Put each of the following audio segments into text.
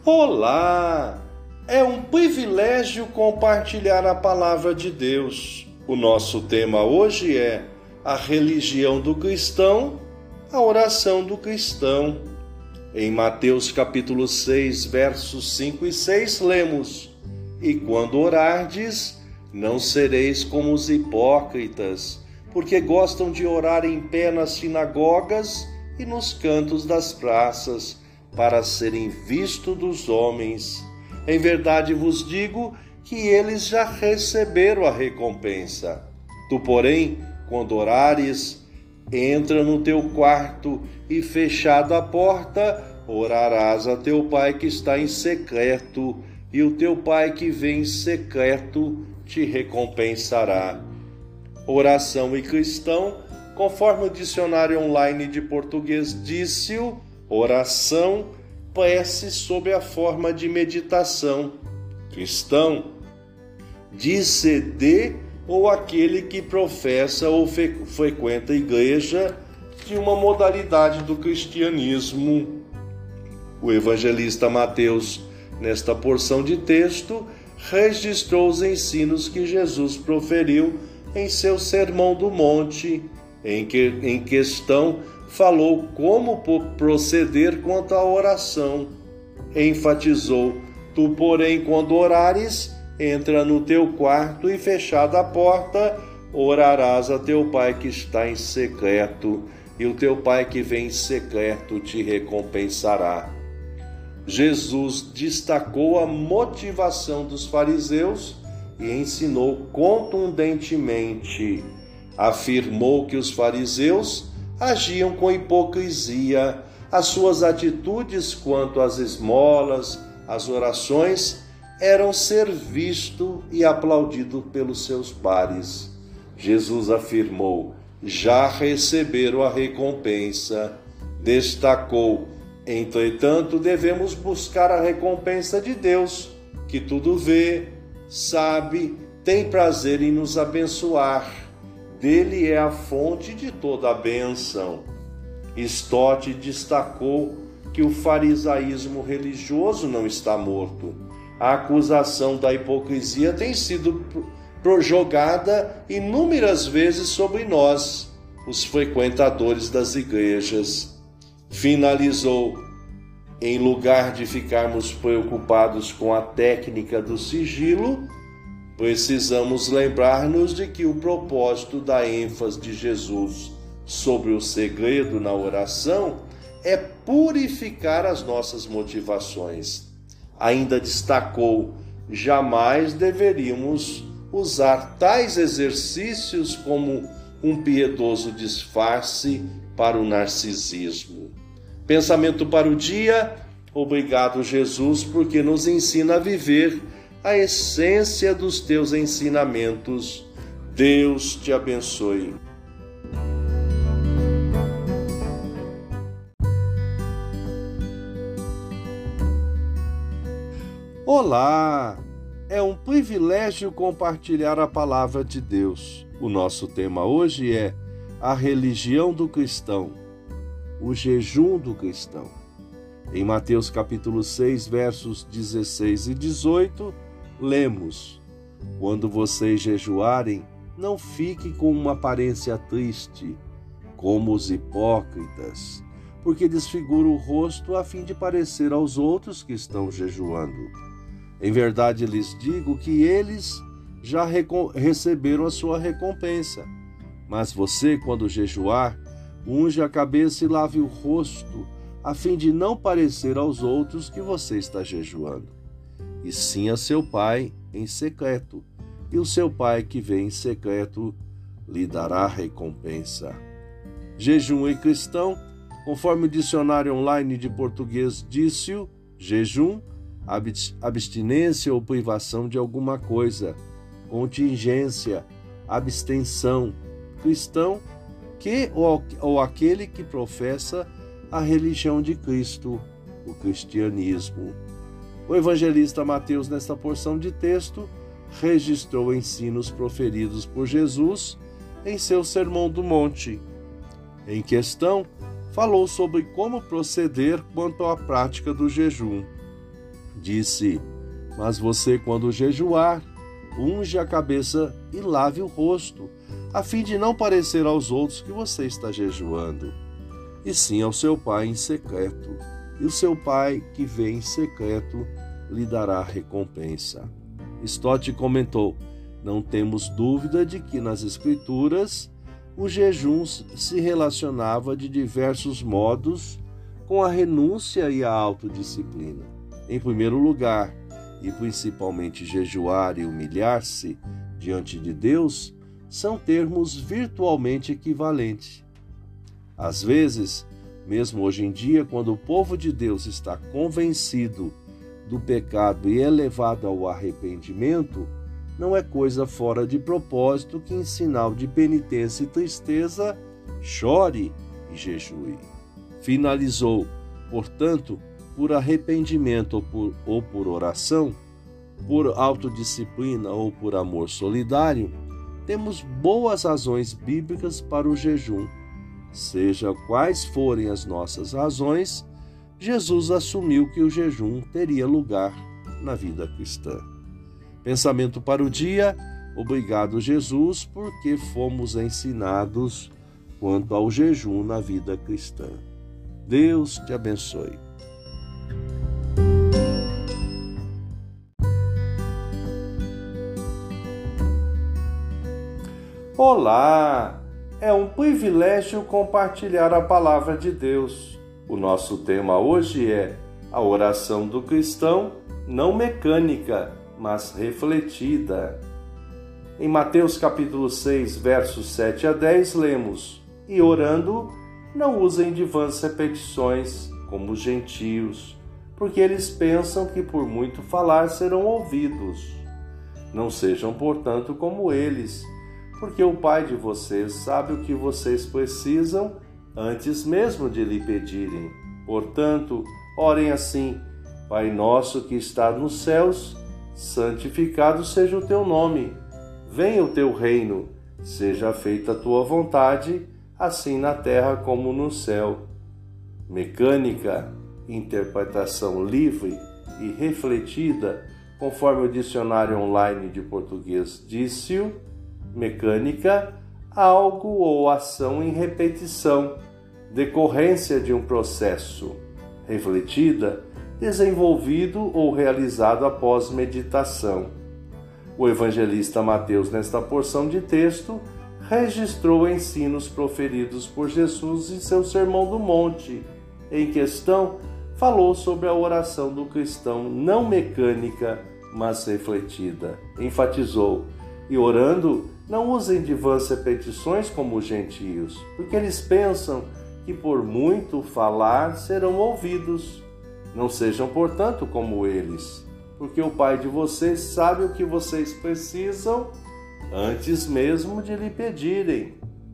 Olá! É um privilégio compartilhar a palavra de Deus. O nosso tema hoje é a religião do cristão, a oração do cristão. Em Mateus capítulo 6, versos 5 e 6, lemos: E quando orardes, não sereis como os hipócritas, porque gostam de orar em pé nas sinagogas e nos cantos das praças, para serem vistos dos homens. Em verdade vos digo que eles já receberam a recompensa. Tu, porém, quando orares, entra no teu quarto e, fechada a porta, orarás a teu Pai que está em secreto, e o teu Pai que vem em secreto te recompensará. Oração e cristão, conforme o dicionário online de português disse-o, oração, prece sob a forma de meditação. Cristão, diz-se de ou aquele que professa ou frequenta a igreja de uma modalidade do cristianismo. O evangelista Mateus, nesta porção de texto, registrou os ensinos que Jesus proferiu em seu Sermão do Monte, em questão falou como proceder quanto à oração. Enfatizou: Tu, porém, quando orares, entra no teu quarto e, fechada a porta, orarás a teu Pai que está em secreto, e o teu Pai que vem em secreto te recompensará. Jesus destacou a motivação dos fariseus e ensinou contundentemente. Afirmou que os fariseus agiam com hipocrisia. As suas atitudes quanto às esmolas, às orações, eram ser visto e aplaudido pelos seus pares. Jesus afirmou: já receberam a recompensa. Destacou: entretanto, devemos buscar a recompensa de Deus, que tudo vê, sabe, tem prazer em nos abençoar. Dele é a fonte de toda a bênção. Stott destacou que o farisaísmo religioso não está morto. A acusação da hipocrisia tem sido jogada inúmeras vezes sobre nós, os frequentadores das igrejas. Finalizou: em lugar de ficarmos preocupados com a técnica do sigilo, precisamos lembrar-nos de que o propósito da ênfase de Jesus sobre o segredo na oração é purificar as nossas motivações. Ainda destacou: jamais deveríamos usar tais exercícios como um piedoso disfarce para o narcisismo. Pensamento para o dia: obrigado, Jesus, porque nos ensina a viver a essência dos teus ensinamentos. Deus te abençoe. Olá! É um privilégio compartilhar a palavra de Deus. O nosso tema hoje é a religião do cristão, o jejum do cristão. Em Mateus capítulo 6, versos 16 e 18, lemos: Quando vocês jejuarem, não fiquem com uma aparência triste, como os hipócritas, porque desfiguram o rosto a fim de parecer aos outros que estão jejuando. Em verdade lhes digo que eles já receberam a sua recompensa. Mas você, quando jejuar, unge a cabeça e lave o rosto, a fim de não parecer aos outros que você está jejuando, e sim a seu Pai em secreto, e o seu Pai que vem em secreto lhe dará recompensa. Jejum e cristão, conforme o dicionário online de português disse-o: jejum, abstinência ou privação de alguma coisa, contingência, abstenção. Cristão, que ou aquele que professa a religião de Cristo, o cristianismo. O evangelista Mateus, nesta porção de texto, registrou ensinos proferidos por Jesus em seu Sermão do Monte. Em questão, falou sobre como proceder quanto à prática do jejum. Disse: mas você, quando jejuar, unge a cabeça e lave o rosto, a fim de não parecer aos outros que você está jejuando, e sim ao seu Pai em secreto. E o seu Pai, que vê em secreto, lhe dará recompensa. Stott comentou: não temos dúvida de que nas Escrituras o jejum se relacionava de diversos modos com a renúncia e a autodisciplina. Em primeiro lugar, e principalmente jejuar e humilhar-se diante de Deus, são termos virtualmente equivalentes. Às vezes, mesmo hoje em dia, quando o povo de Deus está convencido do pecado e é levado ao arrependimento, não é coisa fora de propósito que, em sinal de penitência e tristeza, chore e jejue. Finalizou, portanto, por arrependimento ou por oração, por autodisciplina ou por amor solidário, temos boas razões bíblicas para o jejum. Seja quais forem as nossas razões, Jesus assumiu que o jejum teria lugar na vida cristã. Pensamento para o dia: obrigado, Jesus, porque fomos ensinados quanto ao jejum na vida cristã. Deus te abençoe. Olá! É um privilégio compartilhar a palavra de Deus. O nosso tema hoje é a oração do cristão, não mecânica, mas refletida. Em Mateus capítulo 6, versos 7 a 10, lemos: e orando, não usem de vãs repetições, como os gentios, porque eles pensam que por muito falar serão ouvidos. Não sejam, portanto, como eles, porque o Pai de vocês sabe o que vocês precisam antes mesmo de lhe pedirem. Portanto, orem assim: Pai nosso que está nos céus, santificado seja o teu nome. Venha o teu reino, seja feita a tua vontade, assim na terra como no céu. Mecânica, interpretação livre e refletida, conforme o dicionário online de português disse-o. Mecânica, algo ou ação em repetição, decorrência de um processo. Refletida, desenvolvido ou realizado após meditação. O evangelista Mateus, nesta porção de texto, registrou ensinos proferidos por Jesus em seu Sermão do Monte. Em questão, falou sobre a oração do cristão não mecânica, mas refletida. Enfatizou: e orando, não usem de vãs repetições como os gentios, porque eles pensam que por muito falar serão ouvidos. Não sejam, portanto, como eles, porque o Pai de vocês sabe o que vocês precisam antes mesmo de lhe pedirem.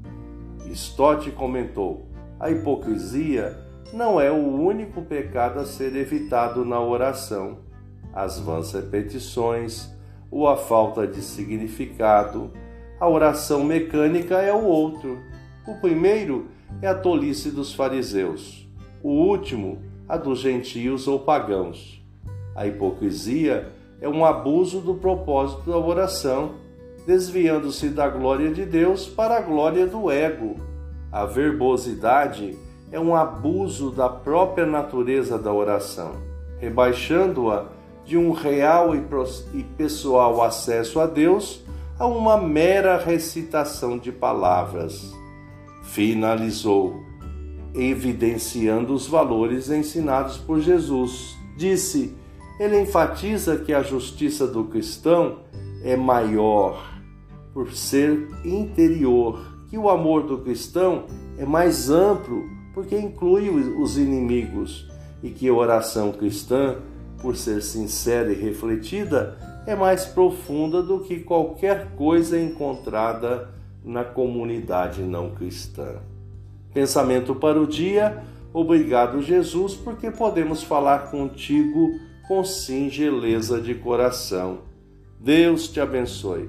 Stott comentou: a hipocrisia não é o único pecado a ser evitado na oração. As vãs repetições ou a falta de significado, a oração mecânica é o outro. O primeiro é a tolice dos fariseus, o último, a dos gentios ou pagãos. A hipocrisia é um abuso do propósito da oração, desviando-se da glória de Deus para a glória do ego. A verbosidade é um abuso da própria natureza da oração, rebaixando-a de um real e pessoal acesso a Deus a uma mera recitação de palavras. Finalizou, evidenciando os valores ensinados por Jesus. Disse: ele enfatiza que a justiça do cristão é maior, por ser interior, que o amor do cristão é mais amplo, porque inclui os inimigos, e que a oração cristã, por ser sincera e refletida, é mais profunda do que qualquer coisa encontrada na comunidade não cristã. Pensamento para o dia: obrigado, Jesus, porque podemos falar contigo com singeleza de coração. Deus te abençoe.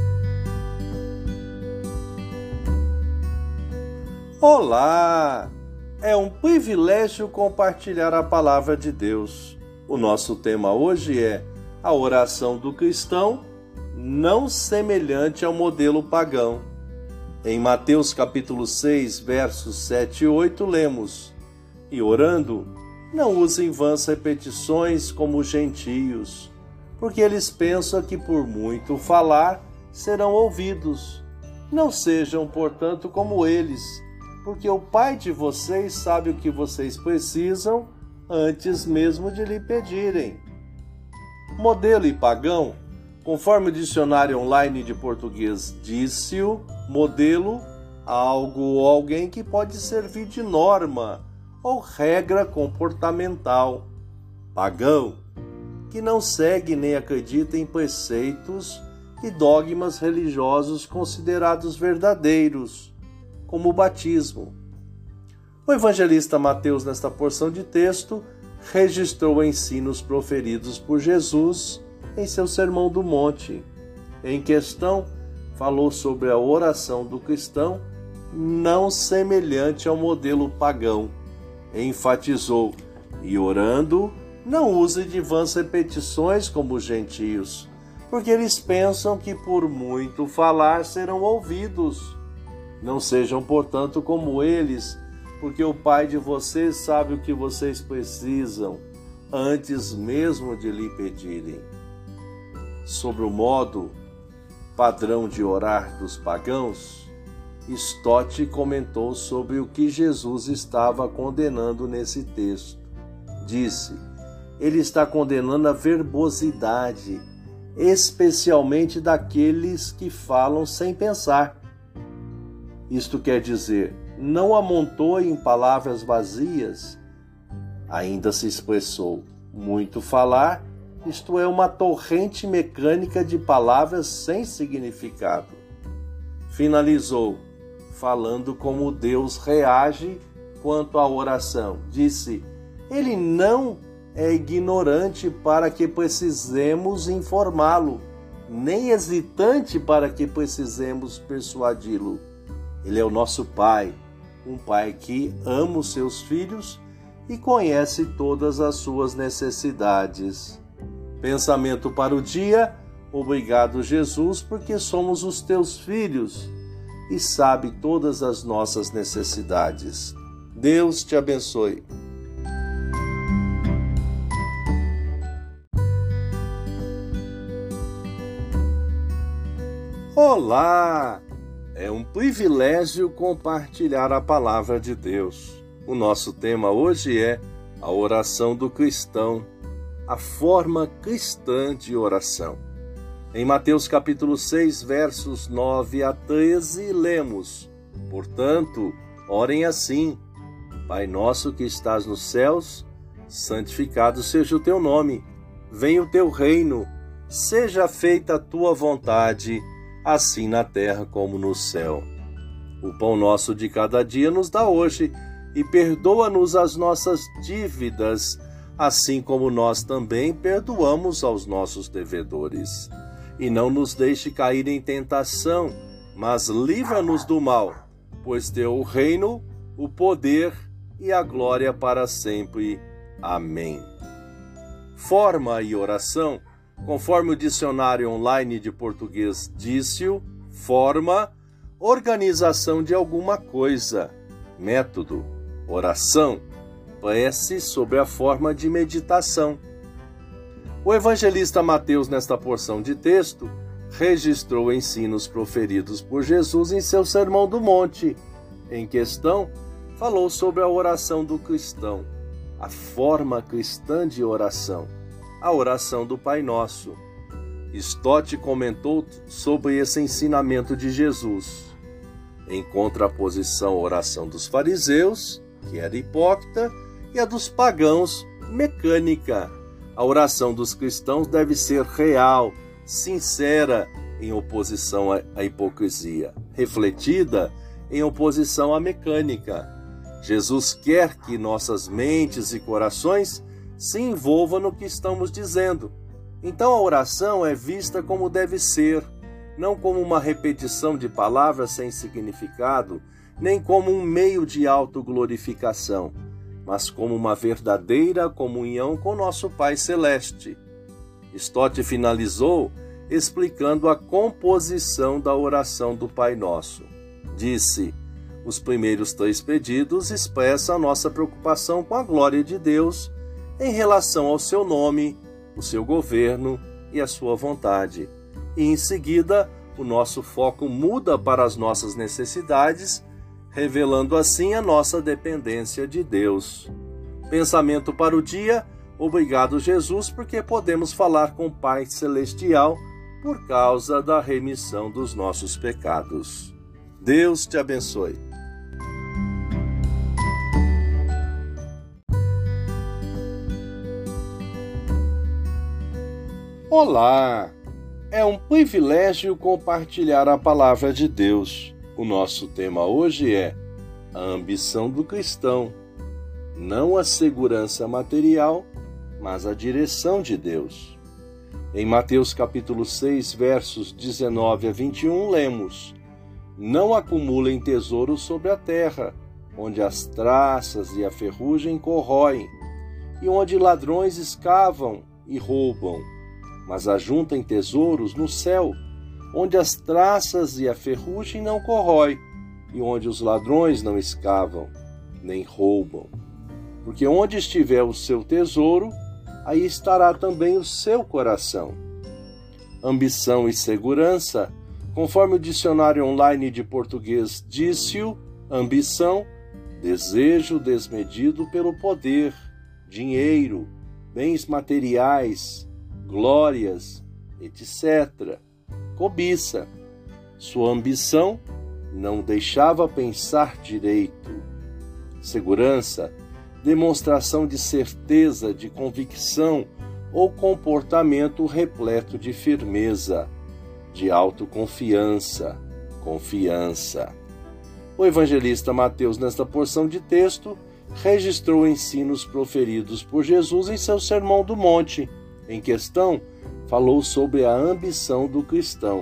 Olá! É um privilégio compartilhar a palavra de Deus. O nosso tema hoje é a oração do cristão, não semelhante ao modelo pagão. Em Mateus capítulo 6, versos 7 e 8, lemos: E orando, não usem vãs repetições como os gentios, porque eles pensam que por muito falar serão ouvidos. Não sejam, portanto, como eles, porque o Pai de vocês sabe o que vocês precisam antes mesmo de lhe pedirem. Modelo e pagão, conforme o dicionário online de português disse-o, modelo, algo ou alguém que pode servir de norma ou regra comportamental. Pagão, que não segue nem acredita em preceitos e dogmas religiosos considerados verdadeiros, como o batismo. O evangelista Mateus, nesta porção de texto, registrou ensinos proferidos por Jesus em seu Sermão do Monte. Em questão, falou sobre a oração do cristão, não semelhante ao modelo pagão. Enfatizou: e orando, não use de vãs repetições como os gentios, porque eles pensam que por muito falar serão ouvidos. Não sejam, portanto, como eles, porque o Pai de vocês sabe o que vocês precisam, antes mesmo de lhe pedirem. Sobre o modo padrão de orar dos pagãos, Stott comentou sobre o que Jesus estava condenando nesse texto. Disse: ele está condenando a verbosidade, especialmente daqueles que falam sem pensar. Isto quer dizer, não amontoem palavras vazias. Ainda se expressou: muito falar, isto é, uma torrente mecânica de palavras sem significado. Finalizou, falando como Deus reage quanto à oração. Disse: ele não é ignorante para que precisemos informá-lo, nem hesitante para que precisemos persuadi-lo. Ele é o nosso Pai, um Pai que ama os seus filhos e conhece todas as suas necessidades. Pensamento para o dia: obrigado, Jesus, porque somos os teus filhos e sabe todas as nossas necessidades. Deus te abençoe. Olá! É um privilégio compartilhar a palavra de Deus. O nosso tema hoje é a oração do cristão, a forma cristã de oração. Em Mateus capítulo 6, versos 9 a 13, lemos: Portanto, orem assim: Pai nosso que estás nos céus, santificado seja o teu nome. Venha o teu reino, seja feita a tua vontade, assim na terra como no céu. O pão nosso de cada dia nos dá hoje, e perdoa-nos as nossas dívidas, assim como nós também perdoamos aos nossos devedores. E não nos deixe cair em tentação, mas livra-nos do mal, pois teu o reino, o poder e a glória para sempre. Amém. Forma e oração. Conforme o dicionário online de português disse-o, forma, organização de alguma coisa. Método, oração, prece sobre a forma de meditação. O evangelista Mateus, nesta porção de texto, registrou ensinos proferidos por Jesus em seu Sermão do Monte. Em questão, falou sobre a oração do cristão, a forma cristã de oração, a oração do Pai Nosso. Stott comentou sobre esse ensinamento de Jesus. Em contraposição à oração dos fariseus, que era hipócrita, e a dos pagãos, mecânica. A oração dos cristãos deve ser real, sincera, em oposição à hipocrisia, refletida em oposição à mecânica. Jesus quer que nossas mentes e corações se envolvam no que estamos dizendo. Então a oração é vista como deve ser, não como uma repetição de palavras sem significado nem como um meio de autoglorificação, mas como uma verdadeira comunhão com nosso Pai Celeste. Stott finalizou explicando a composição da oração do Pai Nosso. Disse: os primeiros 3 pedidos expressam a nossa preocupação com a glória de Deus em relação ao seu nome, o seu governo e a sua vontade. E em seguida, o nosso foco muda para as nossas necessidades, revelando assim a nossa dependência de Deus. Pensamento para o dia: obrigado, Jesus, porque podemos falar com o Pai Celestial por causa da remissão dos nossos pecados. Deus te abençoe. Olá! É um privilégio compartilhar a palavra de Deus. O nosso tema hoje é a ambição do cristão, não a segurança material, mas a direção de Deus. Em Mateus capítulo 6, versos 19 a 21, lemos: não acumulem tesouros sobre a terra, onde as traças e a ferrugem corroem, e onde ladrões escavam e roubam, mas ajuntem tesouros no céu, onde as traças e a ferrugem não corroem, e onde os ladrões não escavam, nem roubam. Porque onde estiver o seu tesouro, aí estará também o seu coração. Ambição e segurança, conforme o dicionário online de português disse-o, ambição, desejo desmedido pelo poder, dinheiro, bens materiais, glórias, etc. Cobiça. Sua ambição não deixava pensar direito. Segurança, demonstração de certeza, de convicção ou comportamento repleto de firmeza, de autoconfiança, confiança. O evangelista Mateus, nesta porção de texto, registrou ensinos proferidos por Jesus em seu Sermão do Monte. Em questão, falou sobre a ambição do cristão,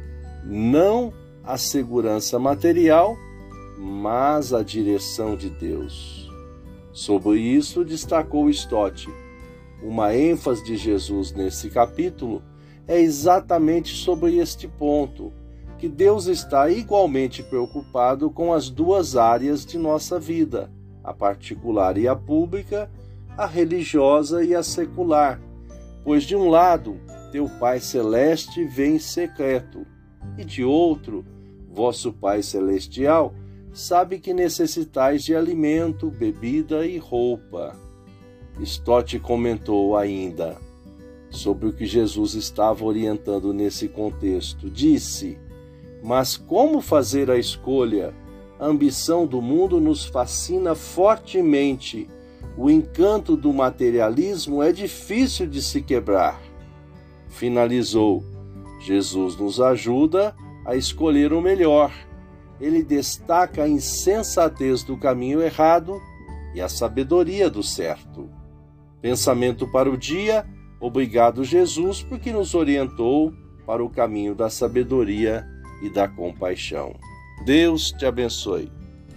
não a segurança material, mas a direção de Deus. Sobre isso, destacou Stott: uma ênfase de Jesus nesse capítulo é exatamente sobre este ponto, que Deus está igualmente preocupado com as 2 áreas de nossa vida, a particular e a pública, a religiosa e a secular. Pois de um lado, teu Pai Celeste vê em secreto, e de outro, vosso Pai Celestial sabe que necessitais de alimento, bebida e roupa. Stott comentou ainda sobre o que Jesus estava orientando nesse contexto. Disse: mas como fazer a escolha? A ambição do mundo nos fascina fortemente. O encanto do materialismo é difícil de se quebrar. Finalizou: Jesus nos ajuda a escolher o melhor. Ele destaca a insensatez do caminho errado e a sabedoria do certo. Pensamento para o dia: obrigado, Jesus, porque nos orientou para o caminho da sabedoria e da compaixão. Deus te abençoe.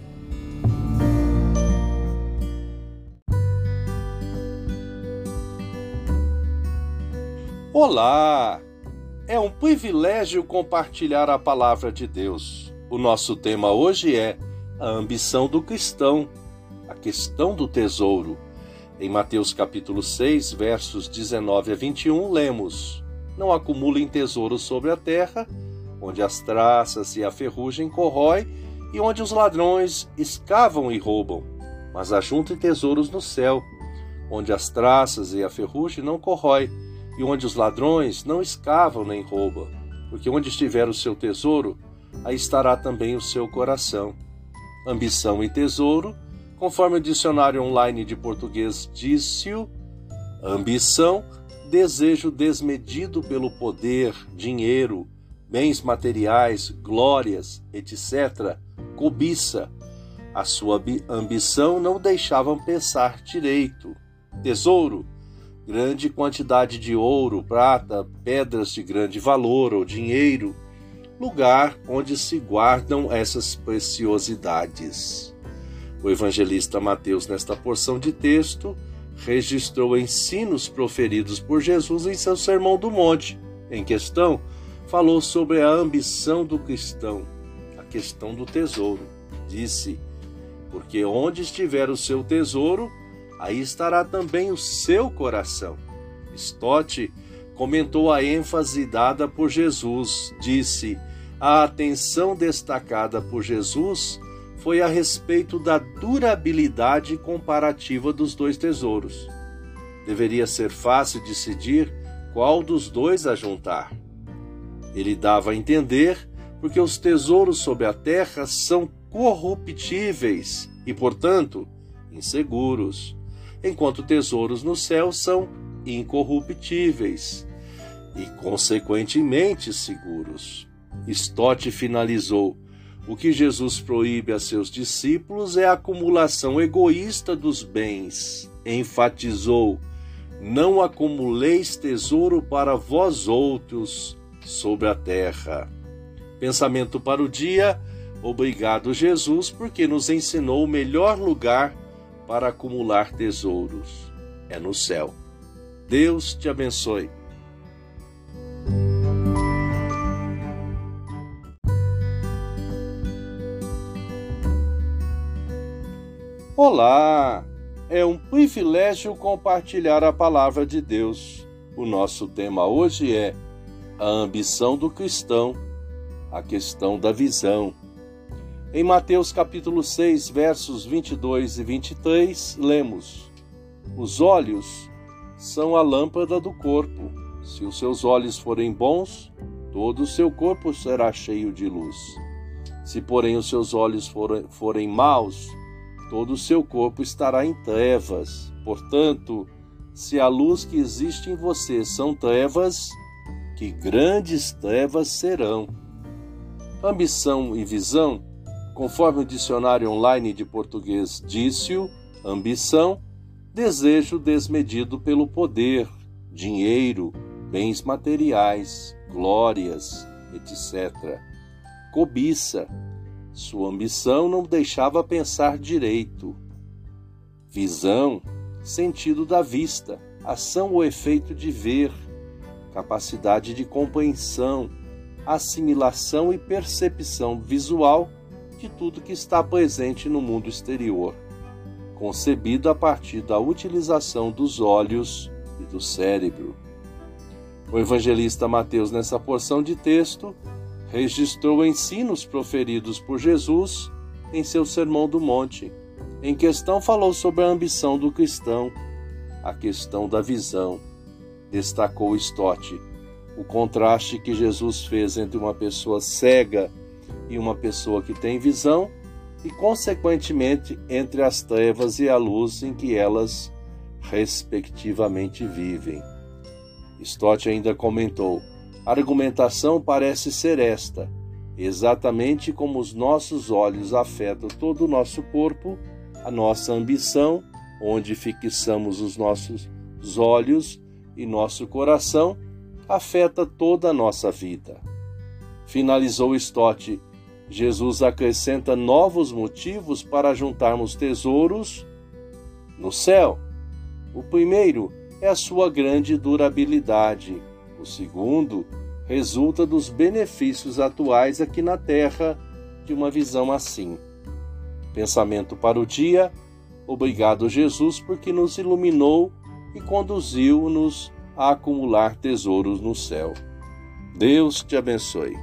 Olá! É um privilégio compartilhar a palavra de Deus. O nosso tema hoje é a ambição do cristão, a questão do tesouro. Em Mateus capítulo 6, versos 19 a 21, lemos: não acumulem tesouros sobre a terra, onde as traças e a ferrugem corrói, e onde os ladrões escavam e roubam, mas ajuntem tesouros no céu, onde as traças e a ferrugem não corrói, e onde os ladrões não escavam nem roubam, porque onde estiver o seu tesouro, aí estará também o seu coração. Ambição e tesouro, conforme o dicionário online de português disse-o, ambição, desejo desmedido pelo poder, dinheiro, bens materiais, glórias, etc. Cobiça. A sua ambição não deixava pensar direito. Tesouro, grande quantidade de ouro, prata, pedras de grande valor ou dinheiro. lugar onde se guardam essas preciosidades. O evangelista Mateus, nesta porção de texto, registrou ensinos proferidos por Jesus em seu Sermão do Monte. Em questão, falou sobre a ambição do cristão, a questão do tesouro. Disse: porque onde estiver o seu tesouro, aí estará também o seu coração. Stott comentou a ênfase dada por Jesus. Disse: a atenção destacada por Jesus foi a respeito da durabilidade comparativa dos dois tesouros. Deveria ser fácil decidir qual dos dois ajuntar. Ele dava a entender porque os tesouros sobre a terra são corruptíveis e, portanto, inseguros, enquanto tesouros no céu são incorruptíveis e, consequentemente, seguros. Stott finalizou: o que Jesus proíbe a seus discípulos é a acumulação egoísta dos bens. Enfatizou: não acumuleis tesouro para vós outros sobre a terra. Pensamento para o dia: obrigado, Jesus, porque nos ensinou o melhor lugar para acumular tesouros. É no céu. Deus te abençoe. Olá! É um privilégio compartilhar a palavra de Deus. O nosso tema hoje é a ambição do cristão, a questão da visão. Em Mateus capítulo 6, versos 22 e 23, lemos: os olhos são a lâmpada do corpo. Se os seus olhos forem bons, todo o seu corpo será cheio de luz. Se, porém, os seus olhos forem maus, todo o seu corpo estará em trevas. Portanto, se a luz que existe em você são trevas, que grandes trevas serão. Ambição e visão, conforme o dicionário online de português Dício, ambição, desejo desmedido pelo poder, dinheiro, bens materiais, glórias, etc. Cobiça, sua ambição não deixava pensar direito. Visão, sentido da vista, ação ou efeito de ver, capacidade de compreensão, assimilação e percepção visual de tudo que está presente no mundo exterior, concebido a partir da utilização dos olhos e do cérebro. O evangelista Mateus, nessa porção de texto, registrou ensinos proferidos por Jesus em seu Sermão do Monte. Em questão, falou sobre a ambição do cristão, a questão da visão. Destacou Stott o contraste que Jesus fez entre uma pessoa cega e uma pessoa que tem visão e, consequentemente, entre as trevas e a luz em que elas, respectivamente, vivem. Stott ainda comentou: a argumentação parece ser esta: exatamente como os nossos olhos afetam todo o nosso corpo, a nossa ambição, onde fixamos os nossos olhos e nosso coração, afeta toda a nossa vida. Finalizou Stott: Jesus acrescenta novos motivos para juntarmos tesouros no céu. O primeiro é a sua grande durabilidade. O segundo resulta dos benefícios atuais aqui na Terra de uma visão assim. Pensamento para o dia: obrigado, Jesus, porque nos iluminou e conduziu-nos a acumular tesouros no céu. Deus te abençoe.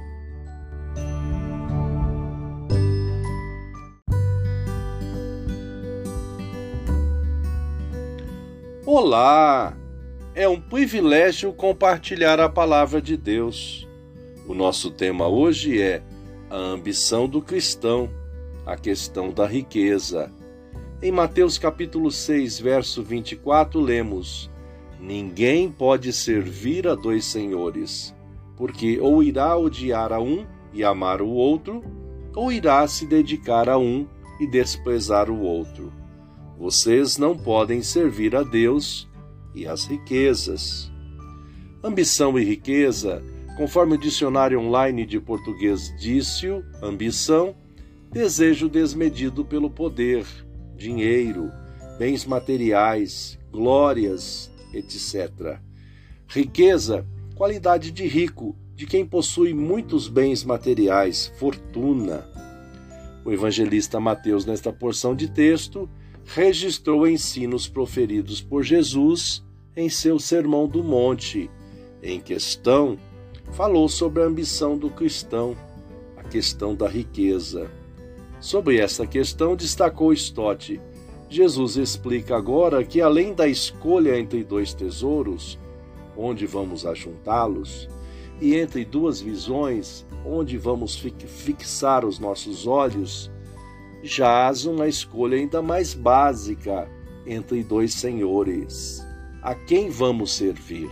Olá! É um privilégio compartilhar a palavra de Deus. O nosso tema hoje é a ambição do cristão, a questão da riqueza. Em Mateus capítulo 6, verso 24, lemos: ninguém pode servir a dois senhores, porque ou irá odiar a um e amar o outro, ou irá se dedicar a um e desprezar o outro. Vocês não podem servir a Deus e às riquezas. Ambição e riqueza, Conforme o dicionário online de português Dício, ambição, desejo desmedido pelo poder, dinheiro, bens materiais, glórias, etc. Riqueza, qualidade de rico, de quem possui muitos bens materiais, fortuna. O evangelista Mateus, nesta porção de texto, registrou ensinos proferidos por Jesus em seu Sermão do Monte. Em questão, falou sobre a ambição do cristão, a questão da riqueza. Sobre esta questão, destacou Stott. Jesus explica agora que, além da escolha entre dois tesouros, onde vamos ajuntá-los, e entre duas visões, onde vamos fixar os nossos olhos, jaz uma escolha ainda mais básica entre dois senhores. A quem vamos servir?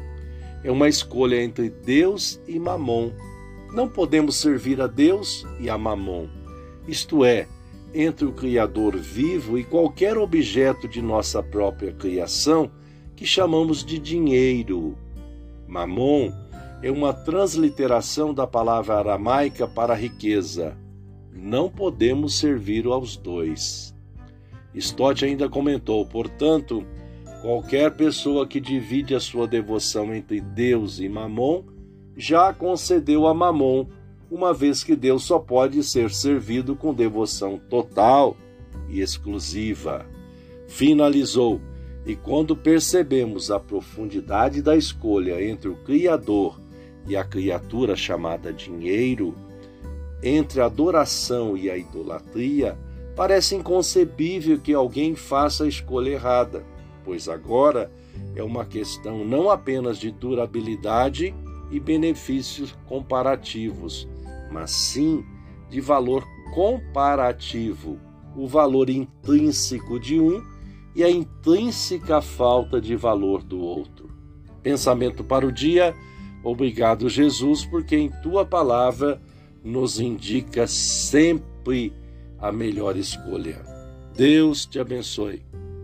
É uma escolha entre Deus e Mamon. Não podemos servir a Deus e a Mamon, isto é, entre o Criador vivo e qualquer objeto de nossa própria criação que chamamos de dinheiro. Mamon é uma transliteração da palavra aramaica para riqueza. Não podemos servir aos dois. Stott ainda comentou, portanto, qualquer pessoa que divide a sua devoção entre Deus e Mamon já concedeu a Mamon, uma vez que Deus só pode ser servido com devoção total e exclusiva. Finalizou, e quando percebemos a profundidade da escolha entre o Criador e a criatura chamada dinheiro, entre a adoração e a idolatria, parece inconcebível que alguém faça a escolha errada, pois agora é uma questão não apenas de durabilidade e benefícios comparativos, mas sim de valor comparativo, o valor intrínseco de um e a intrínseca falta de valor do outro. Pensamento para o dia. Obrigado, Jesus, porque em tua palavra nos indica sempre a melhor escolha. Deus te abençoe.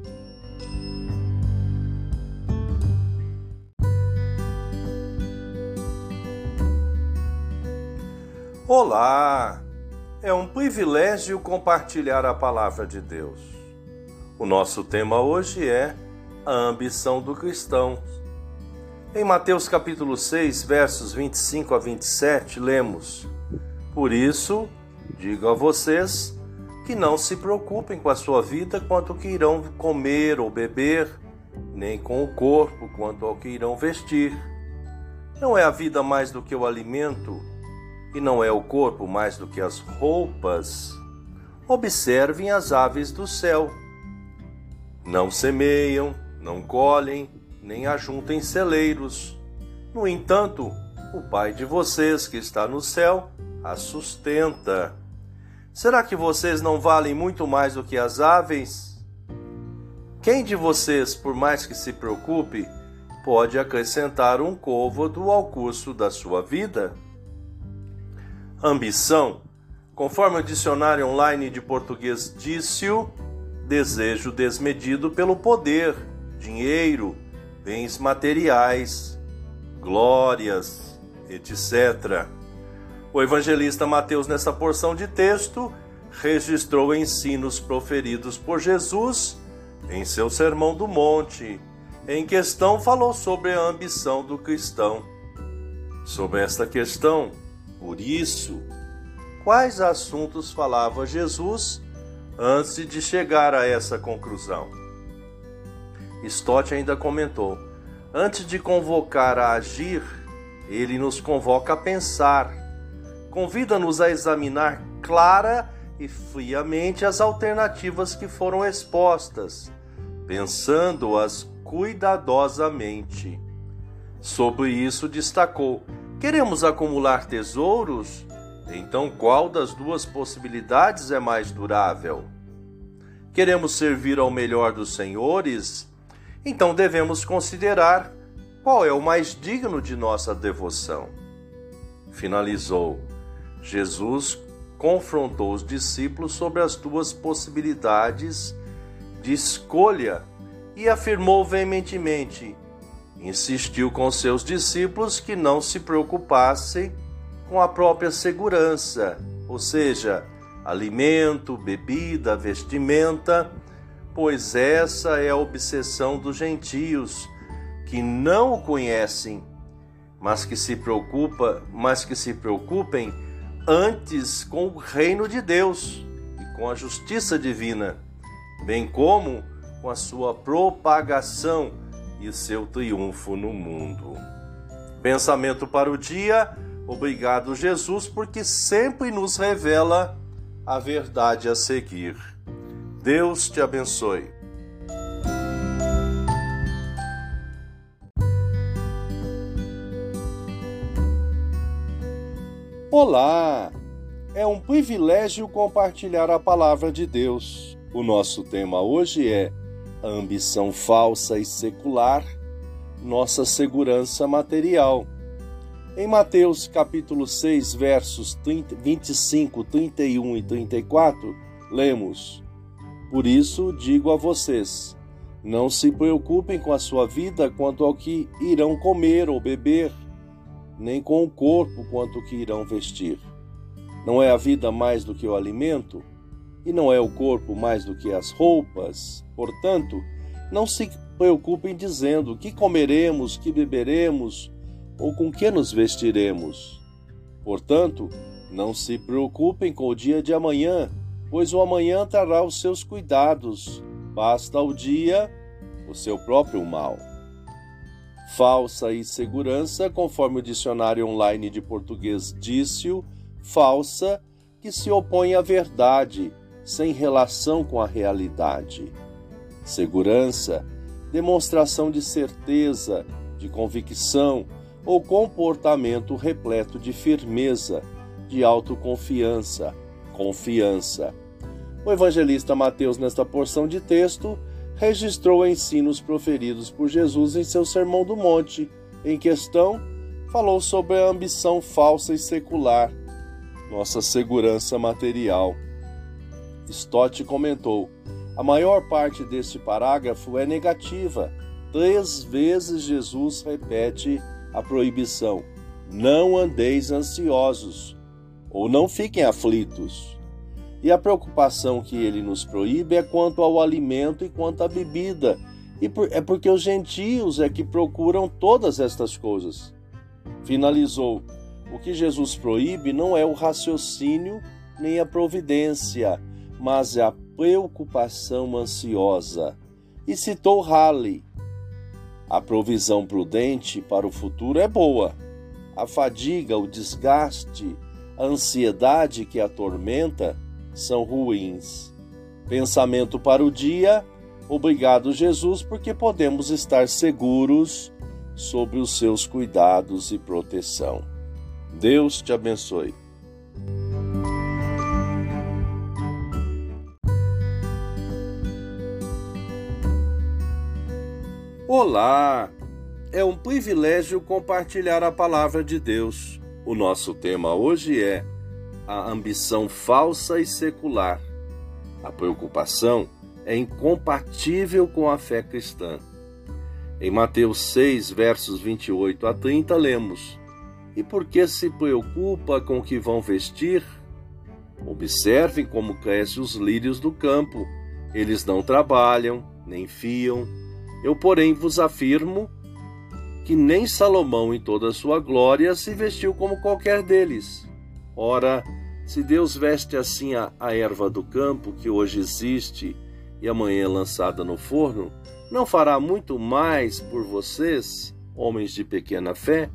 Olá! É um privilégio compartilhar a palavra de Deus. O nosso tema hoje é a ambição do cristão. Em Mateus capítulo 6, versos 25 a 27, lemos: Por isso, digo a vocês que não se preocupem com a sua vida quanto ao que irão comer ou beber, nem com o corpo quanto ao que irão vestir. Não é a vida mais do que o alimento, e não é o corpo mais do que as roupas? Observem as aves do céu. Não semeiam, não colhem, nem ajuntem celeiros. No entanto, o Pai de vocês que está no céu as sustenta. Será que vocês não valem muito mais do que as aves? Quem de vocês, por mais que se preocupe, pode acrescentar um côvado ao curso da sua vida? Ambição, conforme o dicionário online de português Dício, desejo desmedido pelo poder, dinheiro, bens materiais, glórias, etc. O evangelista Mateus, nessa porção de texto, registrou ensinos proferidos por Jesus em seu Sermão do Monte. Em questão, falou sobre a ambição do cristão. Sobre esta questão, por isso, quais assuntos falava Jesus antes de chegar a essa conclusão? Stott ainda comentou: antes de convocar a agir, ele nos convoca a pensar. Convida-nos a examinar clara e friamente as alternativas que foram expostas, pensando-as cuidadosamente. Sobre isso destacou: queremos acumular tesouros? Então qual das duas possibilidades é mais durável? Queremos servir ao melhor dos senhores? Então devemos considerar qual é o mais digno de nossa devoção. Finalizou. Jesus confrontou os discípulos sobre as duas possibilidades de escolha e afirmou veementemente: insistiu com seus discípulos que não se preocupassem com a própria segurança, ou seja, alimento, bebida, vestimenta, pois essa é a obsessão dos gentios, que não o conhecem, mas que se preocupem antes com o reino de Deus e com a justiça divina, bem como com a sua propagação e seu triunfo no mundo. Pensamento para o dia. Obrigado, Jesus, porque sempre nos revela a verdade a seguir. Deus te abençoe. Olá! É um privilégio compartilhar a palavra de Deus. O nosso tema hoje é a ambição falsa e secular, nossa segurança material. Em Mateus capítulo 6, versos 25, 31 e 34, lemos: Por isso digo a vocês, não se preocupem com a sua vida quanto ao que irão comer ou beber, nem com o corpo quanto ao que irão vestir. Não é a vida mais do que o alimento? E não é o corpo mais do que as roupas? Portanto, não se preocupem dizendo que comeremos, que beberemos, ou com que nos vestiremos. Portanto, não se preocupem com o dia de amanhã, pois o amanhã trará os seus cuidados. Basta ao dia o seu próprio mal. Falsa insegurança, conforme o dicionário online de português Dício, falsa, que se opõe à verdade, sem relação com a realidade. Segurança, demonstração de certeza, de convicção ou comportamento repleto de firmeza, de autoconfiança, confiança. O evangelista Mateus, nesta porção de texto, registrou ensinos proferidos por Jesus em seu Sermão do Monte. Em questão, falou sobre a ambição falsa e secular, nossa segurança material. Stott comentou: a maior parte deste parágrafo é negativa. 3 vezes Jesus repete a proibição: não andeis ansiosos, ou não fiquem aflitos. E a preocupação que ele nos proíbe é quanto ao alimento e quanto à bebida. É porque os gentios é que procuram todas estas coisas. Finalizou: o que Jesus proíbe não é o raciocínio nem a providência, mas é a preocupação ansiosa. E citou Halley: a provisão prudente para o futuro é boa. A fadiga, o desgaste, a ansiedade que atormenta são ruins. Pensamento para o dia. Obrigado, Jesus, porque podemos estar seguros sobre os seus cuidados e proteção. Deus te abençoe. Olá! É um privilégio compartilhar a palavra de Deus. O nosso tema hoje é a ambição falsa e secular. A preocupação é incompatível com a fé cristã. Em Mateus 6, versos 28 a 30, lemos: E por que se preocupa com o que vão vestir? Observem como crescem os lírios do campo. Eles não trabalham, nem fiam. Eu, porém, vos afirmo que nem Salomão, em toda a sua glória, se vestiu como qualquer deles. Ora, se Deus veste assim a erva do campo, que hoje existe e amanhã é lançada no forno, não fará muito mais por vocês, homens de pequena fé?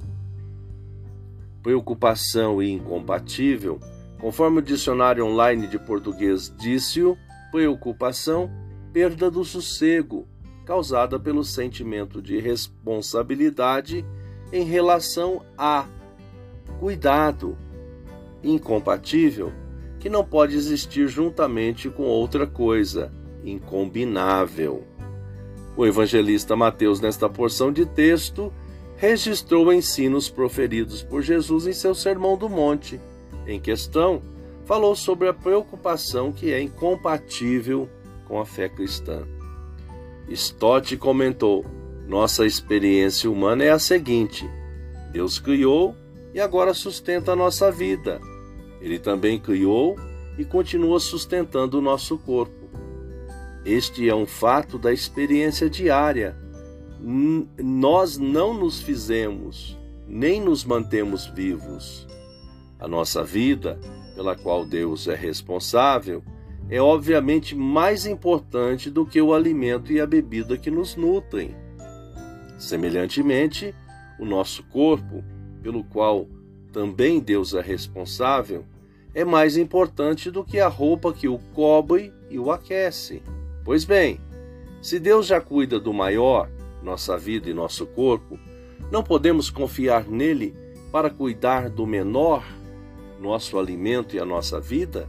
Preocupação e incompatível, conforme o dicionário online de português Dício, preocupação, perda do sossego, causada pelo sentimento de responsabilidade em relação a cuidado. Incompatível, que não pode existir juntamente com outra coisa, incombinável. O evangelista Mateus, nesta porção de texto, registrou ensinos proferidos por Jesus em seu Sermão do Monte. Em questão, falou sobre a preocupação que é incompatível com a fé cristã. Stott comentou: Nossa experiência humana é a seguinte: Deus criou e agora sustenta a nossa vida. Ele também criou e continua sustentando o nosso corpo. Este é um fato da experiência diária. Nós não nos fizemos, nem nos mantemos vivos. A nossa vida, pela qual Deus é responsável, é obviamente mais importante do que o alimento e a bebida que nos nutrem. Semelhantemente, o nosso corpo, pelo qual também Deus é responsável, é mais importante do que a roupa que o cobre e o aquece. Pois bem, se Deus já cuida do maior, nossa vida e nosso corpo, não podemos confiar nele para cuidar do menor, nosso alimento e a nossa vida?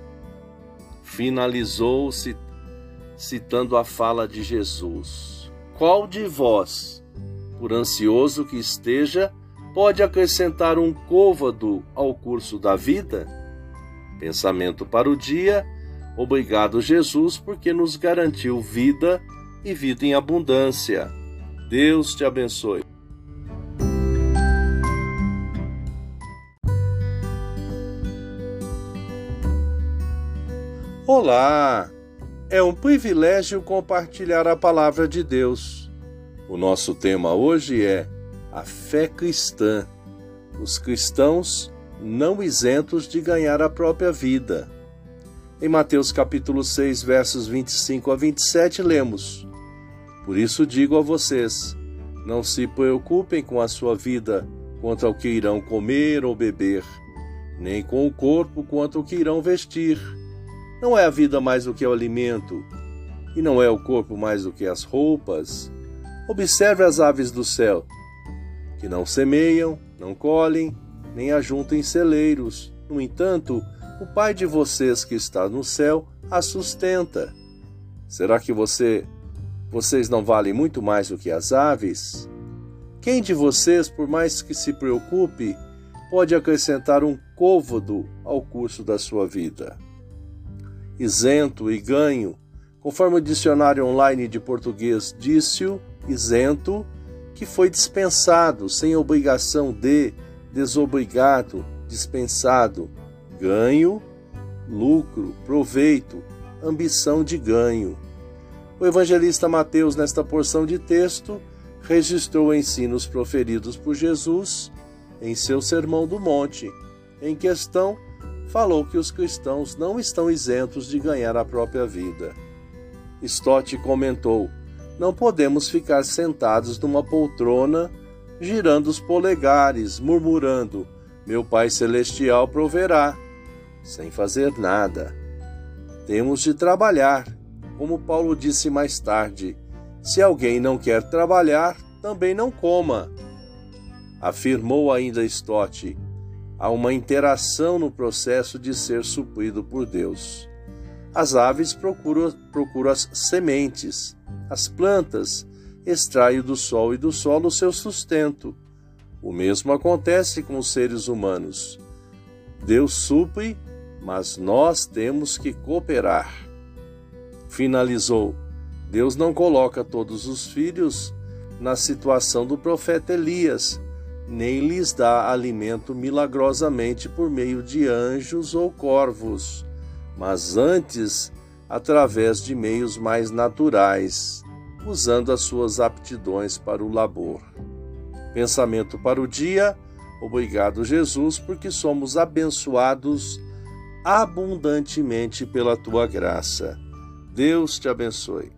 Finalizou citando a fala de Jesus: qual de vós, por ansioso que esteja, pode acrescentar um côvado ao curso da vida? Pensamento para o dia. Obrigado, Jesus, porque nos garantiu vida e vida em abundância. Deus te abençoe. Olá! É um privilégio compartilhar a palavra de Deus. O nosso tema hoje é a fé cristã. Os cristãos não isentos de ganhar a própria vida. Em Mateus capítulo 6, versos 25 a 27, lemos: Por isso digo a vocês, não se preocupem com a sua vida quanto ao que irão comer ou beber, nem com o corpo quanto ao que irão vestir. Não é a vida mais do que o alimento, e não é o corpo mais do que as roupas? Observe as aves do céu, que não semeiam, não colhem, nem ajuntam em celeiros. No entanto, o Pai de vocês que está no céu a sustenta. Será que vocês não valem muito mais do que as aves? Quem de vocês, por mais que se preocupe, pode acrescentar um côvado ao curso da sua vida? Isento e ganho, conforme o dicionário online de português disse-o, isento, que foi dispensado, sem obrigação de, desobrigado, dispensado, ganho, lucro, proveito, ambição de ganho. O evangelista Mateus, nesta porção de texto, registrou ensinos proferidos por Jesus em seu Sermão do Monte. Em questão, falou que os cristãos não estão isentos de ganhar a própria vida. Stott comentou: não podemos ficar sentados numa poltrona, girando os polegares, murmurando: meu Pai Celestial proverá, sem fazer nada. Temos de trabalhar, como Paulo disse mais tarde: se alguém não quer trabalhar, também não coma. Afirmou ainda Stott: há uma interação no processo de ser suprido por Deus. As aves procuram as sementes, as plantas extraem do sol e do solo o seu sustento. O mesmo acontece com os seres humanos. Deus supre, mas nós temos que cooperar. Finalizou: Deus não coloca todos os filhos na situação do profeta Elias, nem lhes dá alimento milagrosamente por meio de anjos ou corvos, mas antes através de meios mais naturais, usando as suas aptidões para o labor. Pensamento para o dia: obrigado, Jesus, porque somos abençoados abundantemente pela tua graça. Deus te abençoe.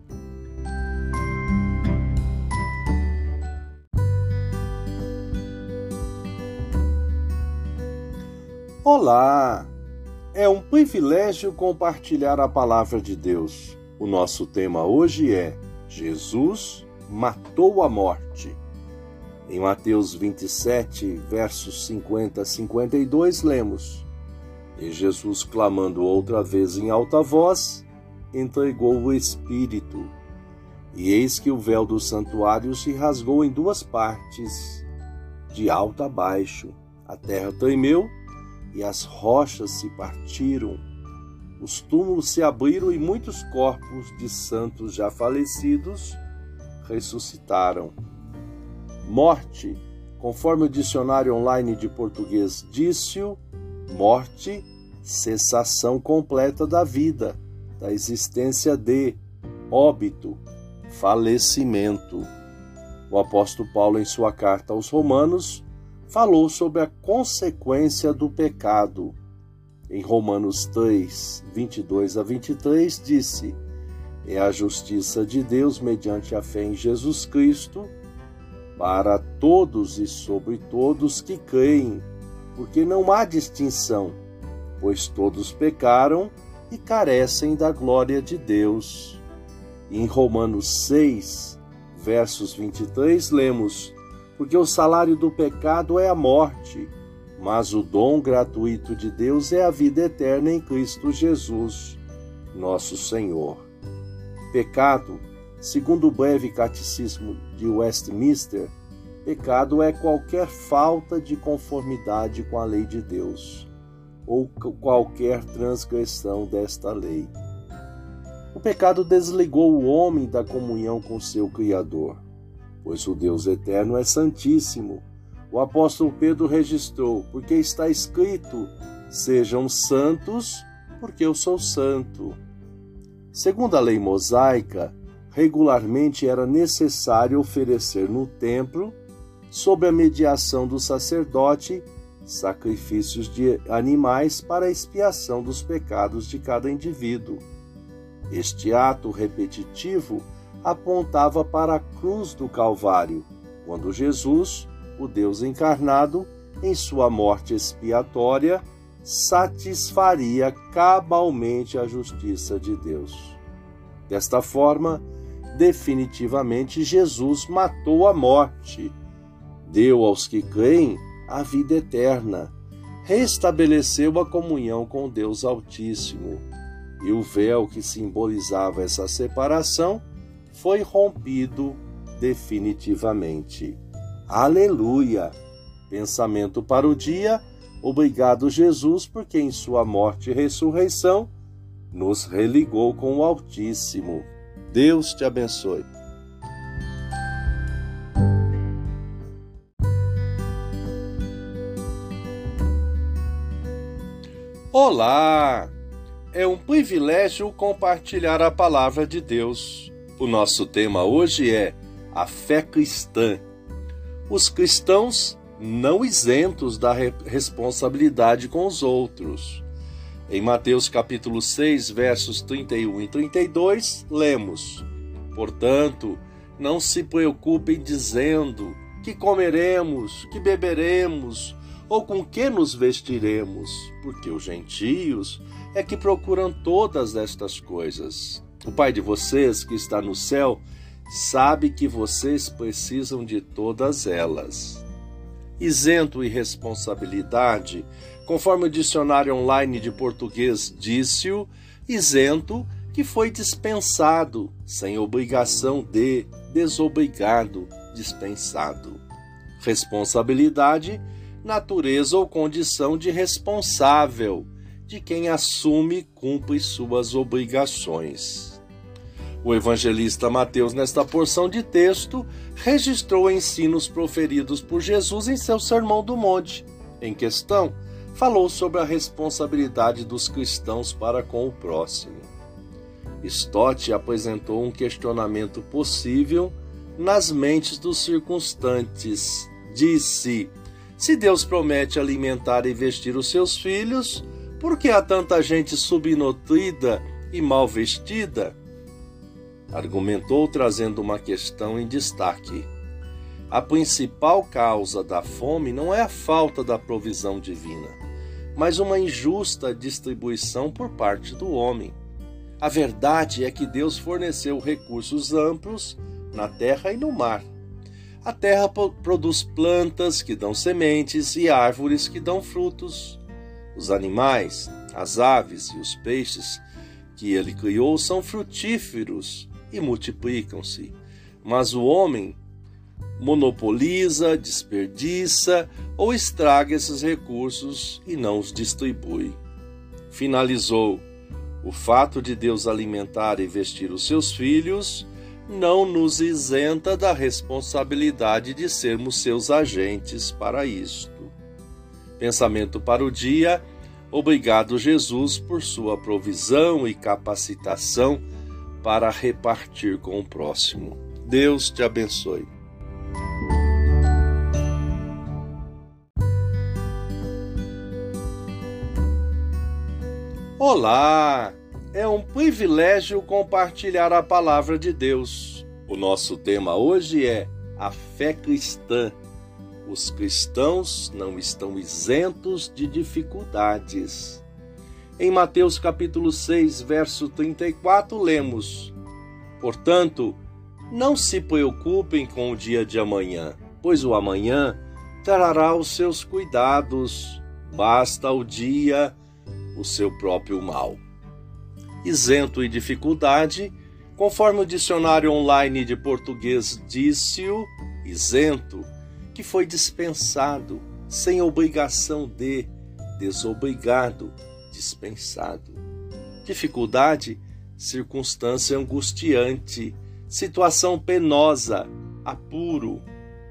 Olá! É um privilégio compartilhar a palavra de Deus. O nosso tema hoje é Jesus matou a morte. Em Mateus 27, versos 50 a 52, lemos: E Jesus, clamando outra vez em alta voz, entregou o Espírito. E eis que o véu do santuário se rasgou em duas partes, de alto a baixo. A terra tremeu e as rochas se partiram. Os túmulos se abriram e muitos corpos de santos já falecidos ressuscitaram. Morte, conforme o dicionário online de português Dício, morte, cessação completa da vida, da existência de, óbito, falecimento. O apóstolo Paulo, em sua carta aos Romanos, falou sobre a consequência do pecado. Em Romanos 3, 22 a 23, disse: é a justiça de Deus mediante a fé em Jesus Cristo, para todos e sobre todos que creem, porque não há distinção, pois todos pecaram e carecem da glória de Deus. E em Romanos 6, versos 23, lemos: porque o salário do pecado é a morte, mas o dom gratuito de Deus é a vida eterna em Cristo Jesus, nosso Senhor. Pecado, segundo o breve catecismo de Westminster, pecado é qualquer falta de conformidade com a lei de Deus, ou qualquer transgressão desta lei. O pecado desligou o homem da comunhão com seu Criador, pois o Deus eterno é santíssimo. O apóstolo Pedro registrou: porque está escrito, sejam santos, porque eu sou santo. Segundo a lei mosaica, regularmente era necessário oferecer no templo, sob a mediação do sacerdote, sacrifícios de animais para a expiação dos pecados de cada indivíduo. Este ato repetitivo apontava para a cruz do Calvário, quando Jesus, o Deus encarnado, em sua morte expiatória, satisfaria cabalmente a justiça de Deus. Desta forma, definitivamente Jesus matou a morte, deu aos que creem a vida eterna, restabeleceu a comunhão com Deus Altíssimo, e o véu que simbolizava essa separação foi rompido definitivamente. Aleluia! Pensamento para o dia. Obrigado, Jesus, porque em sua morte e ressurreição nos religou com o Altíssimo. Deus te abençoe. Olá! É um privilégio compartilhar a palavra de Deus. O nosso tema hoje é a fé cristã. Os cristãos não isentos da responsabilidade com os outros. Em Mateus capítulo 6, versos 31 e 32, lemos: portanto, não se preocupem dizendo: que comeremos, que beberemos, ou com que nos vestiremos, porque os gentios é que procuram todas estas coisas. O Pai de vocês, que está no céu, sabe que vocês precisam de todas elas. Isento e responsabilidade, conforme o dicionário online de português Dício, isento que foi dispensado, sem obrigação de, desobrigado, dispensado. Responsabilidade, natureza ou condição de responsável, de quem assume e cumpre suas obrigações. O evangelista Mateus, nesta porção de texto, registrou ensinos proferidos por Jesus em seu Sermão do Monte. Em questão, falou sobre a responsabilidade dos cristãos para com o próximo. Stott apresentou um questionamento possível nas mentes dos circunstantes. Disse: se Deus promete alimentar e vestir os seus filhos, por que há tanta gente subnutrida e mal vestida? Argumentou trazendo uma questão em destaque. A principal causa da fome não é a falta da provisão divina, mas uma injusta distribuição por parte do homem. A verdade é que Deus forneceu recursos amplos na terra e no mar. A terra produz plantas que dão sementes e árvores que dão frutos. Os animais, as aves e os peixes que ele criou são frutíferos e multiplicam-se. Mas o homem monopoliza, desperdiça ou estraga esses recursos e não os distribui. Finalizou: o fato de Deus alimentar e vestir os seus filhos não nos isenta da responsabilidade de sermos seus agentes para isto. Pensamento para o dia. Obrigado, Jesus, por sua provisão e capacitação para repartir com o próximo. Deus te abençoe. Olá! É um privilégio compartilhar a palavra de Deus. O nosso tema hoje é a fé cristã. Os cristãos não estão isentos de dificuldades. Em Mateus capítulo 6, verso 34, lemos: Portanto, não se preocupem com o dia de amanhã, pois o amanhã trará os seus cuidados. Basta ao dia o seu próprio mal. Isento e dificuldade, conforme o dicionário online de português disse-o, isento, que foi dispensado, sem obrigação de, desobrigado, dispensado. Dificuldade, circunstância angustiante, situação penosa, apuro.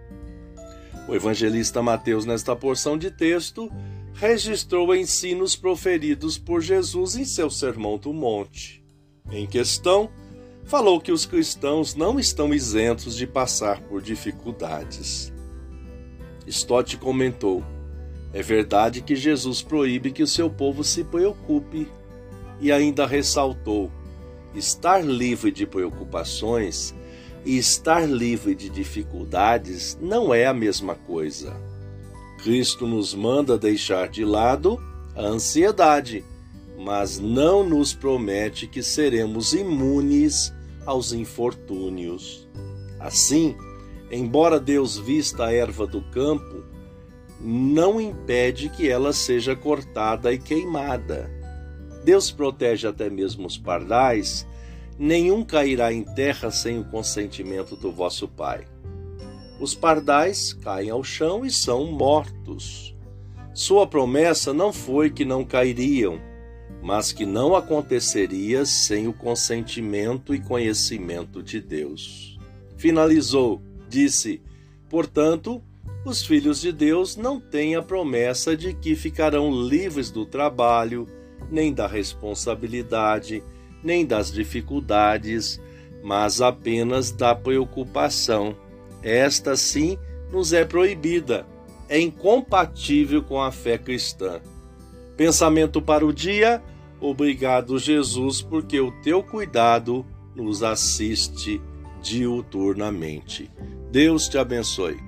O evangelista Mateus, nesta porção de texto, registrou ensinos proferidos por Jesus em seu Sermão do Monte. Em questão, falou que os cristãos não estão isentos de passar por dificuldades. Stott comentou: é verdade que Jesus proíbe que o seu povo se preocupe, e ainda ressaltou: estar livre de preocupações e estar livre de dificuldades não é a mesma coisa. Cristo nos manda deixar de lado a ansiedade, mas não nos promete que seremos imunes aos infortúnios. Assim, embora Deus vista a erva do campo, não impede que ela seja cortada e queimada. Deus protege até mesmo os pardais, nenhum cairá em terra sem o consentimento do vosso Pai. Os pardais caem ao chão e são mortos. Sua promessa não foi que não cairiam, mas que não aconteceria sem o consentimento e conhecimento de Deus. Finalizou, disse: portanto, os filhos de Deus não têm a promessa de que ficarão livres do trabalho, nem da responsabilidade, nem das dificuldades, mas apenas da preocupação. Esta, sim, nos é proibida, é incompatível com a fé cristã. Pensamento para o dia. Obrigado, Jesus, porque o teu cuidado nos assiste diuturnamente. Deus te abençoe.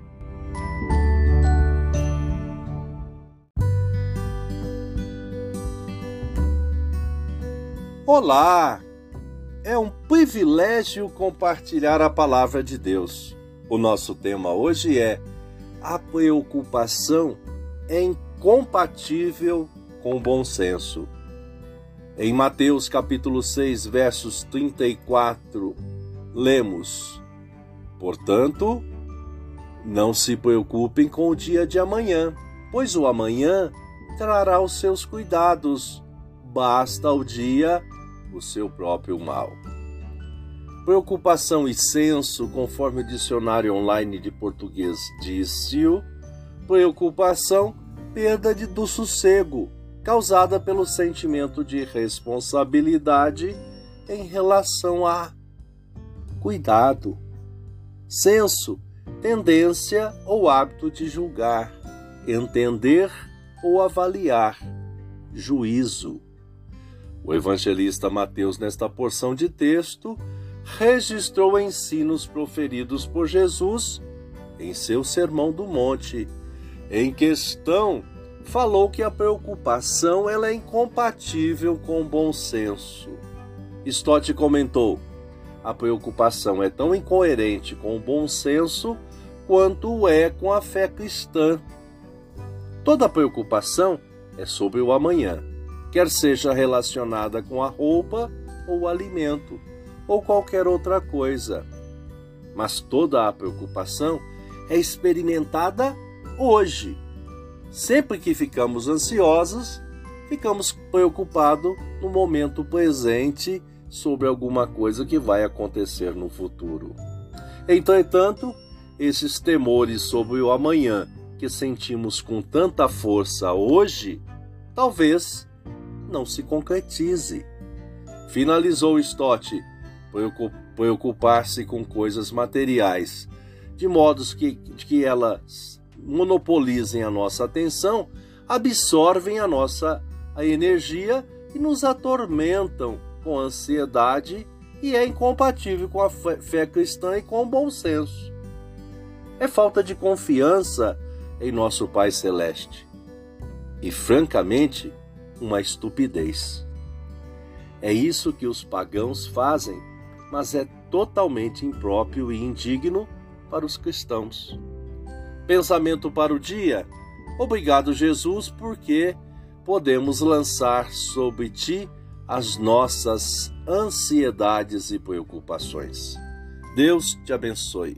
Olá! É um privilégio compartilhar a palavra de Deus. O nosso tema hoje é: a preocupação é incompatível com o bom senso. Em Mateus capítulo 6, versos 34, lemos: Portanto, não se preocupem com o dia de amanhã, pois o amanhã trará os seus cuidados. Basta ao dia o seu próprio mal. Preocupação e senso, conforme o dicionário online de português disse-o, preocupação, perda do sossego, causada pelo sentimento de responsabilidade em relação a cuidado. Senso, tendência ou hábito de julgar, entender ou avaliar. Juízo. O evangelista Mateus, nesta porção de texto, registrou ensinos proferidos por Jesus em seu Sermão do Monte. Em questão, falou que a preocupação ela é incompatível com o bom senso. Stott comentou: a preocupação é tão incoerente com o bom senso quanto é com a fé cristã. Toda preocupação é sobre o amanhã, quer seja relacionada com a roupa ou o alimento, ou qualquer outra coisa. Mas toda a preocupação é experimentada hoje. Sempre que ficamos ansiosos, ficamos preocupados no momento presente sobre alguma coisa que vai acontecer no futuro. Entretanto, esses temores sobre o amanhã que sentimos com tanta força hoje, talvez não se concretize. Finalizou Stott, preocupar-se com coisas materiais, de modo que elas monopolizem a nossa atenção, absorvem a nossa energia e nos atormentam com ansiedade e é incompatível com a fé cristã e com o bom senso. É falta de confiança em nosso Pai Celeste e, francamente, uma estupidez. É isso que os pagãos fazem, mas é totalmente impróprio e indigno para os cristãos. Pensamento para o dia. Obrigado, Jesus, porque podemos lançar sobre ti as nossas ansiedades e preocupações. Deus te abençoe.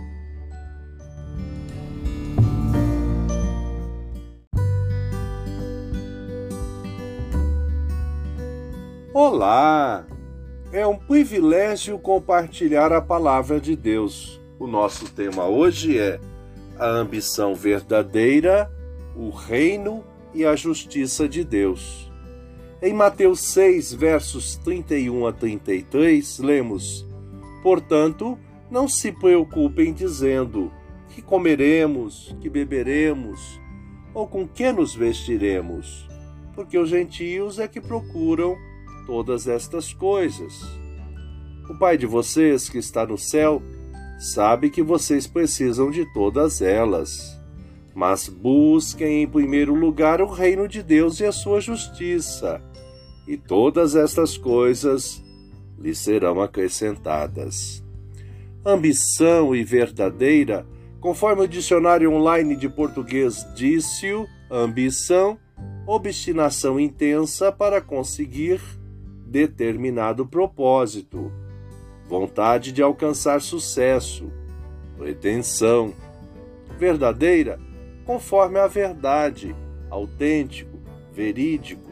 Olá! É um privilégio compartilhar a palavra de Deus. O nosso tema hoje é a ambição verdadeira, o reino e a justiça de Deus. Em Mateus 6, versos 31 a 33, lemos: Portanto, não se preocupem dizendo: que comeremos, que beberemos, ou com que nos vestiremos? Porque os gentios é que procuram todas estas coisas. O Pai de vocês, que está no céu, sabe que vocês precisam de todas elas. Mas busquem em primeiro lugar o reino de Deus e a sua justiça, e todas estas coisas lhes serão acrescentadas. Ambição e verdadeira, conforme o dicionário online de português disse-o, ambição, obstinação intensa para conseguir determinado propósito, vontade de alcançar sucesso, pretensão. Verdadeira, conforme a verdade, autêntico, verídico.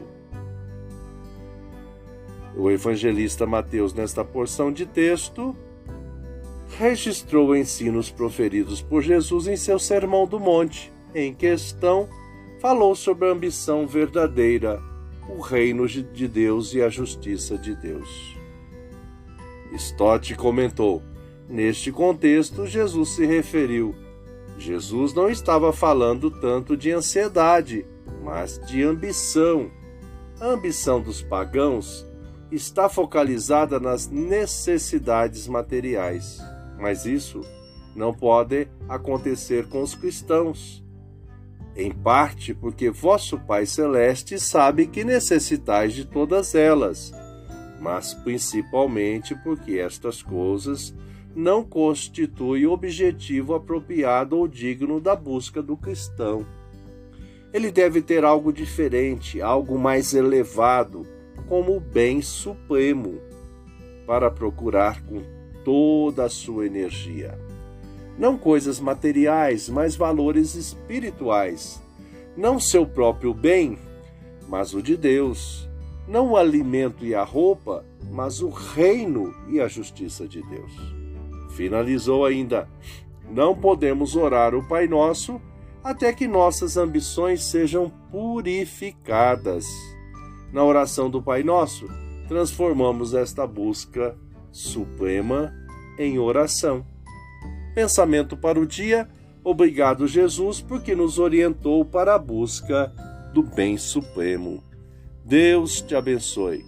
O evangelista Mateus, nesta porção de texto, registrou ensinos proferidos por Jesus em seu Sermão do Monte. Em questão, falou sobre a ambição verdadeira, o reino de Deus e a justiça de Deus. Stott comentou: neste contexto, Jesus se referiu. Jesus não estava falando tanto de ansiedade, mas de ambição. A ambição dos pagãos está focalizada nas necessidades materiais, mas isso não pode acontecer com os cristãos. Em parte porque vosso Pai Celeste sabe que necessitais de todas elas, mas principalmente porque estas coisas não constituem objetivo apropriado ou digno da busca do cristão. Ele deve ter algo diferente, algo mais elevado, como o bem supremo, para procurar com toda a sua energia. Não coisas materiais, mas valores espirituais. Não seu próprio bem, mas o de Deus. Não o alimento e a roupa, mas o reino e a justiça de Deus. Finalizou ainda: não podemos orar o Pai Nosso até que nossas ambições sejam purificadas. Na oração do Pai Nosso, transformamos esta busca suprema em oração. Pensamento para o dia. Obrigado, Jesus, porque nos orientou para a busca do bem supremo. Deus te abençoe.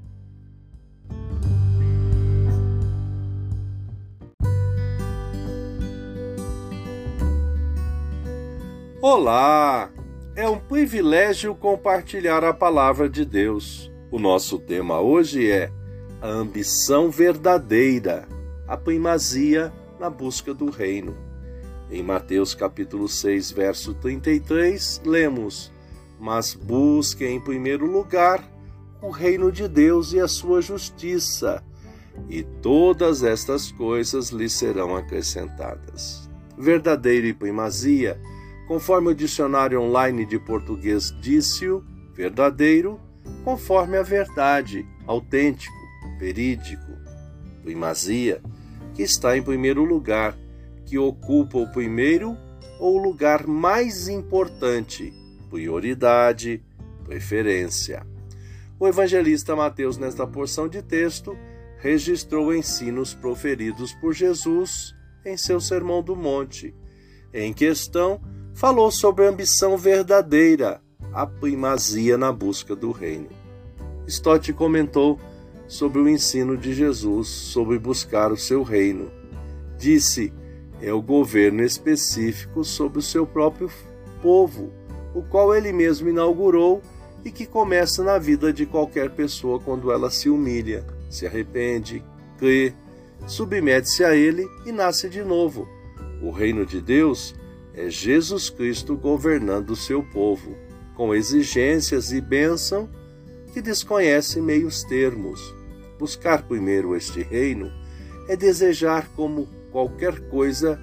Olá! É um privilégio compartilhar a palavra de Deus. O nosso tema hoje é a ambição verdadeira, a primazia na busca do reino. Em Mateus capítulo 6, verso 33, lemos: Mas busquem em primeiro lugar o reino de Deus e a sua justiça, e todas estas coisas lhes serão acrescentadas. Verdadeiro e primazia, conforme o dicionário online de português disse-o, verdadeiro, conforme a verdade, autêntico, verídico. Primazia, que está em primeiro lugar, que ocupa o primeiro ou o lugar mais importante, prioridade, preferência. O evangelista Mateus, nesta porção de texto, registrou ensinos proferidos por Jesus em seu Sermão do Monte. Em questão, falou sobre a ambição verdadeira, a primazia na busca do reino. Stott comentou sobre o ensino de Jesus sobre buscar o seu reino. Disse: é o governo específico sobre o seu próprio povo, o qual ele mesmo inaugurou e que começa na vida de qualquer pessoa quando ela se humilha, se arrepende, crê, submete-se a ele e nasce de novo. O reino de Deus é Jesus Cristo governando o seu povo, com exigências e bênção que desconhece meios termos. Buscar primeiro este reino é desejar como qualquer coisa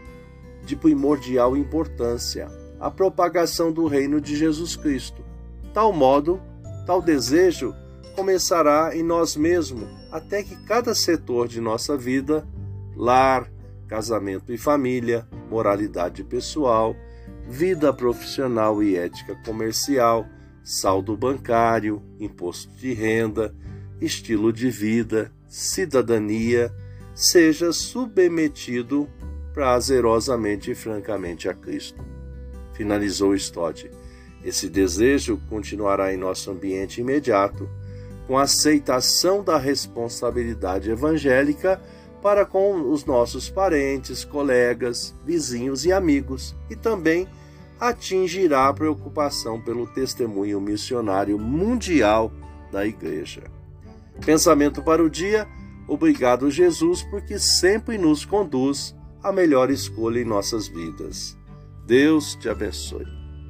de primordial importância a propagação do reino de Jesus Cristo. Tal modo, tal desejo começará em nós mesmos, até que cada setor de nossa vida, lar, casamento e família, moralidade pessoal, vida profissional e ética comercial, saldo bancário, imposto de renda, estilo de vida, cidadania, seja submetido prazerosamente e francamente a Cristo. Finalizou Stott. Esse desejo continuará em nosso ambiente imediato, com a aceitação da responsabilidade evangélica para com os nossos parentes, colegas, vizinhos e amigos, e também atingirá a preocupação pelo testemunho missionário mundial da Igreja. Pensamento para o dia: obrigado, Jesus, porque sempre nos conduz à melhor escolha em nossas vidas. Deus te abençoe.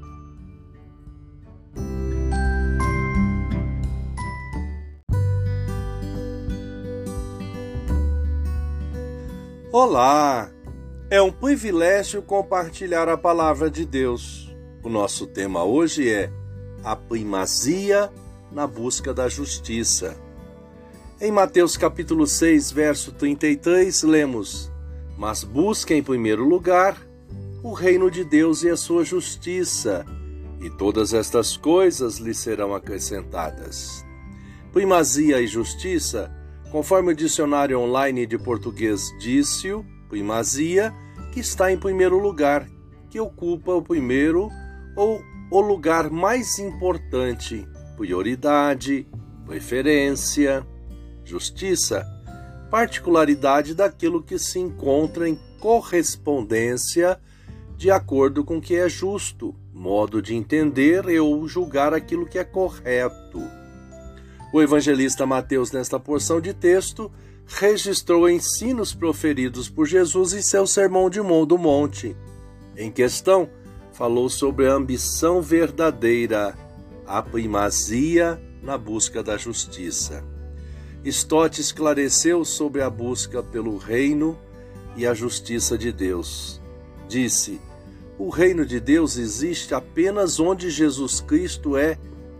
Olá! É um privilégio compartilhar a palavra de Deus. O nosso tema hoje é a primazia na busca da justiça. Em Mateus capítulo 6, verso 33, lemos: mas busquem em primeiro lugar o reino de Deus e a sua justiça, e todas estas coisas lhe serão acrescentadas. Primazia e justiça, conforme o dicionário online de português disse-o, primazia, que está em primeiro lugar, que ocupa o primeiro ou o lugar mais importante, prioridade, preferência. Justiça, particularidade daquilo que se encontra em correspondência de acordo com o que é justo, modo de entender ou julgar aquilo que é correto. O evangelista Mateus, nesta porção de texto, registrou ensinos proferidos por Jesus em seu Sermão do Monte. Em questão, falou sobre a ambição verdadeira, a primazia na busca da justiça. Stott esclareceu sobre a busca pelo reino e a justiça de Deus. Disse: o reino de Deus existe apenas onde Jesus Cristo é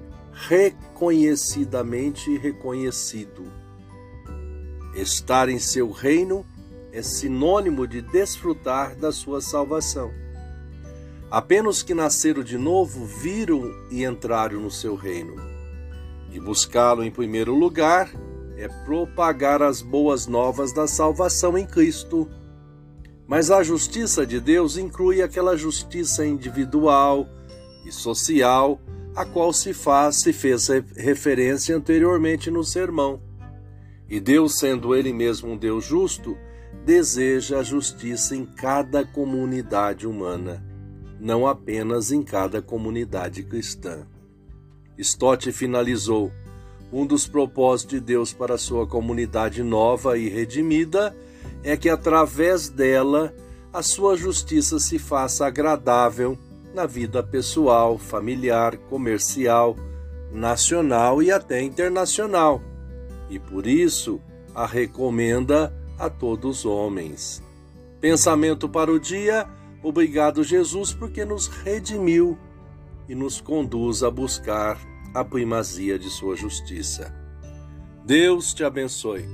reconhecidamente reconhecido. Estar em seu reino é sinônimo de desfrutar da sua salvação. Apenas que nasceram de novo viram e entraram no seu reino. E buscá-lo em primeiro lugar é propagar as boas novas da salvação em Cristo. Mas a justiça de Deus inclui aquela justiça individual e social a qual se fez referência anteriormente no sermão. E Deus, sendo Ele mesmo um Deus justo, deseja a justiça em cada comunidade humana, não apenas em cada comunidade cristã. Stott finalizou: um dos propósitos de Deus para a sua comunidade nova e redimida é que, através dela, a sua justiça se faça agradável na vida pessoal, familiar, comercial, nacional e até internacional. E por isso a recomenda a todos os homens. Pensamento para o dia: obrigado, Jesus, porque nos redimiu e nos conduz a buscar a primazia de sua justiça. Deus te abençoe.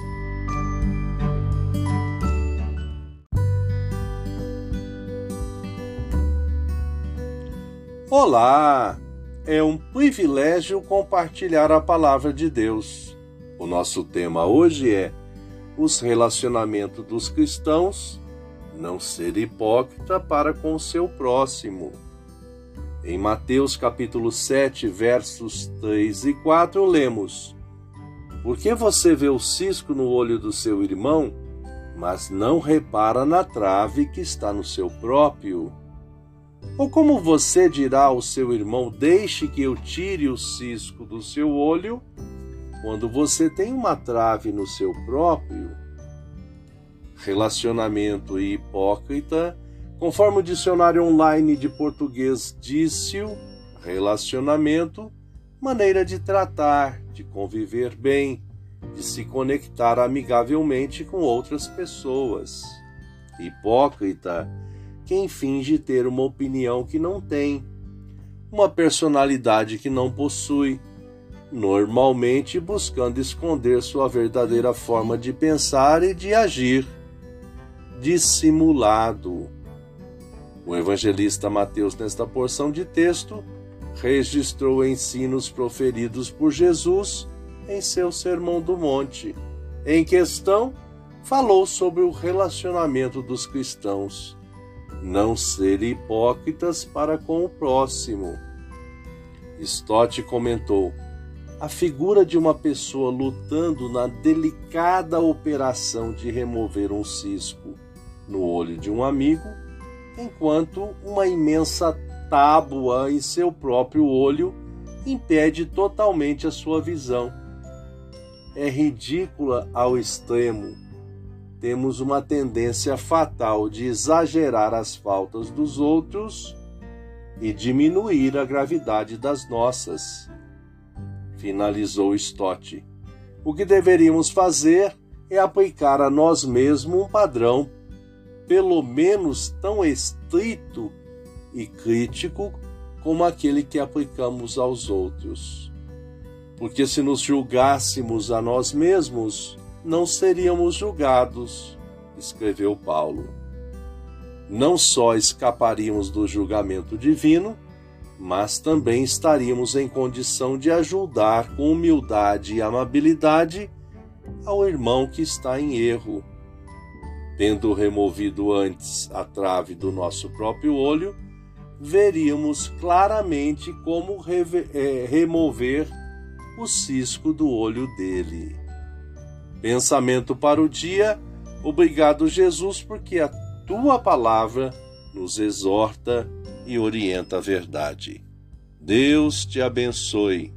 Olá! É um privilégio compartilhar a palavra de Deus. O nosso tema hoje é os relacionamentos dos cristãos, não ser hipócrita para com o seu próximo. Em Mateus capítulo 7, versos 3 e 4, lemos: Por que você vê o cisco no olho do seu irmão, mas não repara na trave que está no seu próprio? Ou como você dirá ao seu irmão, deixe que eu tire o cisco do seu olho, quando você tem uma trave no seu próprio? Relacionamento e hipócrita, conforme o dicionário online de português disse-o, relacionamento, maneira de tratar, de conviver bem, de se conectar amigavelmente com outras pessoas. Hipócrita, quem finge ter uma opinião que não tem, uma personalidade que não possui, normalmente buscando esconder sua verdadeira forma de pensar e de agir. Dissimulado. O evangelista Mateus, nesta porção de texto, registrou ensinos proferidos por Jesus em seu Sermão do Monte. Em questão, falou sobre o relacionamento dos cristãos, não ser hipócritas para com o próximo. Stott comentou: a figura de uma pessoa lutando na delicada operação de remover um cisco no olho de um amigo, enquanto uma imensa tábua em seu próprio olho impede totalmente a sua visão. É ridícula ao extremo. Temos uma tendência fatal de exagerar as faltas dos outros e diminuir a gravidade das nossas. Finalizou Stott. O que deveríamos fazer é aplicar a nós mesmos um padrão pelo menos tão estrito e crítico como aquele que aplicamos aos outros. Porque se nos julgássemos a nós mesmos, não seríamos julgados, escreveu Paulo. Não só escaparíamos do julgamento divino, mas também estaríamos em condição de ajudar com humildade e amabilidade ao irmão que está em erro. Tendo removido antes a trave do nosso próprio olho, veríamos claramente como remover o cisco do olho dele. Pensamento para o dia. Obrigado, Jesus, porque a tua palavra nos exorta e orienta a verdade. Deus te abençoe.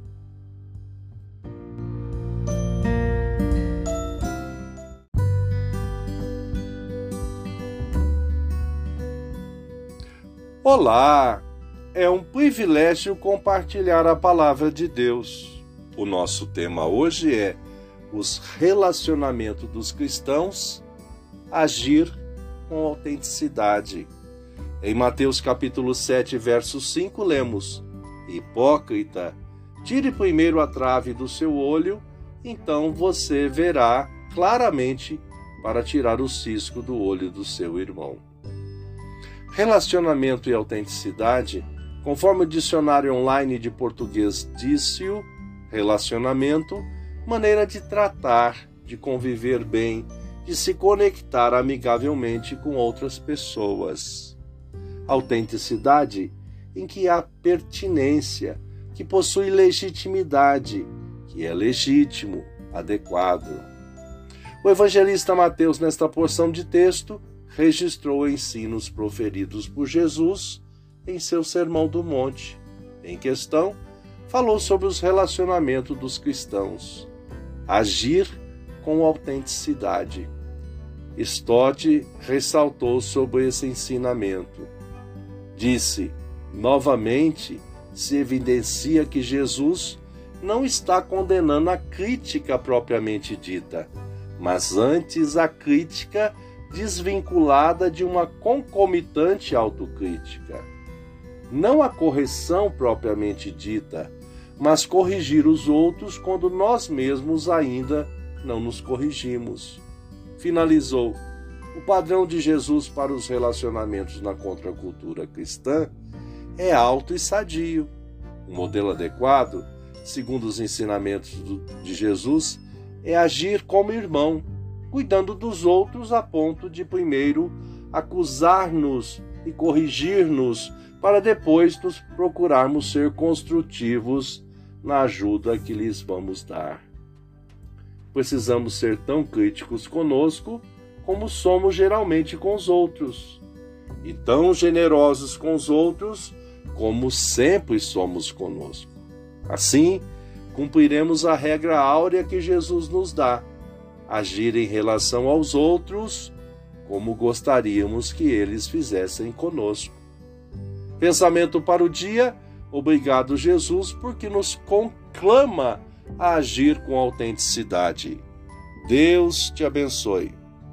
Olá! É um privilégio compartilhar a palavra de Deus. O nosso tema hoje é os relacionamentos dos cristãos, agir com autenticidade. Em Mateus capítulo 7, verso 5, lemos: Hipócrita, tire primeiro a trave do seu olho, então você verá claramente para tirar o cisco do olho do seu irmão. Relacionamento e autenticidade, conforme o dicionário online de português disse-o, relacionamento, maneira de tratar, de conviver bem, de se conectar amigavelmente com outras pessoas. Autenticidade, em que há pertinência, que possui legitimidade, que é legítimo, adequado. O evangelista Mateus, nesta porção de texto, registrou ensinos proferidos por Jesus em seu Sermão do Monte. Em questão, falou sobre os relacionamentos dos cristãos. Agir com autenticidade. Stott ressaltou sobre esse ensinamento. Disse: novamente, se evidencia que Jesus não está condenando a crítica propriamente dita, mas antes a crítica desvinculada de uma concomitante autocrítica. Não a correção propriamente dita, mas corrigir os outros quando nós mesmos ainda não nos corrigimos. Finalizou. O padrão de Jesus para os relacionamentos na contracultura cristã é alto e sadio. Um modelo adequado, segundo os ensinamentos de Jesus, é agir como irmão, cuidando dos outros a ponto de primeiro acusar-nos e corrigir-nos, para depois nos procurarmos ser construtivos na ajuda que lhes vamos dar. Precisamos ser tão críticos conosco como somos geralmente com os outros, e tão generosos com os outros como sempre somos conosco. Assim, cumpriremos a regra áurea que Jesus nos dá: agir em relação aos outros como gostaríamos que eles fizessem conosco. Pensamento para o dia: obrigado, Jesus, porque nos conclama a agir com autenticidade. Deus te abençoe.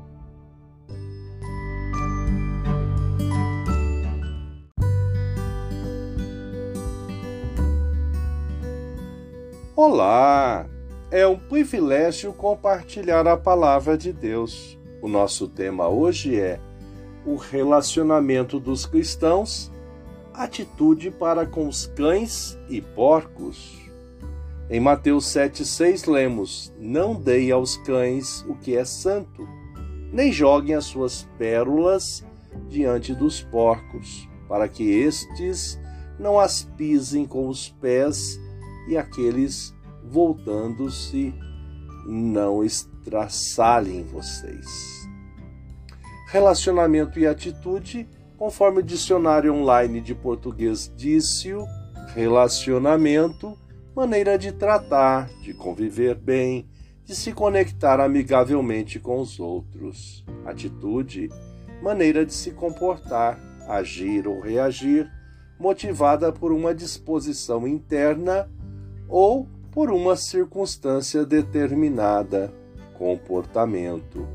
Olá! É um privilégio compartilhar a palavra de Deus. O nosso tema hoje é o relacionamento dos cristãos, atitude para com os cães e porcos. Em Mateus 7,6 lemos: não deem aos cães o que é santo, nem joguem as suas pérolas diante dos porcos, para que estes não as pisem com os pés e aqueles, voltando-se, não estraçalhem vocês. Relacionamento e atitude, conforme o dicionário online de português disse-o, relacionamento, maneira de tratar, de conviver bem, de se conectar amigavelmente com os outros. Atitude, maneira de se comportar, agir ou reagir, motivada por uma disposição interna ou por uma circunstância determinada, comportamento.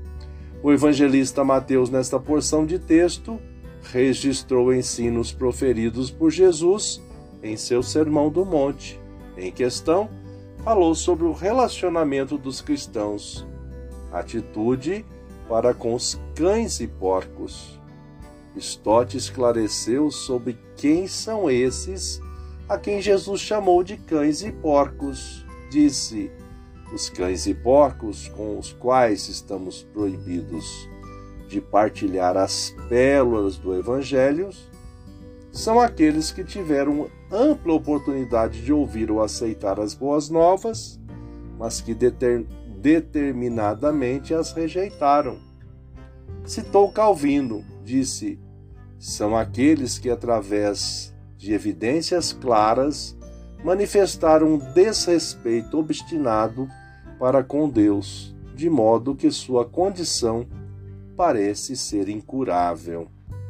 O evangelista Mateus, nesta porção de texto, registrou ensinos proferidos por Jesus em seu Sermão do Monte. Em questão, falou sobre o relacionamento dos cristãos, atitude para com os cães e porcos. Stott esclareceu sobre quem são esses a quem Jesus chamou de cães e porcos. Disse: os cães e porcos com os quais estamos proibidos de partilhar as pérolas do Evangelho são aqueles que tiveram ampla oportunidade de ouvir ou aceitar as boas novas, mas que determinadamente as rejeitaram. Citou Calvino, disse: são aqueles que, através de evidências claras, manifestaram um desrespeito obstinado para com Deus, de modo que sua condição parece ser incurável.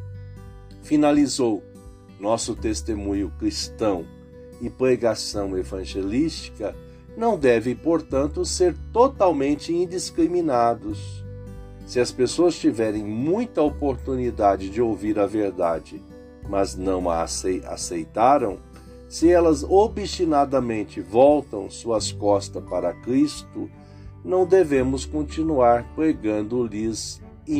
Finalizou: nosso testemunho cristão e pregação evangelística não deve, portanto, ser totalmente indiscriminados. Se as pessoas tiverem muita oportunidade de ouvir a verdade, mas não a aceitaram, se elas obstinadamente voltam suas costas para Cristo, não devemos continuar pregando-lhes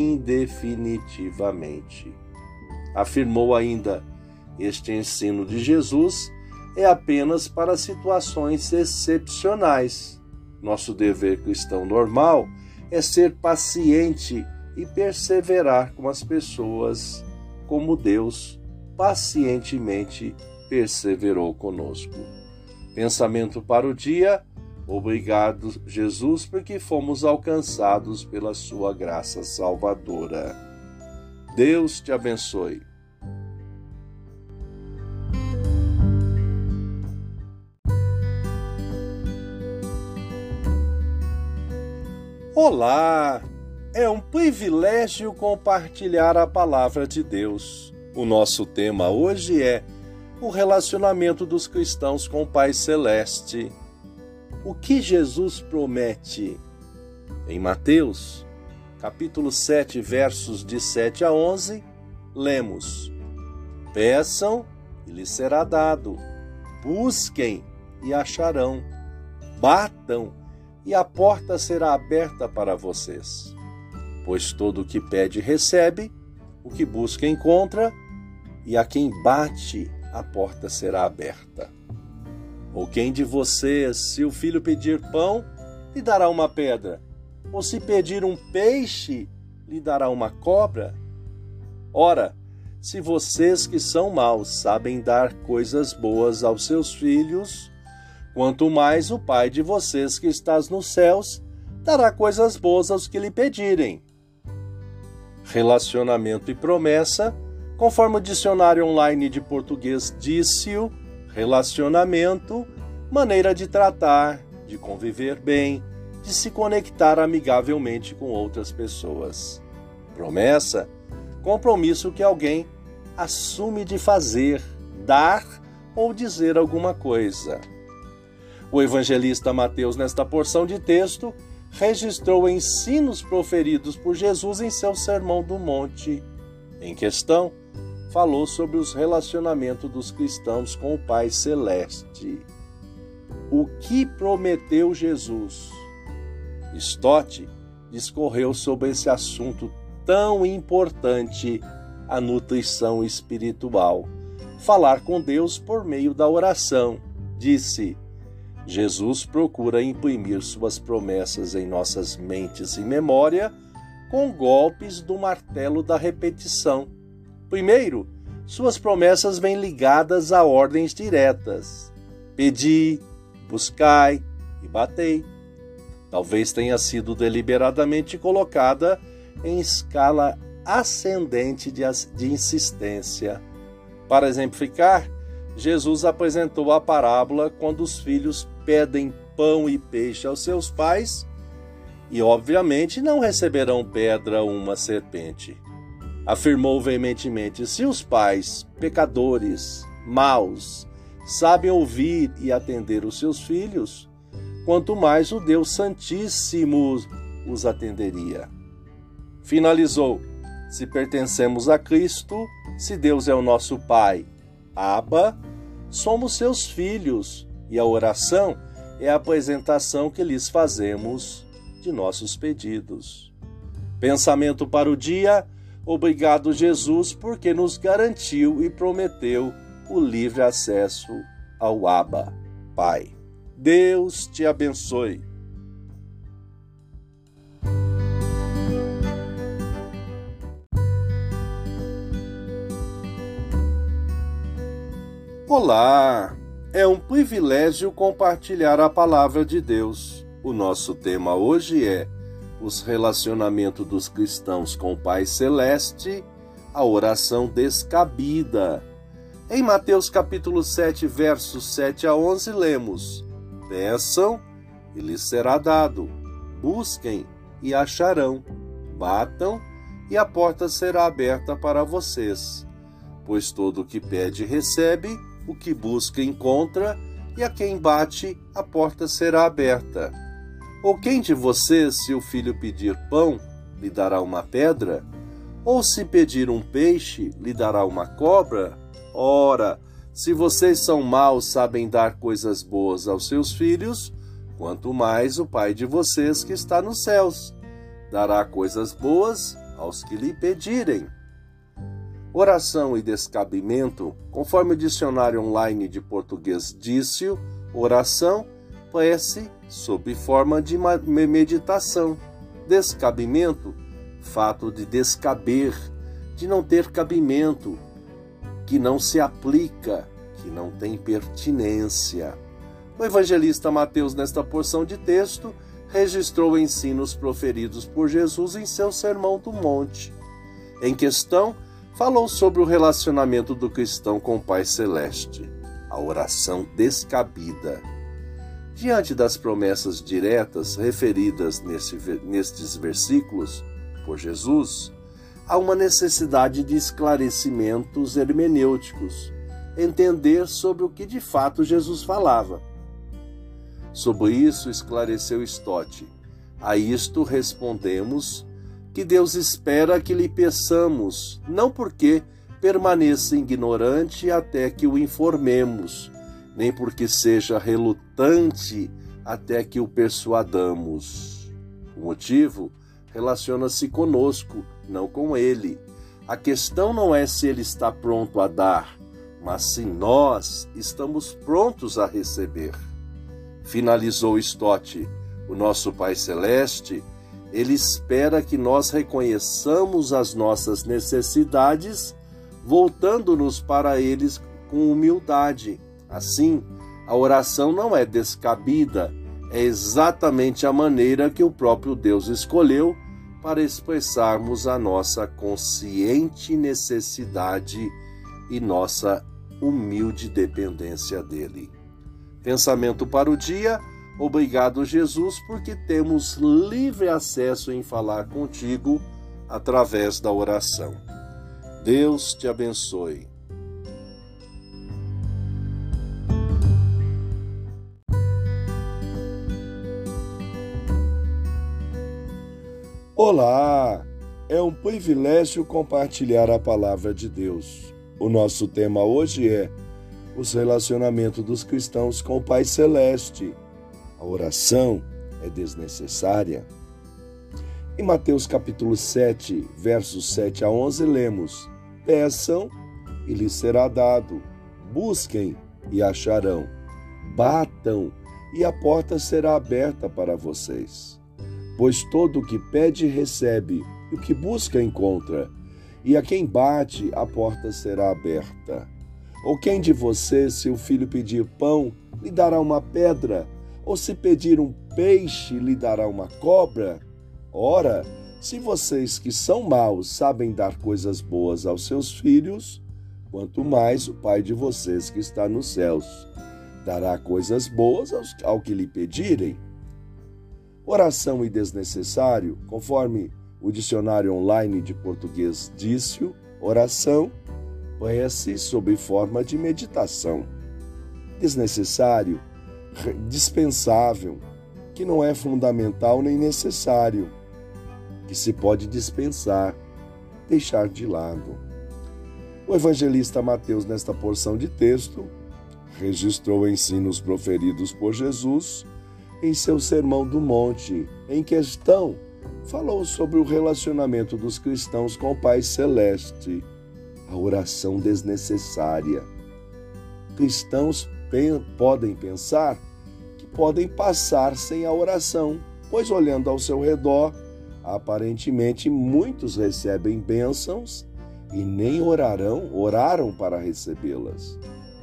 indefinitivamente. Afirmou ainda: este ensino de Jesus é apenas para situações excepcionais. Nosso dever cristão normal é ser paciente e perseverar com as pessoas, como Deus pacientemente perseverou conosco. Pensamento para o dia: obrigado, Jesus, porque fomos alcançados pela sua graça salvadora. Deus te abençoe. Olá! É um privilégio compartilhar a palavra de Deus. O nosso tema hoje é o relacionamento dos cristãos com o Pai Celeste. O que Jesus promete? Em Mateus, capítulo 7, versos de 7 a 11, lemos: peçam e lhes será dado, busquem e acharão. Batam e a porta será aberta para vocês. Pois todo o que pede recebe, o que busca encontra, e a quem bate a porta será aberta. Ou quem de vocês, se o filho pedir pão, lhe dará uma pedra? Ou se pedir um peixe, lhe dará uma cobra? Ora, se vocês que são maus sabem dar coisas boas aos seus filhos, quanto mais o Pai de vocês que estás nos céus dará coisas boas aos que lhe pedirem. Relacionamento e promessa, conforme o dicionário online de português disse-o, relacionamento, maneira de tratar, de conviver bem, de se conectar amigavelmente com outras pessoas. Promessa, compromisso que alguém assume de fazer, dar ou dizer alguma coisa. O evangelista Mateus, nesta porção de texto, registrou ensinos proferidos por Jesus em seu Sermão do Monte. Em questão, falou sobre os relacionamentos dos cristãos com o Pai Celeste. O que prometeu Jesus? Stott discorreu sobre esse assunto tão importante, a nutrição espiritual. Falar com Deus por meio da oração. Disse: Jesus procura imprimir suas promessas em nossas mentes e memória com golpes do martelo da repetição. Primeiro, suas promessas vêm ligadas a ordens diretas. Pedi, buscai e batei. Talvez tenha sido deliberadamente colocada em escala ascendente de insistência. Para exemplificar, Jesus apresentou a parábola quando os filhos pedem pão e peixe aos seus pais e, obviamente, não receberão pedra ou uma serpente. Afirmou veementemente: se os pais, pecadores, maus, sabem ouvir e atender os seus filhos, quanto mais o Deus Santíssimo os atenderia. Finalizou: se pertencemos a Cristo, se Deus é o nosso Pai, Abba, somos seus filhos, e a oração é a apresentação que lhes fazemos de nossos pedidos. Pensamento para o dia: obrigado, Jesus, porque nos garantiu e prometeu o livre acesso ao Abba, Pai. Deus te abençoe. Olá! É um privilégio compartilhar a palavra de Deus. O nosso tema hoje é os relacionamentos dos cristãos com o Pai Celeste, a oração descabida. Em Mateus capítulo 7, versos 7 a 11, lemos: peçam e lhes será dado, busquem e acharão, batam e a porta será aberta para vocês. Pois todo o que pede recebe, o que busca encontra, e a quem bate a porta será aberta. Ou quem de vocês, se o filho pedir pão, lhe dará uma pedra? Ou se pedir um peixe, lhe dará uma cobra? Ora, se vocês são maus, sabem dar coisas boas aos seus filhos, quanto mais o Pai de vocês que está nos céus dará coisas boas aos que lhe pedirem. Oração e descabimento, conforme o dicionário online de português disse-o, oração, prece sob forma de meditação. Descabimento, fato de descaber, de não ter cabimento, que não se aplica, que não tem pertinência. O evangelista Mateus, nesta porção de texto, registrou ensinos proferidos por Jesus em seu Sermão do Monte. Em questão, falou sobre o relacionamento do cristão com o Pai Celeste, a oração descabida. Diante das promessas diretas referidas nestes versículos por Jesus, há uma necessidade de esclarecimentos hermenêuticos, entender sobre o que de fato Jesus falava. Sobre isso esclareceu Stott: a isto respondemos que Deus espera que lhe peçamos, não porque permaneça ignorante até que o informemos, nem porque seja relutante até que o persuadamos. O motivo relaciona-se conosco, não com ele. A questão não é se ele está pronto a dar, mas se nós estamos prontos a receber. Finalizou Stott. O nosso Pai Celeste, ele espera que nós reconheçamos as nossas necessidades, voltando-nos para eles com humildade. Assim, a oração não é descabida, é exatamente a maneira que o próprio Deus escolheu para expressarmos a nossa consciente necessidade e nossa humilde dependência dele. Pensamento para o dia. Obrigado, Jesus, porque temos livre acesso em falar contigo através da oração. Deus te abençoe. Olá! É um privilégio compartilhar a palavra de Deus. O nosso tema hoje é os relacionamentos dos cristãos com o Pai Celeste. A oração é desnecessária. Em Mateus capítulo 7, versos 7 a 11, lemos: Peçam e lhes será dado, busquem e acharão, batam e a porta será aberta para vocês. Pois todo o que pede recebe, e o que busca encontra, e a quem bate a porta será aberta. Ou quem de vocês, se o filho pedir pão, lhe dará uma pedra? Ou se pedir um peixe, lhe dará uma cobra? Ora, se vocês que são maus sabem dar coisas boas aos seus filhos, quanto mais o Pai de vocês que está nos céus dará coisas boas ao que lhe pedirem. Oração e desnecessário, conforme o dicionário online de português disse, oração, prece sob forma de meditação. Desnecessário, dispensável, que não é fundamental nem necessário, que se pode dispensar, deixar de lado. O evangelista Mateus, nesta porção de texto, registrou ensinos proferidos por Jesus em seu Sermão do Monte. Em questão, falou sobre o relacionamento dos cristãos com o Pai Celeste, a oração desnecessária. Cristãos podem pensar que podem passar sem a oração, pois olhando ao seu redor, aparentemente muitos recebem bênçãos e nem oraram para recebê-las.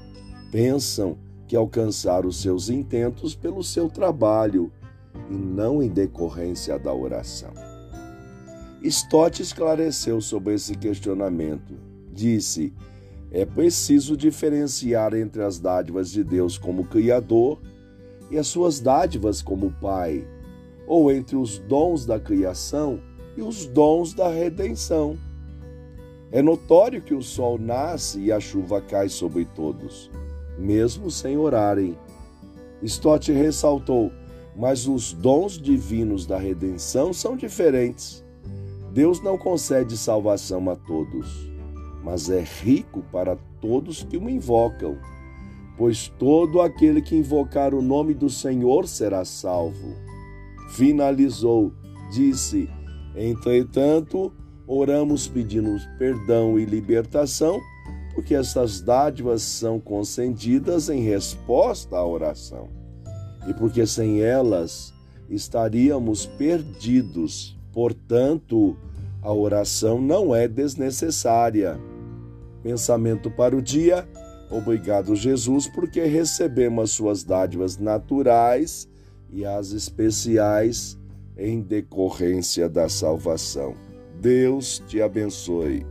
Pensam que alcançaram os seus intentos pelo seu trabalho e não em decorrência da oração. Stott esclareceu sobre esse questionamento. Disse: é preciso diferenciar entre as dádivas de Deus como Criador e as suas dádivas como Pai, ou entre os dons da criação e os dons da redenção. É notório que o sol nasce e a chuva cai sobre todos, mesmo sem orarem. Stott ressaltou: mas os dons divinos da redenção são diferentes. Deus não concede salvação a todos, mas é rico para todos que o invocam, pois todo aquele que invocar o nome do Senhor será salvo. Finalizou, disse: entretanto, oramos pedindo perdão e libertação, porque essas dádivas são concedidas em resposta à oração, e porque sem elas estaríamos perdidos. Portanto, a oração não é desnecessária. Pensamento para o dia. Obrigado, Jesus, porque recebemos as suas dádivas naturais e as especiais em decorrência da salvação. Deus te abençoe.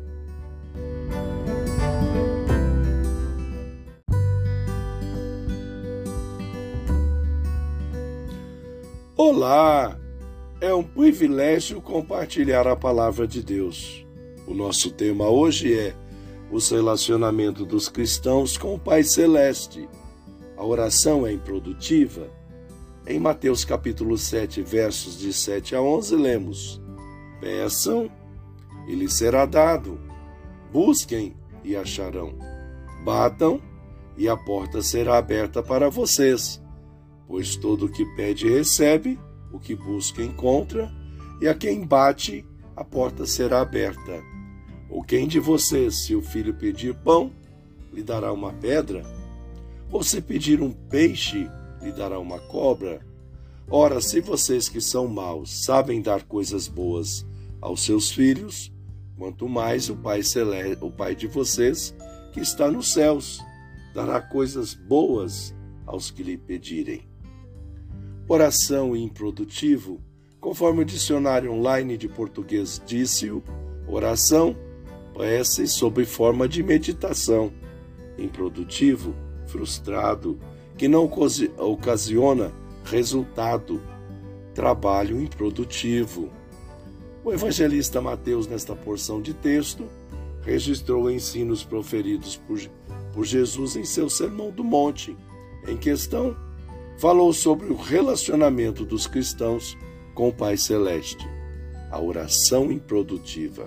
Olá! É um privilégio compartilhar a palavra de Deus. O nosso tema hoje é os relacionamentos dos cristãos com o Pai Celeste. A oração é improdutiva? Em Mateus capítulo 7, versos de 7 a 11, lemos: Peçam e lhes será dado, busquem e acharão, batam e a porta será aberta para vocês. Pois todo o que pede recebe, o que busca encontra, e a quem bate, a porta será aberta. Ou quem de vocês, se o filho pedir pão, lhe dará uma pedra? Ou se pedir um peixe, lhe dará uma cobra? Ora, se vocês que são maus sabem dar coisas boas aos seus filhos, quanto mais o Pai de vocês, que está nos céus, dará coisas boas aos que lhe pedirem. Oração e improdutivo, conforme o dicionário online de português disse-o, oração, prece sob forma de meditação. Improdutivo, frustrado, que não ocasiona resultado, trabalho improdutivo. O evangelista Mateus, nesta porção de texto, registrou ensinos proferidos por Jesus em seu Sermão do Monte. Em questão, falou sobre o relacionamento dos cristãos com o Pai Celeste, a oração improdutiva.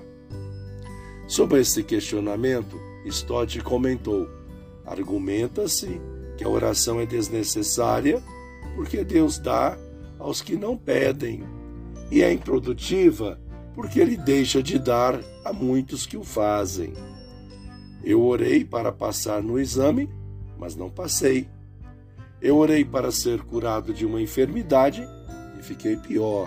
Sobre esse questionamento, Stott comentou: argumenta-se que a oração é desnecessária porque Deus dá aos que não pedem, e é improdutiva porque Ele deixa de dar a muitos que o fazem. Eu orei para passar no exame, mas não passei. Eu orei para ser curado de uma enfermidade e fiquei pior,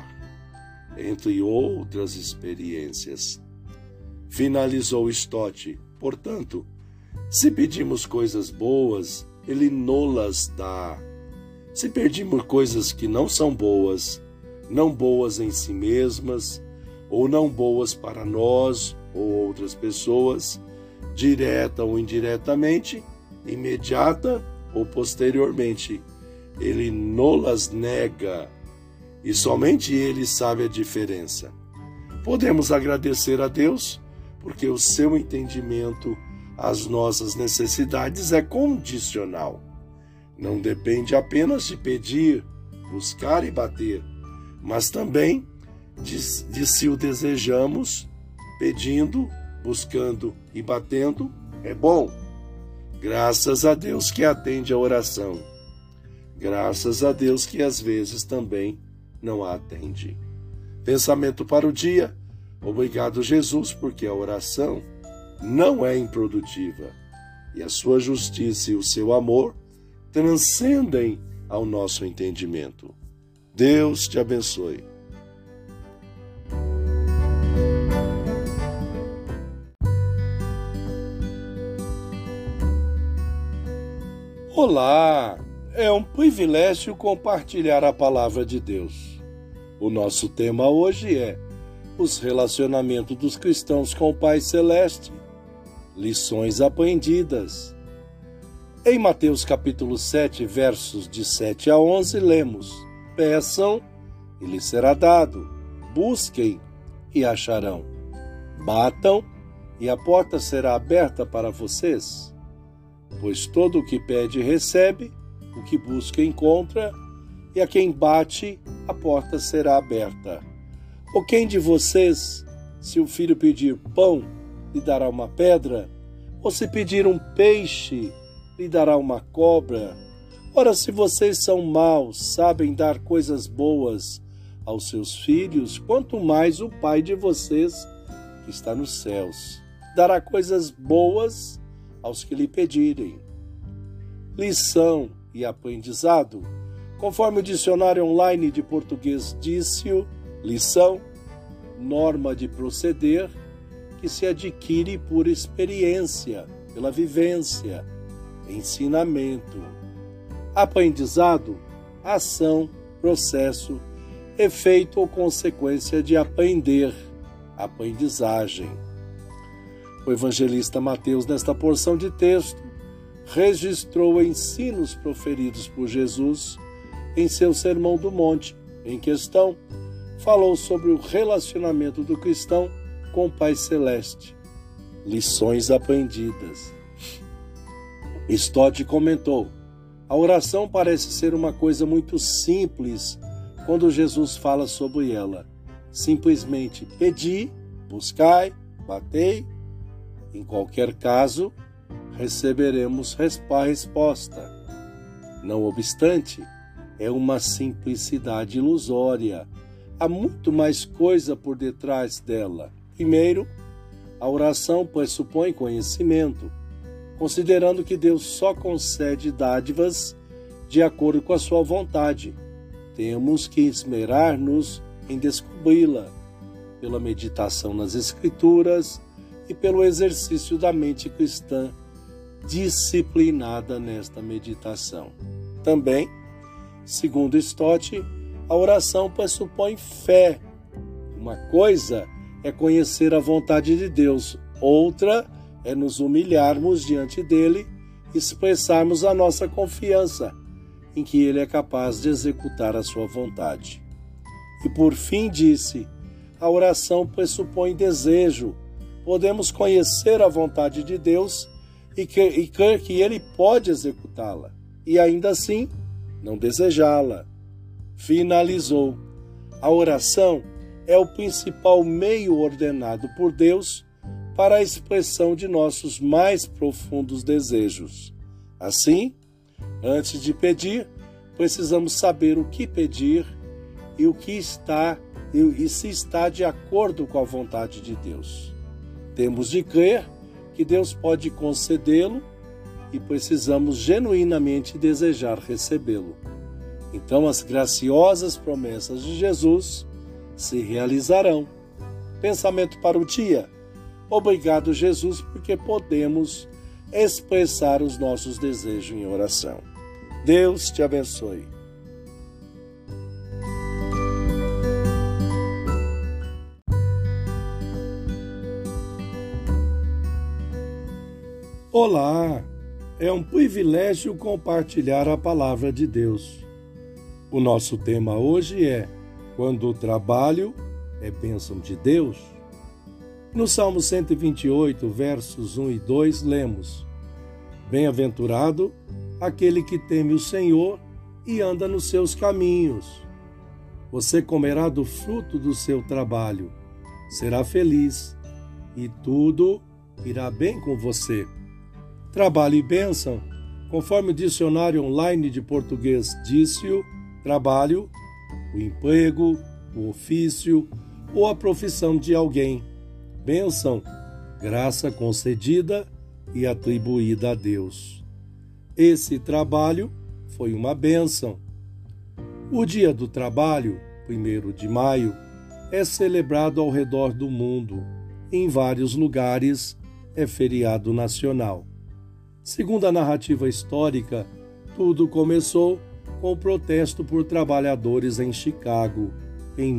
entre outras experiências. Finalizou Stott. Portanto, se pedimos coisas boas, Ele nolas dá. Se pedimos coisas que não são boas, não boas em si mesmas, ou não boas para nós ou outras pessoas, direta ou indiretamente, imediata ou posteriormente, Ele nolas nega, e somente Ele sabe a diferença. Podemos agradecer a Deus, porque o seu entendimento às nossas necessidades é condicional. Não depende apenas de pedir, buscar e bater, mas também de se o desejamos, pedindo, buscando e batendo, é bom. Graças a Deus que atende a oração. Graças a Deus que às vezes também não a atende. Pensamento para o dia. Obrigado, Jesus, porque a oração não é improdutiva e a sua justiça e o seu amor transcendem ao nosso entendimento. Deus te abençoe. Olá! É um privilégio compartilhar a palavra de Deus. O nosso tema hoje é os relacionamentos dos cristãos com o Pai Celeste, lições aprendidas. Em Mateus capítulo 7, versos de 7 a 11, lemos: peçam e lhes será dado, busquem e acharão, batam e a porta será aberta para vocês. Pois todo o que pede recebe, o que busca encontra, e a quem bate, a porta será aberta. Ou quem de vocês, se o filho pedir pão, lhe dará uma pedra? Ou se pedir um peixe, lhe dará uma cobra? Ora, se vocês são maus, sabem dar coisas boas aos seus filhos, quanto mais o Pai de vocês, que está nos céus, dará coisas boas aos que lhe pedirem. Lição e aprendizado. Conforme o dicionário online de português disse-o, lição, norma de proceder que se adquire por experiência, pela vivência, ensinamento. Aprendizado, ação, processo, efeito ou consequência de aprender, aprendizagem. O evangelista Mateus, nesta porção de texto, registrou ensinos proferidos por Jesus em seu Sermão do Monte. Em questão, falou sobre o relacionamento do cristão com o Pai Celeste. Lições aprendidas. Stott comentou: a oração parece ser uma coisa muito simples quando Jesus fala sobre ela. Simplesmente pedi, buscai, batei. Em qualquer caso, receberemos a resposta. Não obstante, é uma simplicidade ilusória. Há muito mais coisa por detrás dela. Primeiro, a oração pressupõe conhecimento, considerando que Deus só concede dádivas de acordo com a sua vontade. Temos que esmerar-nos em descobri-la, pela meditação nas Escrituras e pelo exercício da mente cristã disciplinada nesta meditação. Também, segundo Stott, a oração pressupõe fé. Uma coisa é conhecer a vontade de Deus, outra é nos humilharmos diante dele e expressarmos a nossa confiança em que ele é capaz de executar a sua vontade. E por fim disse, a oração pressupõe desejo. Podemos conhecer a vontade de Deus e crer que ele pode executá-la, e ainda assim não desejá-la. Finalizou. A oração é o principal meio ordenado por Deus para a expressão de nossos mais profundos desejos. Assim, antes de pedir, precisamos saber o que pedir e se está de acordo com a vontade de Deus. Temos de crer que Deus pode concedê-lo e precisamos genuinamente desejar recebê-lo. Então as graciosas promessas de Jesus se realizarão. Pensamento para o dia. Obrigado, Jesus, porque podemos expressar os nossos desejos em oração. Deus te abençoe. Olá! É um privilégio compartilhar a palavra de Deus. O nosso tema hoje é Quando o trabalho é bênção de Deus. No Salmo 128, versos 1 e 2, lemos: Bem-aventurado aquele que teme o Senhor e anda nos seus caminhos. Você comerá do fruto do seu trabalho, será feliz e tudo irá bem com você. Trabalho e bênção, conforme o dicionário online de português disse-o, trabalho, o emprego, o ofício ou a profissão de alguém. Bênção, graça concedida e atribuída a Deus. Esse trabalho foi uma bênção. O Dia do Trabalho, 1º de maio, é celebrado ao redor do mundo. Em vários lugares é feriado nacional. Segundo a narrativa histórica, tudo começou com o protesto por trabalhadores em Chicago, em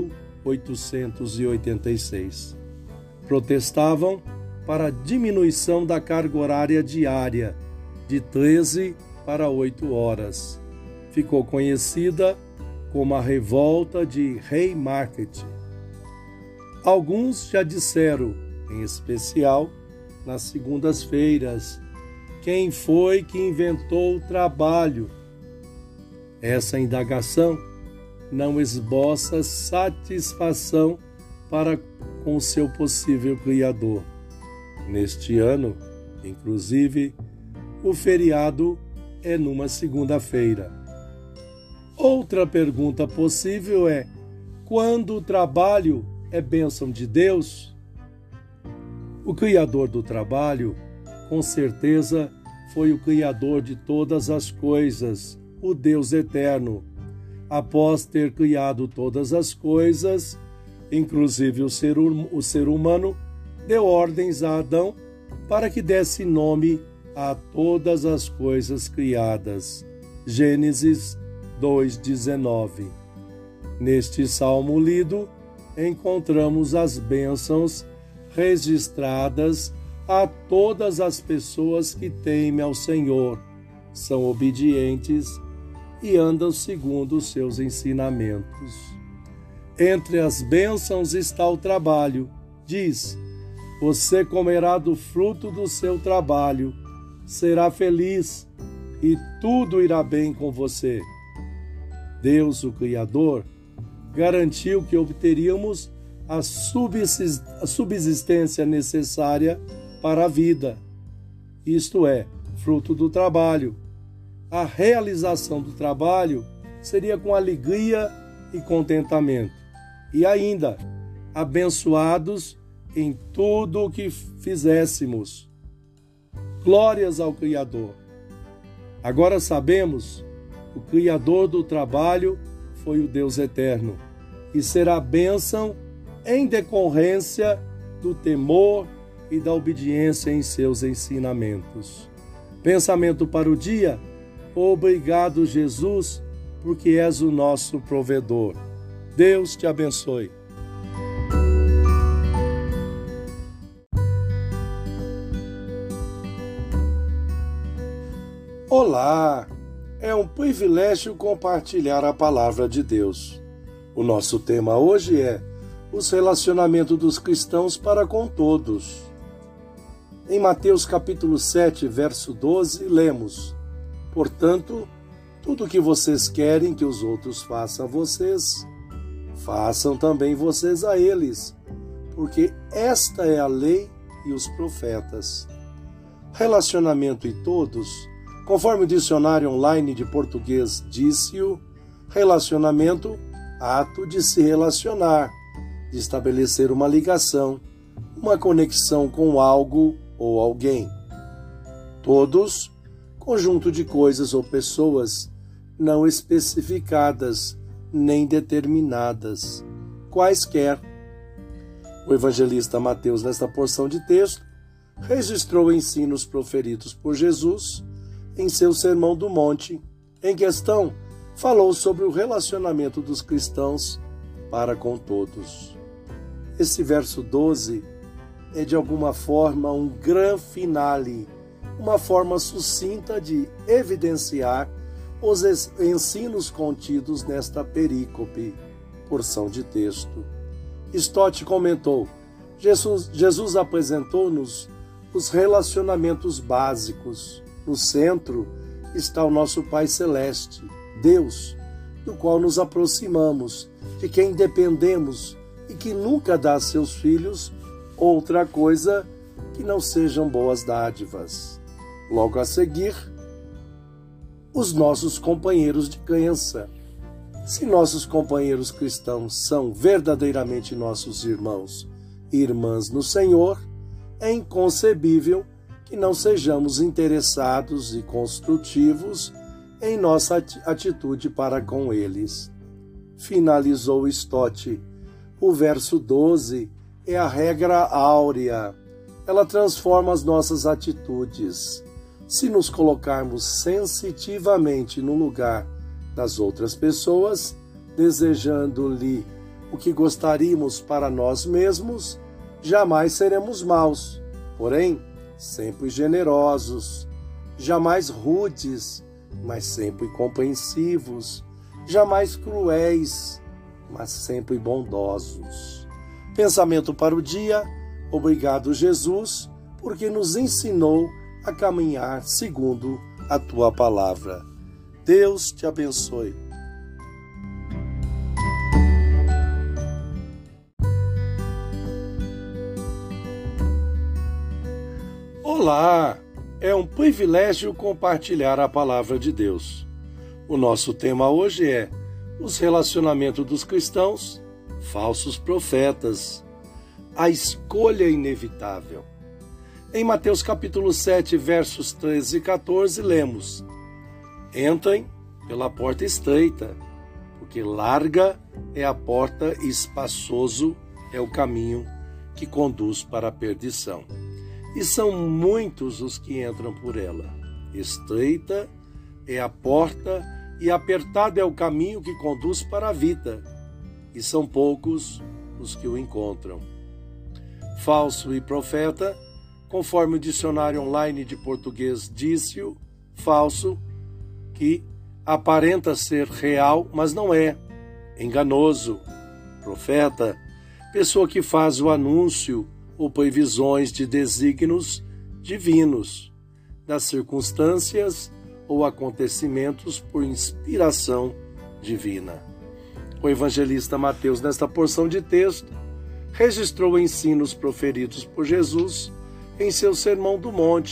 1886. Protestavam para a diminuição da carga horária diária, de 13 para 8 horas. Ficou conhecida como a Revolta de Haymarket. Alguns já disseram, em especial nas segundas-feiras, quem foi que inventou o trabalho? Essa indagação não esboça satisfação para com seu possível Criador. Neste ano, inclusive, o feriado é numa segunda-feira. Outra pergunta possível é: quando o trabalho é bênção de Deus? O Criador do trabalho, com certeza, foi o Criador de todas as coisas, o Deus eterno. Após ter criado todas as coisas, inclusive o ser humano, deu ordens a Adão para que desse nome a todas as coisas criadas. Gênesis 2:19. Neste salmo lido, encontramos as bênçãos registradas a todas as pessoas que temem ao Senhor, são obedientes e andam segundo os seus ensinamentos. Entre as bênçãos está o trabalho. Diz: você comerá do fruto do seu trabalho, será feliz e tudo irá bem com você. Deus, o Criador, garantiu que obteríamos a subsistência necessária para a vida. isto é, fruto do trabalho. A realização do trabalho seria com alegria e contentamento. E ainda, abençoados em tudo o que fizéssemos. Glórias ao Criador. Agora sabemos, o Criador do trabalho foi o Deus eterno e será bênção em decorrência do temor e da obediência em seus ensinamentos. Pensamento para o dia: obrigado, Jesus, porque és o nosso provedor. Deus te abençoe. Olá! É um privilégio compartilhar a palavra de Deus. O nosso tema hoje é os relacionamentos dos cristãos para com todos. Em Mateus capítulo 7, verso 12, lemos: Portanto, tudo o que vocês querem que os outros façam a vocês, façam também vocês a eles, porque esta é a lei e os profetas. Relacionamento e todos. Conforme o dicionário online de português disse-o, relacionamento, ato de se relacionar, de estabelecer uma ligação, uma conexão com algo ou alguém. Todos, conjunto de coisas ou pessoas não especificadas nem determinadas, quaisquer. O evangelista Mateus, nesta porção de texto, registrou ensinos proferidos por Jesus em seu Sermão do Monte. Em questão, falou sobre o relacionamento dos cristãos para com todos. Esse verso 12 é, de alguma forma, um gran finale, uma forma sucinta de evidenciar os ensinos contidos nesta perícope, porção de texto. Stott comentou: Jesus apresentou-nos os relacionamentos básicos. No centro está o nosso Pai Celeste, Deus, do qual nos aproximamos, de quem dependemos e que nunca dá a seus filhos outra coisa que não sejam boas dádivas. Logo a seguir, os nossos companheiros de crença. Se nossos companheiros cristãos são verdadeiramente nossos irmãos e irmãs no Senhor, é inconcebível que não sejamos interessados e construtivos em nossa atitude para com eles. Finalizou Stott. O verso 12 é a regra áurea. Ela transforma as nossas atitudes. Se nos colocarmos sensitivamente no lugar das outras pessoas, desejando-lhe o que gostaríamos para nós mesmos, jamais seremos maus. Porém, sempre generosos, jamais rudes, mas sempre compreensivos, jamais cruéis, mas sempre bondosos. Pensamento para o dia: obrigado, Jesus, porque nos ensinou a caminhar segundo a tua palavra. Deus te abençoe. Olá! É um privilégio compartilhar a palavra de Deus. O nosso tema hoje é os relacionamentos dos cristãos, falsos profetas, a escolha inevitável. Em Mateus capítulo 7, versos 13 e 14, lemos: Entrem pela porta estreita, porque larga é a porta e espaçoso é o caminho que conduz para a perdição. E são muitos os que entram por ela. Estreita é a porta e apertado é o caminho que conduz para a vida, e são poucos os que o encontram. Falso e profeta, conforme o dicionário online de português disse-o, falso, que aparenta ser real, mas não é, enganoso. Profeta, pessoa que faz o anúncio ou previsões de desígnios divinos, das circunstâncias ou acontecimentos por inspiração divina. O evangelista Mateus, nesta porção de texto, registrou ensinos proferidos por Jesus em seu Sermão do Monte,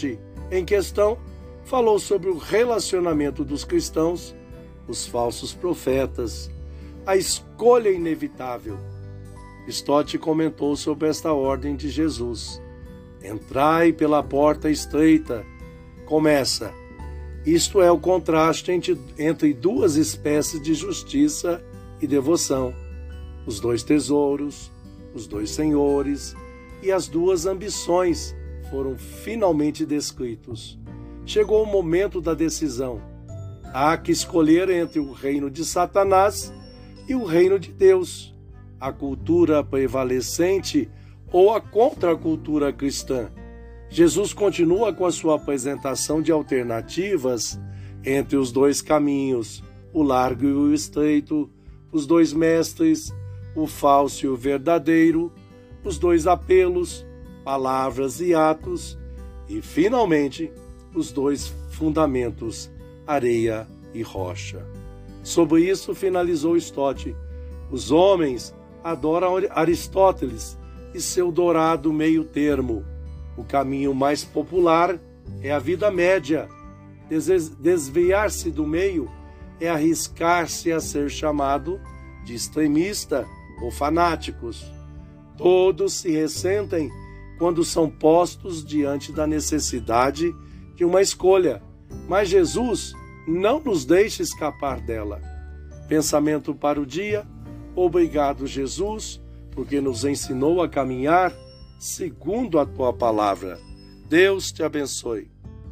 em questão falou sobre o relacionamento dos cristãos, os falsos profetas, a escolha inevitável. Stott comentou sobre esta ordem de Jesus: entrai pela porta estreita. Começa. Isto é o contraste entre duas espécies de justiça e devoção: os dois tesouros, os dois senhores e as duas ambições foram finalmente descritos. Chegou o momento da decisão. Há que escolher entre o reino de Satanás e o reino de Deus, a cultura prevalecente ou a contracultura cristã. Jesus continua com a sua apresentação de alternativas entre os dois caminhos, o largo e o estreito, os dois mestres, o falso e o verdadeiro, os dois apelos, palavras e atos, e, finalmente, os dois fundamentos, areia e rocha. Sobre isso finalizou Stott: os homens adoram Aristóteles e seu dourado meio termo. O caminho mais popular é a vida média. Desviar-se do meio é arriscar-se a ser chamado de extremista ou fanáticos. Todos se ressentem quando são postos diante da necessidade de uma escolha, mas Jesus não nos deixa escapar dela. Pensamento para o dia. Obrigado, Jesus, porque nos ensinou a caminhar segundo a tua palavra. Deus te abençoe.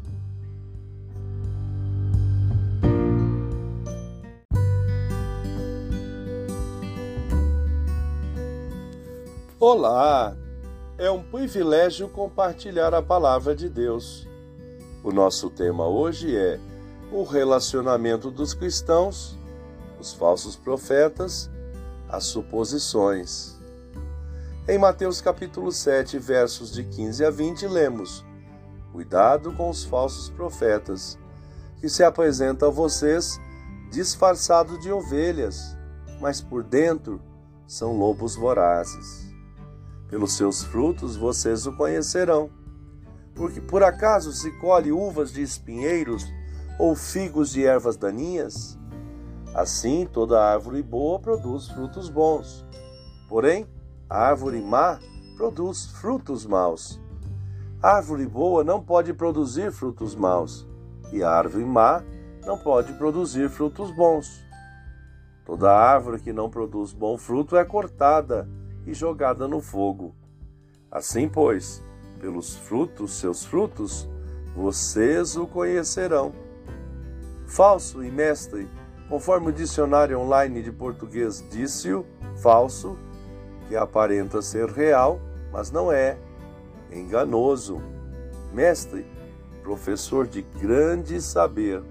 Olá! É um privilégio compartilhar a palavra de Deus. O nosso tema hoje é o relacionamento dos cristãos, os falsos profetas, as suposições. Em Mateus capítulo 7, versos de 15 a 20, lemos: cuidado com os falsos profetas, que se apresentam a vocês disfarçados de ovelhas, mas por dentro são lobos vorazes. Pelos seus frutos vocês o conhecerão. Porque por acaso se colhe uvas de espinheiros ou figos de ervas daninhas? Assim toda árvore boa produz frutos bons. Porém, a árvore má produz frutos maus. A árvore boa não pode produzir frutos maus, e a árvore má não pode produzir frutos bons. Toda árvore que não produz bom fruto é cortada e jogada no fogo. Assim, pois, pelos frutos, seus frutos, vocês o conhecerão. Falso e mestre, conforme o dicionário online de português disse-o, falso, que aparenta ser real, mas não é, enganoso. Mestre, professor de grande saber.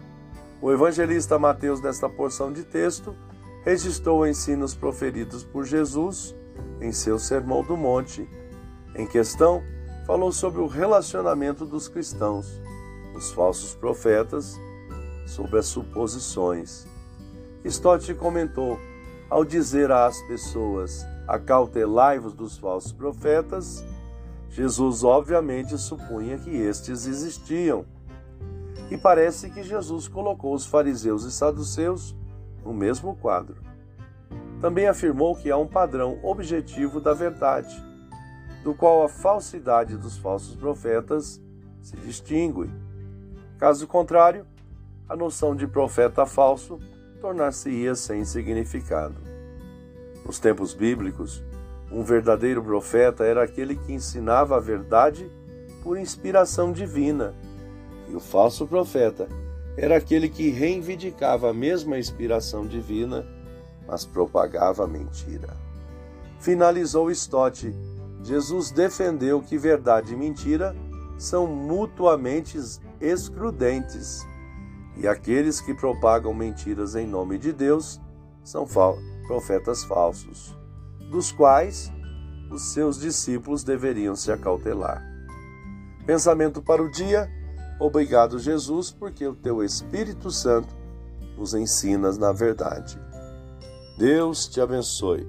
O evangelista Mateus, nesta porção de texto, registrou ensinos proferidos por Jesus em seu Sermão do Monte. Em questão, falou sobre o relacionamento dos cristãos, os falsos profetas, sobre as suposições. Stott comentou: ao dizer às pessoas, acautelai-vos dos falsos profetas, Jesus obviamente supunha que estes existiam. E parece que Jesus colocou os fariseus e saduceus no mesmo quadro. Também afirmou que há um padrão objetivo da verdade, do qual a falsidade dos falsos profetas se distingue. Caso contrário, a noção de profeta falso tornar-se-ia sem significado. Nos tempos bíblicos, um verdadeiro profeta era aquele que ensinava a verdade por inspiração divina, e o falso profeta era aquele que reivindicava a mesma inspiração divina, mas propagava a mentira. Finalizou Stott: Jesus defendeu que verdade e mentira são mutuamente excludentes, e aqueles que propagam mentiras em nome de Deus são profetas falsos, dos quais os seus discípulos deveriam se acautelar. Pensamento para o dia. Obrigado, Jesus, porque o teu Espírito Santo nos ensinas na verdade. Deus te abençoe.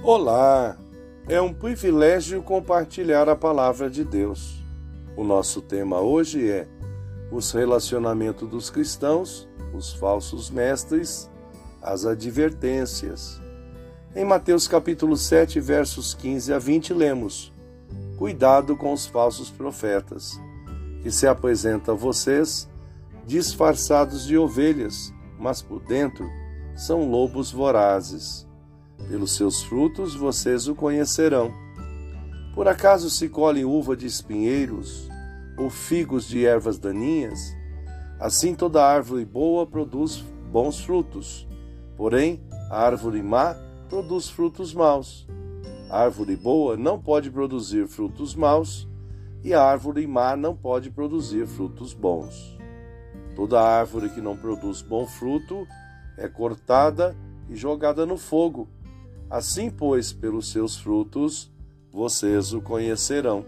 Olá! É um privilégio compartilhar a palavra de Deus. O nosso tema hoje é os relacionamentos dos cristãos, os falsos mestres, as advertências. Em Mateus capítulo 7, versos 15 a 20, lemos: Cuidado com os falsos profetas, que se apresentam a vocês disfarçados de ovelhas, mas por dentro são lobos vorazes. Pelos seus frutos vocês o conhecerão. Por acaso se colhem uva de espinheiros ou figos de ervas daninhas? Assim toda árvore boa produz bons frutos, porém a árvore má produz frutos maus. A árvore boa não pode produzir frutos maus, e a árvore má não pode produzir frutos bons. Toda árvore que não produz bom fruto é cortada e jogada no fogo. Assim, pois, pelos seus frutos, vocês o conhecerão.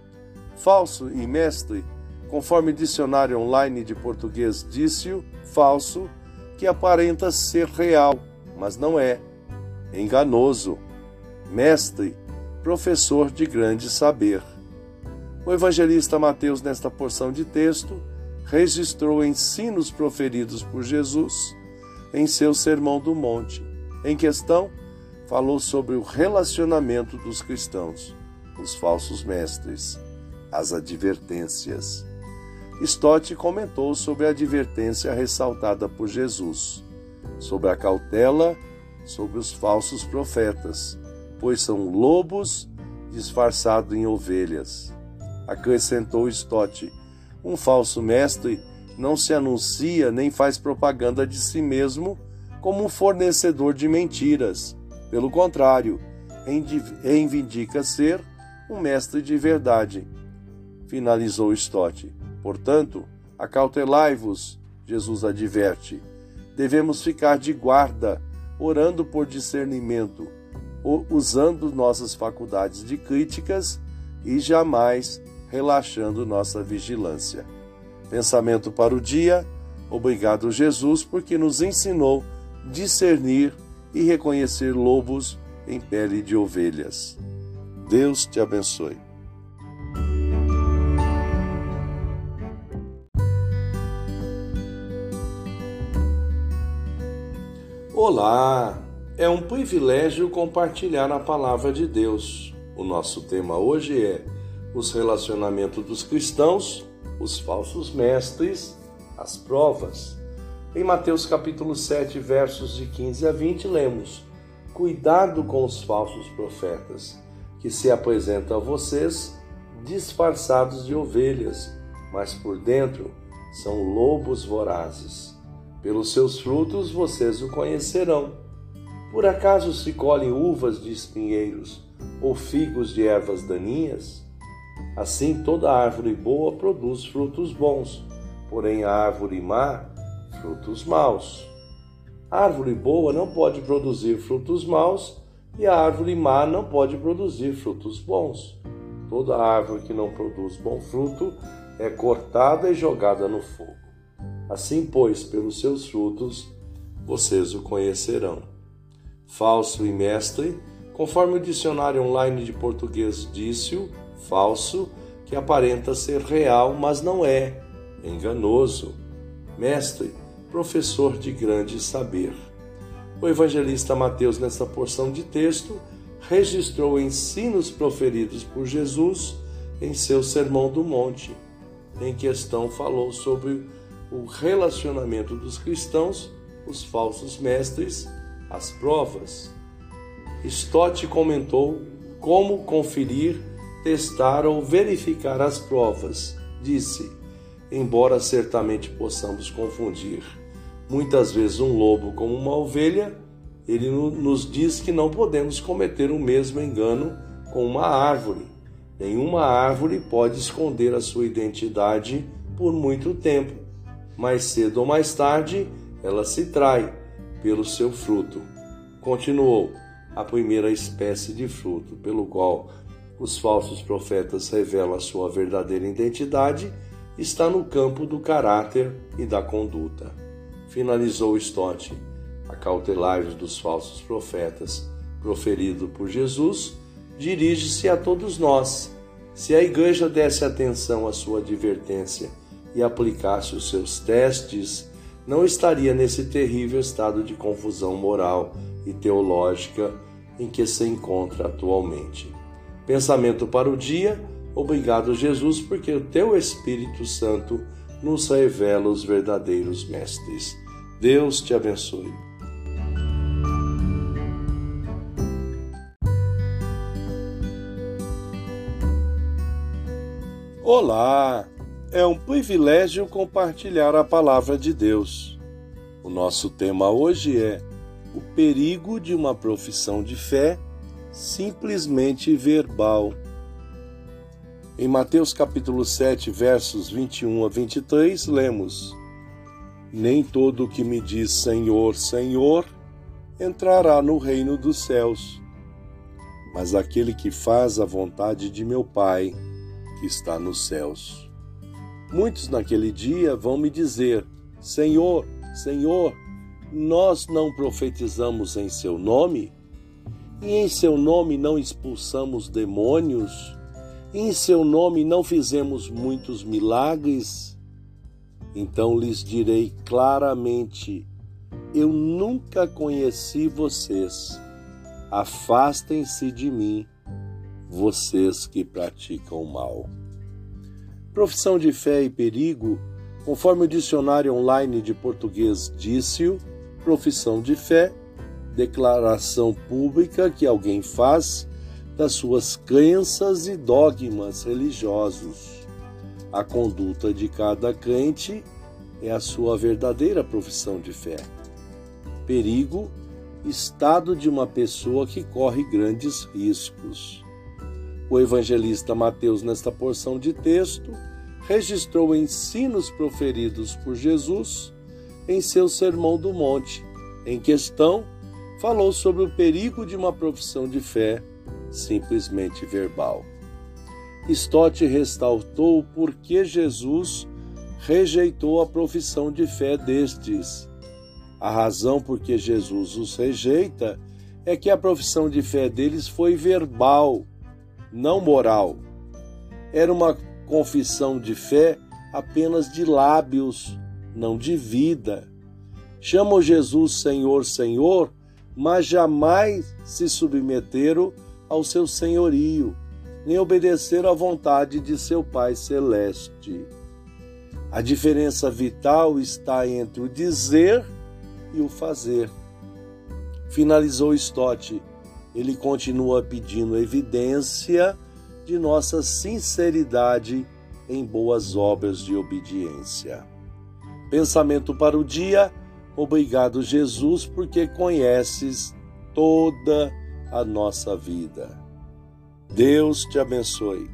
Falso e mestre, conforme dicionário online de português disse-o, falso, que aparenta ser real, mas não é. Enganoso. Mestre, professor de grande saber. O evangelista Mateus, nesta porção de texto, registrou ensinos proferidos por Jesus em seu Sermão do Monte. Em questão, falou sobre o relacionamento dos cristãos, os falsos mestres, as advertências. Stott comentou sobre a advertência ressaltada por Jesus, sobre a cautela sobre os falsos profetas, pois são lobos disfarçados em ovelhas. Acrescentou Stott: um falso mestre não se anuncia nem faz propaganda de si mesmo como um fornecedor de mentiras. Pelo contrário, reivindica ser um mestre de verdade. Finalizou Stott. Portanto, acautelai-vos, Jesus adverte. Devemos ficar de guarda, orando por discernimento, usando nossas faculdades de críticas e jamais relaxando nossa vigilância. Pensamento para o dia. Obrigado, Jesus, porque nos ensinou a discernir e reconhecer lobos em pele de ovelhas. Deus te abençoe. Olá! É um privilégio compartilhar a palavra de Deus. O nosso tema hoje é os relacionamentos dos cristãos, os falsos mestres, as provas. Em Mateus capítulo 7, versos de 15 a 20, lemos: Cuidado com os falsos profetas, que se apresentam a vocês disfarçados de ovelhas, mas por dentro são lobos vorazes. Pelos seus frutos vocês o conhecerão. Por acaso se colhem uvas de espinheiros ou figos de ervas daninhas? Assim toda árvore boa produz frutos bons, porém a árvore má, frutos maus. A árvore boa não pode produzir frutos maus, e a árvore má não pode produzir frutos bons. Toda árvore que não produz bom fruto é cortada e jogada no fogo. Assim, pois, pelos seus frutos, vocês o conhecerão. Falso e mestre, conforme o dicionário online de português disse-o, falso, que aparenta ser real, mas não é. Enganoso. Mestre, professor de grande saber. O evangelista Mateus, nesta porção de texto, registrou ensinos proferidos por Jesus em seu Sermão do Monte. Em questão, falou sobre o relacionamento dos cristãos, os falsos mestres, as provas. Stott comentou como conferir, testar ou verificar as provas. Disse: embora certamente possamos confundir muitas vezes um lobo com uma ovelha, ele nos diz que não podemos cometer o mesmo engano com uma árvore. Nenhuma árvore pode esconder a sua identidade por muito tempo. Mais cedo ou mais tarde, ela se trai pelo seu fruto. Continuou: a primeira espécie de fruto, pelo qual os falsos profetas revelam a sua verdadeira identidade, está no campo do caráter e da conduta. Finalizou Stott: acautelai-vos dos falsos profetas, proferido por Jesus, dirige-se a todos nós. Se a Igreja desse atenção à sua advertência e aplicasse os seus testes, não estaria nesse terrível estado de confusão moral e teológica em que se encontra atualmente. Pensamento para o dia. Obrigado, Jesus, porque o Teu Espírito Santo nos revela os verdadeiros mestres. Deus te abençoe. Olá! É um privilégio compartilhar a palavra de Deus. O nosso tema hoje é o perigo de uma profissão de fé simplesmente verbal. Em Mateus capítulo 7, versos 21 a 23, lemos: Nem todo o que me diz Senhor, Senhor, entrará no reino dos céus, mas aquele que faz a vontade de meu Pai, que está nos céus. Muitos naquele dia vão me dizer: Senhor, Senhor, nós não profetizamos em seu nome? E em seu nome não expulsamos demônios? E em seu nome não fizemos muitos milagres? Então lhes direi claramente: eu nunca conheci vocês. Afastem-se de mim, vocês que praticam o mal. Profissão de fé e perigo, conforme o dicionário online de português disse-o, profissão de fé, declaração pública que alguém faz das suas crenças e dogmas religiosos. A conduta de cada crente é a sua verdadeira profissão de fé. Perigo, estado de uma pessoa que corre grandes riscos. O evangelista Mateus, nesta porção de texto, registrou ensinos proferidos por Jesus em seu Sermão do Monte. Em questão, falou sobre o perigo de uma profissão de fé simplesmente verbal. Stott ressaltou por que Jesus rejeitou a profissão de fé destes. A razão por que Jesus os rejeita é que a profissão de fé deles foi verbal, não moral. Era uma confissão de fé apenas de lábios, não de vida. Chamam Jesus Senhor, Senhor, mas jamais se submeteram ao seu senhorio, nem obedeceram à vontade de seu Pai Celeste. A diferença vital está entre o dizer e o fazer. Finalizou Stott. Ele continua pedindo evidência de nossa sinceridade em boas obras de obediência. Pensamento para o dia. Obrigado, Jesus, porque conheces toda a nossa vida. Deus te abençoe.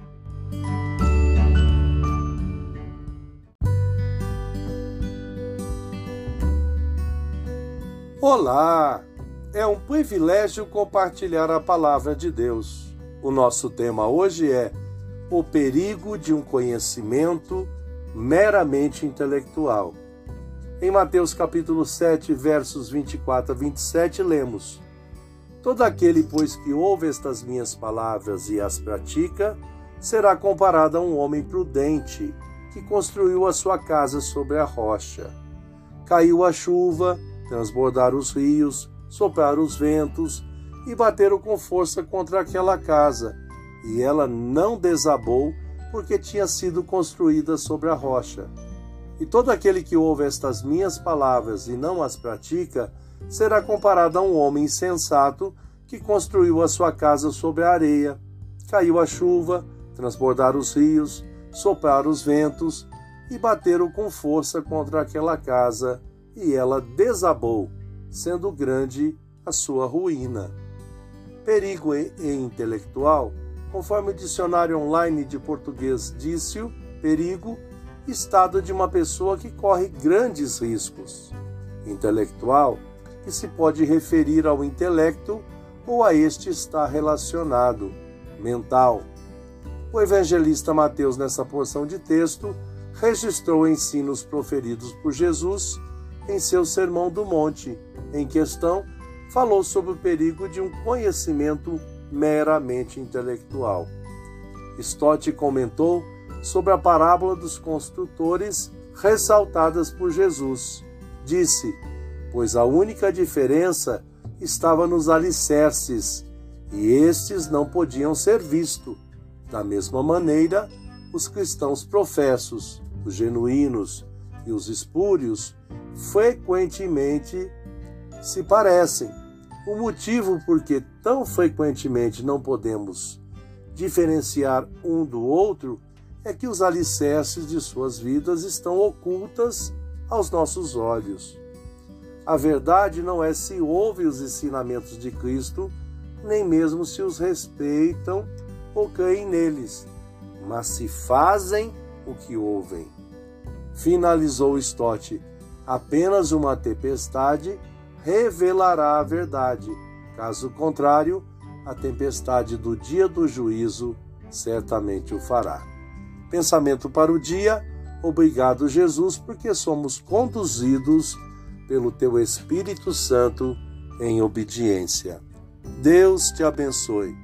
Olá! É um privilégio compartilhar a palavra de Deus. O nosso tema hoje é o perigo de um conhecimento meramente intelectual. Em Mateus capítulo 7, versos 24 a 27, lemos: Todo aquele, pois, que ouve estas minhas palavras e as pratica, será comparado a um homem prudente, que construiu a sua casa sobre a rocha. Caiu a chuva, transbordaram os rios, sopraram os ventos e bateram com força contra aquela casa, e ela não desabou, porque tinha sido construída sobre a rocha. E todo aquele que ouve estas minhas palavras e não as pratica, será comparado a um homem insensato que construiu a sua casa sobre a areia. Caiu a chuva, transbordaram os rios, sopraram os ventos e bateram com força contra aquela casa, e ela desabou, sendo grande a sua ruína. Perigo e intelectual, conforme o dicionário online de português disse-o, perigo, estado de uma pessoa que corre grandes riscos. Intelectual, que se pode referir ao intelecto ou a este está relacionado. Mental. O evangelista Mateus, nessa porção de texto, registrou ensinos proferidos por Jesus em seu Sermão do Monte. Em questão, falou sobre o perigo de um conhecimento meramente intelectual. Stott comentou sobre a parábola dos construtores ressaltadas por Jesus. Disse: pois a única diferença estava nos alicerces, e estes não podiam ser vistos. Da mesma maneira, os cristãos professos, os genuínos e os espúrios, frequentemente se parecem. O motivo por que tão frequentemente não podemos diferenciar um do outro é que os alicerces de suas vidas estão ocultas aos nossos olhos. A verdade não é se ouvem os ensinamentos de Cristo, nem mesmo se os respeitam ou creem neles, mas se fazem o que ouvem. Finalizou Stott: apenas uma tempestade revelará a verdade. Caso contrário, a tempestade do dia do juízo certamente o fará. Pensamento para o dia. Obrigado, Jesus, porque somos conduzidos pelo Teu Espírito Santo em obediência. Deus te abençoe.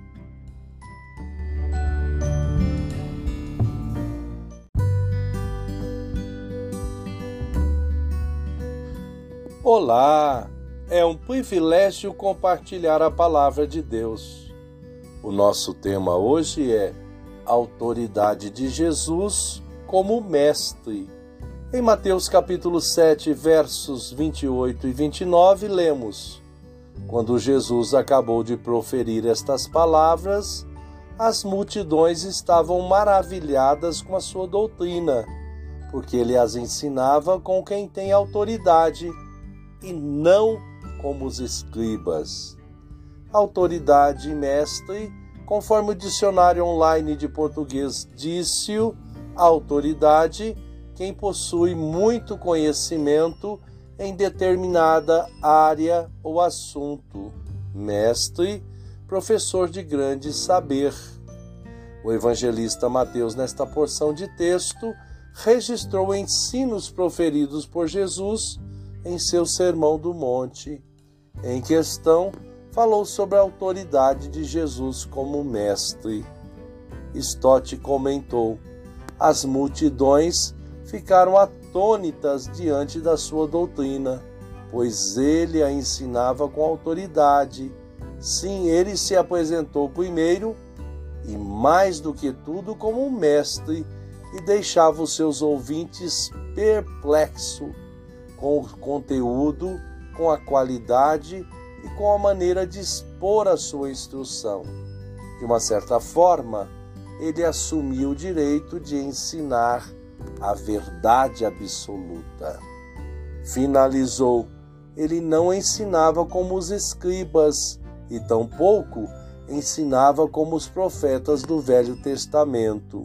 Olá! É um privilégio compartilhar a palavra de Deus. O nosso tema hoje é a autoridade de Jesus como mestre. Em Mateus capítulo 7, versos 28 e 29, lemos: quando Jesus acabou de proferir estas palavras, as multidões estavam maravilhadas com a sua doutrina, porque ele as ensinava com quem tem autoridade, e não como os escribas. Autoridade e mestre, conforme o dicionário online de português disse-o, autoridade, quem possui muito conhecimento em determinada área ou assunto. Mestre, professor de grande saber. O evangelista Mateus, nesta porção de texto, registrou ensinos proferidos por Jesus em seu Sermão do Monte. Em questão, falou sobre a autoridade de Jesus como mestre. Stott comentou: as multidões ficaram atônitas diante da sua doutrina, pois ele a ensinava com autoridade. Sim, ele se apresentou primeiro e, mais do que tudo, como um mestre, e deixava os seus ouvintes perplexos com o conteúdo, com a qualidade e com a maneira de expor a sua instrução. De uma certa forma, ele assumiu o direito de ensinar a verdade absoluta. Finalizou: ele não ensinava como os escribas e tampouco ensinava como os profetas do Velho Testamento.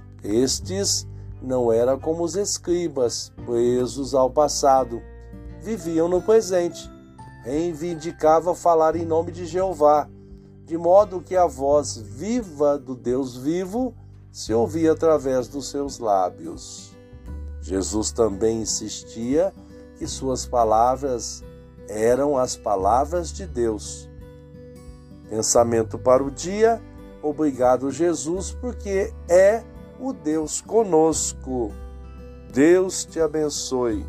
Estes não eram como os escribas, presos ao passado. Viviam no presente. Reivindicava falar em nome de Jeová, de modo que a voz viva do Deus vivo se ouvia através dos seus lábios. Jesus também insistia que suas palavras eram as palavras de Deus. Pensamento para o dia. Obrigado, Jesus, porque é o Deus conosco. Deus te abençoe.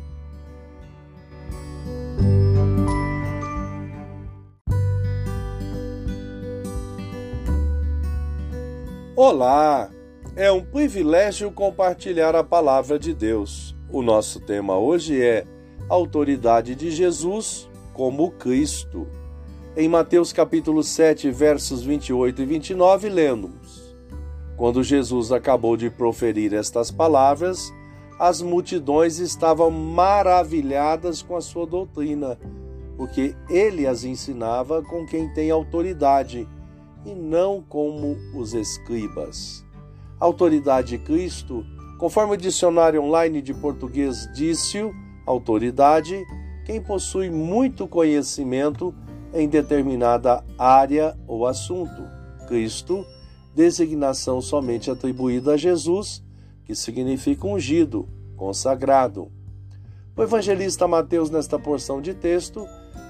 Olá! É um privilégio compartilhar a palavra de Deus. O nosso tema hoje é a autoridade de Jesus como Cristo. Em Mateus capítulo 7, versos 28 e 29, lemos: quando Jesus acabou de proferir estas palavras, as multidões estavam maravilhadas com a sua doutrina, porque ele as ensinava com quem tem autoridade, e não como os escribas. A autoridade de Cristo, conforme o dicionário online de português disse-o, autoridade, quem possui muito conhecimento em determinada área ou assunto. Cristo, designação somente atribuída a Jesus, que significa ungido, consagrado. O evangelista Mateus, nesta porção de texto,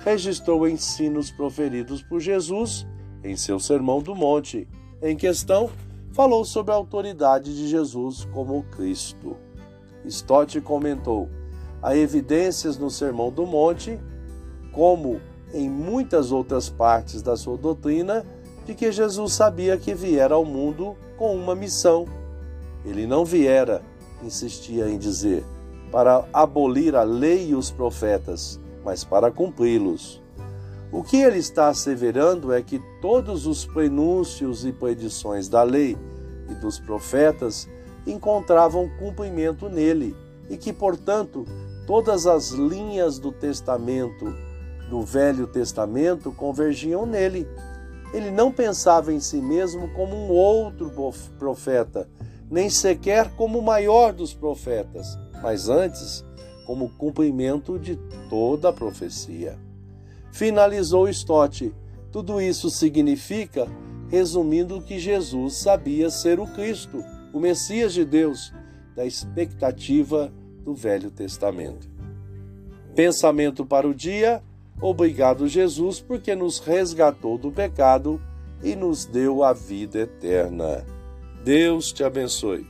registrou ensinos proferidos por Jesus em seu Sermão do Monte. Em questão, falou sobre a autoridade de Jesus como Cristo. Stott comentou: há evidências no Sermão do Monte, como em muitas outras partes da sua doutrina, de que Jesus sabia que viera ao mundo com uma missão. Ele não viera, insistia em dizer, para abolir a lei e os profetas, mas para cumpri-los. O que ele está asseverando é que todos os prenúncios e predições da lei e dos profetas encontravam cumprimento nele e que, portanto, todas as linhas do Velho Testamento convergiam nele. Ele não pensava em si mesmo como um outro profeta, nem sequer como o maior dos profetas, mas antes como cumprimento de toda a profecia. Finalizou Stott: tudo isso significa, resumindo, que Jesus sabia ser o Cristo, o Messias de Deus, da expectativa do Velho Testamento. Pensamento para o dia: obrigado, Jesus, porque nos resgatou do pecado e nos deu a vida eterna. Deus te abençoe.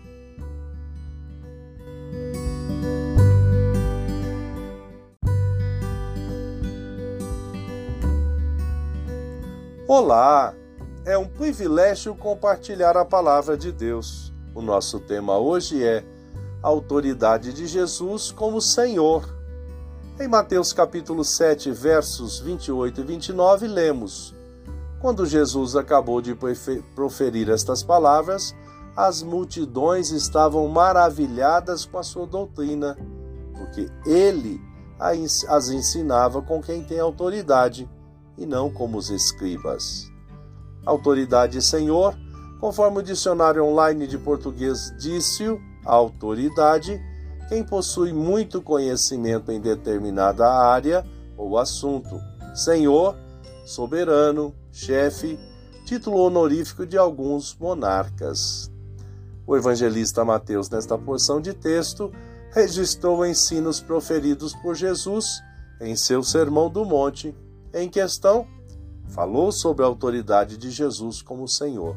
Olá! É um privilégio compartilhar a palavra de Deus. O nosso tema hoje é a autoridade de Jesus como Senhor. Em Mateus capítulo 7, versos 28 e 29, lemos: quando Jesus acabou de proferir estas palavras, as multidões estavam maravilhadas com a sua doutrina, porque ele as ensinava com quem tem autoridade, e não como os escribas. Autoridade e Senhor, conforme o dicionário online de português disse-o, autoridade, quem possui muito conhecimento em determinada área ou assunto. Senhor, soberano, chefe, título honorífico de alguns monarcas. O evangelista Mateus, nesta porção de texto, registrou ensinos proferidos por Jesus em seu Sermão do Monte. Em questão, falou sobre a autoridade de Jesus como Senhor.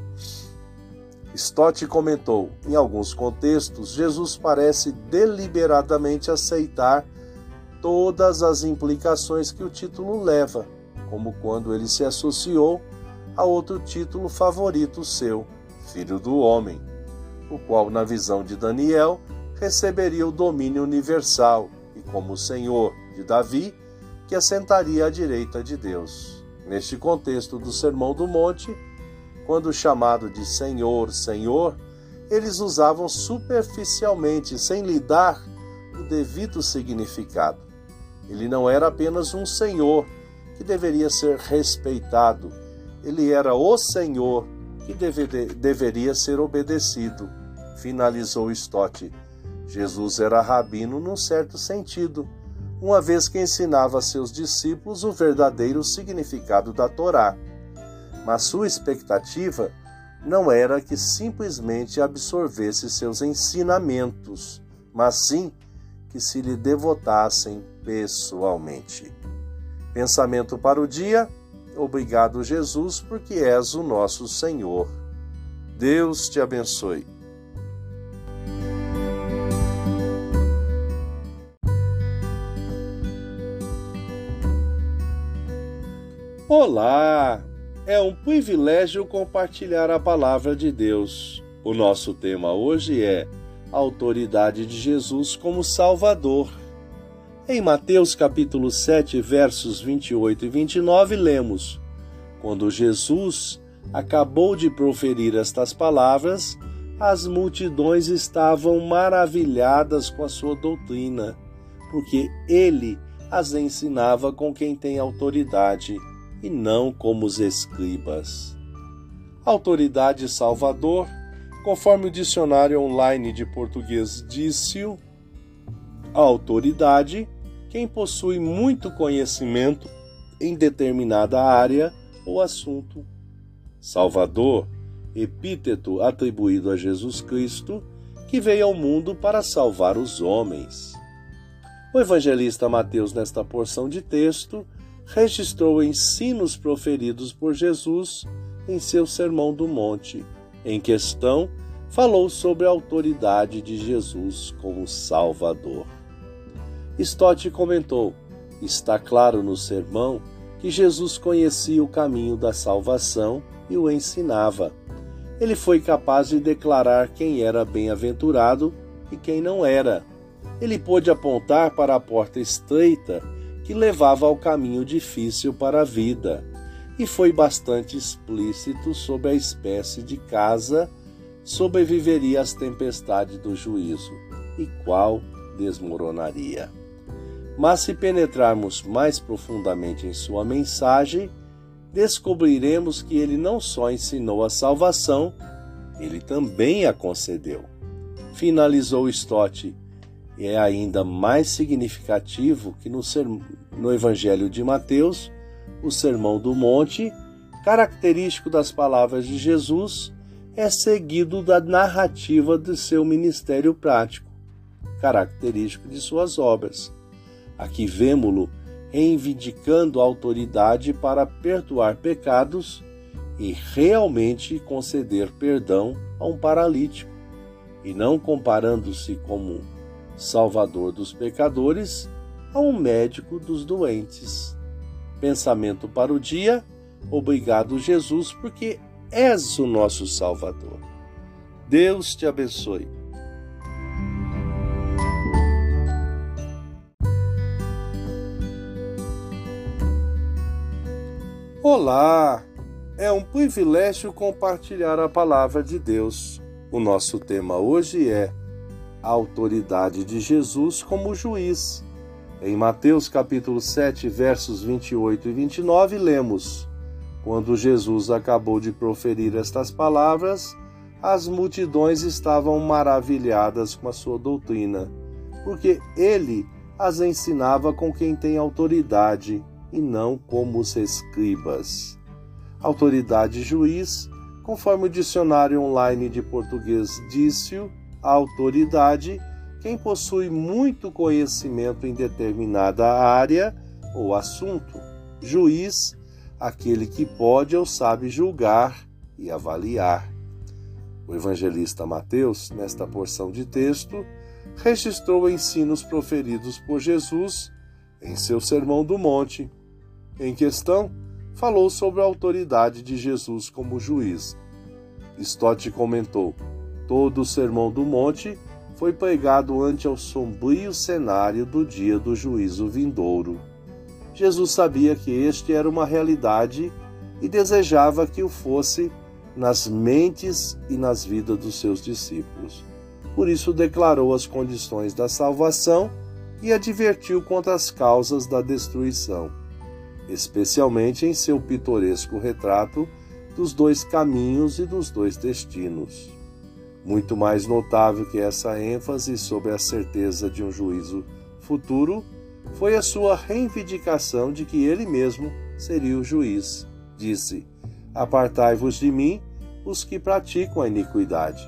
Stott comentou: em alguns contextos, Jesus parece deliberadamente aceitar todas as implicações que o título leva, como quando ele se associou a outro título favorito seu, Filho do Homem, o qual, na visão de Daniel, receberia o domínio universal e, como Senhor de Davi, que assentaria à direita de Deus. Neste contexto do Sermão do Monte, quando chamado de Senhor, Senhor, eles usavam superficialmente, sem lhe dar o devido significado. Ele não era apenas um Senhor que deveria ser respeitado, ele era o Senhor que deveria ser obedecido. Finalizou Stott: Jesus era rabino num certo sentido, uma vez que ensinava a seus discípulos o verdadeiro significado da Torá. Mas sua expectativa não era que simplesmente absorvesse seus ensinamentos, mas sim que se lhe devotassem pessoalmente. Pensamento para o dia: obrigado, Jesus, porque és o nosso Senhor. Deus te abençoe. Olá! É um privilégio compartilhar a palavra de Deus. O nosso tema hoje é a autoridade de Jesus como Salvador. Em Mateus capítulo 7, versos 28 e 29, lemos: quando Jesus acabou de proferir estas palavras, as multidões estavam maravilhadas com a sua doutrina, porque ele as ensinava com quem tem autoridade, e não como os escribas. Autoridade Salvador, conforme o dicionário online de português disse-o, a autoridade, quem possui muito conhecimento em determinada área ou assunto. Salvador, epíteto atribuído a Jesus Cristo, que veio ao mundo para salvar os homens. O evangelista Mateus, nesta porção de texto, registrou ensinos proferidos por Jesus em seu Sermão do Monte. Em questão, falou sobre a autoridade de Jesus como Salvador. Stott comentou: está claro no sermão que Jesus conhecia o caminho da salvação e o ensinava. Ele foi capaz de declarar quem era bem-aventurado e quem não era. Ele pôde apontar para a porta estreita que levava ao caminho difícil para a vida, e foi bastante explícito sobre a espécie de casa sobreviveria às tempestades do juízo, e qual desmoronaria. Mas se penetrarmos mais profundamente em sua mensagem, descobriremos que ele não só ensinou a salvação, ele também a concedeu. Finalizou Stott. E é ainda mais significativo que no Evangelho de Mateus, o Sermão do Monte, característico das palavras de Jesus, é seguido da narrativa de seu ministério prático, característico de suas obras. Aqui vemo-lo reivindicando a autoridade para perdoar pecados e realmente conceder perdão a um paralítico, e não comparando-se como Salvador dos pecadores a um médico dos doentes. Pensamento para o dia. Obrigado, Jesus, porque és o nosso Salvador. Deus te abençoe. Olá! É um privilégio compartilhar a palavra de Deus. O nosso tema hoje é a autoridade de Jesus como juiz. Em Mateus capítulo 7, versos 28 e 29, lemos: quando Jesus acabou de proferir estas palavras, as multidões estavam maravilhadas com a sua doutrina, porque ele as ensinava com quem tem autoridade, e não como os escribas. Autoridade juiz, conforme o dicionário online de português disse-o, a autoridade, quem possui muito conhecimento em determinada área ou assunto. Juiz, aquele que pode ou sabe julgar e avaliar. O evangelista Mateus, nesta porção de texto, registrou ensinos proferidos por Jesus em seu Sermão do Monte. Em questão, falou sobre a autoridade de Jesus como juiz. Stott comentou: todo o Sermão do Monte foi pregado ante o sombrio cenário do dia do juízo vindouro. Jesus sabia que este era uma realidade e desejava que o fosse nas mentes e nas vidas dos seus discípulos. Por isso declarou as condições da salvação e advertiu contra as causas da destruição, especialmente em seu pitoresco retrato dos dois caminhos e dos dois destinos. Muito mais notável que essa ênfase sobre a certeza de um juízo futuro foi a sua reivindicação de que ele mesmo seria o juiz. Disse: apartai-vos de mim, os que praticam a iniquidade.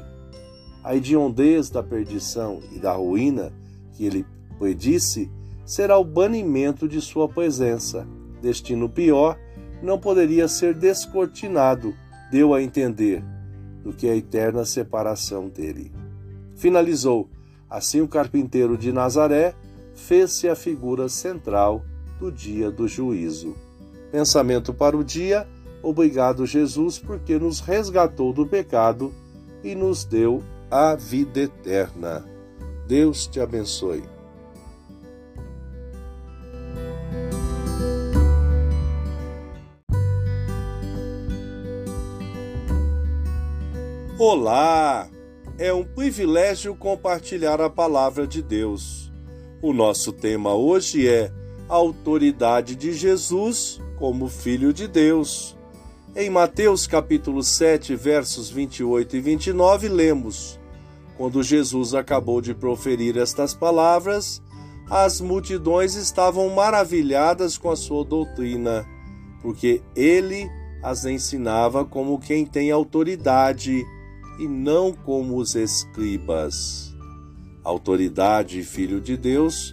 A hediondez da perdição e da ruína que ele predisse será o banimento de sua presença. Destino pior não poderia ser descortinado, deu a entender, do que a eterna separação dele. Finalizou: assim o carpinteiro de Nazaré fez-se a figura central do dia do juízo. Pensamento para o dia. Obrigado, Jesus, porque nos resgatou do pecado e nos deu a vida eterna. Deus te abençoe. Olá! É um privilégio compartilhar a palavra de Deus. O nosso tema hoje é a autoridade de Jesus como Filho de Deus. Em Mateus capítulo 7, versos 28 e 29, lemos: quando Jesus acabou de proferir estas palavras, as multidões estavam maravilhadas com a sua doutrina, porque ele as ensinava como quem tem autoridade, e não como os escribas. Autoridade e Filho de Deus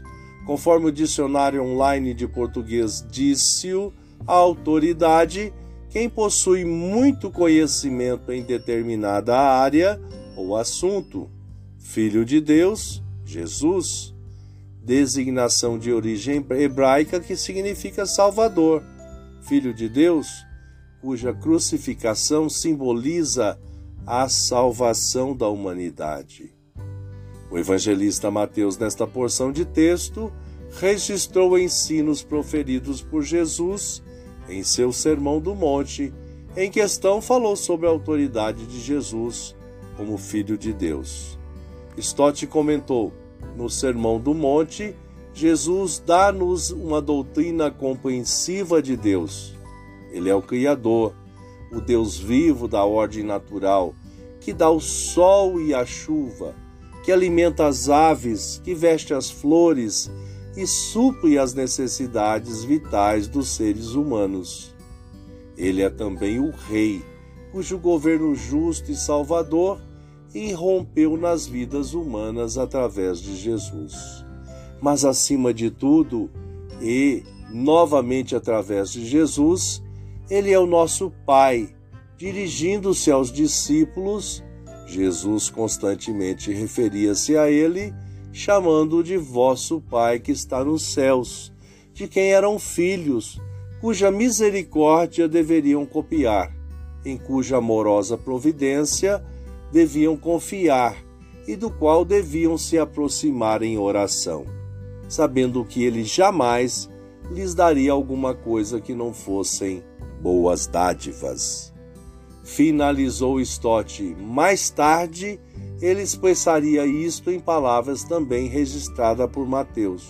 Conforme o dicionário online de português diz-o, a autoridade, quem possui muito conhecimento em determinada área ou assunto. Filho de Deus, Jesus. Designação de origem hebraica que significa Salvador. Filho de Deus, cuja crucificação simboliza a salvação da humanidade. O evangelista Mateus, nesta porção de texto, registrou ensinos proferidos por Jesus em seu Sermão do Monte. Em questão, falou sobre a autoridade de Jesus como Filho de Deus. Stott comentou: no Sermão do Monte, Jesus dá-nos uma doutrina compreensiva de Deus. Ele é o Criador, o Deus vivo da ordem natural, que dá o sol e a chuva, que alimenta as aves, que veste as flores e supre as necessidades vitais dos seres humanos. Ele é também o Rei, cujo governo justo e salvador irrompeu nas vidas humanas através de Jesus. Mas, acima de tudo, e novamente através de Jesus, ele é o nosso Pai. Dirigindo-se aos discípulos, Jesus constantemente referia-se a ele, chamando-o de vosso Pai que está nos céus, de quem eram filhos, cuja misericórdia deveriam copiar, em cuja amorosa providência deviam confiar e do qual deviam se aproximar em oração, sabendo que ele jamais lhes daria alguma coisa que não fossem boas dádivas. Finalizou Stott. Mais tarde, ele expressaria isto em palavras também registradas por Mateus.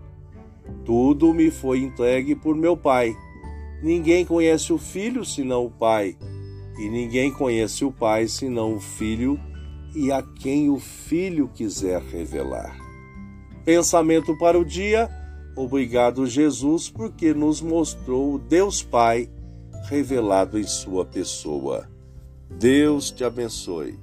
Tudo me foi entregue por meu Pai. Ninguém conhece o Filho senão o Pai, e ninguém conhece o Pai senão o Filho e a quem o Filho quiser revelar. Pensamento para o dia. Obrigado, Jesus, porque nos mostrou o Deus Pai revelado em sua pessoa. Deus te abençoe.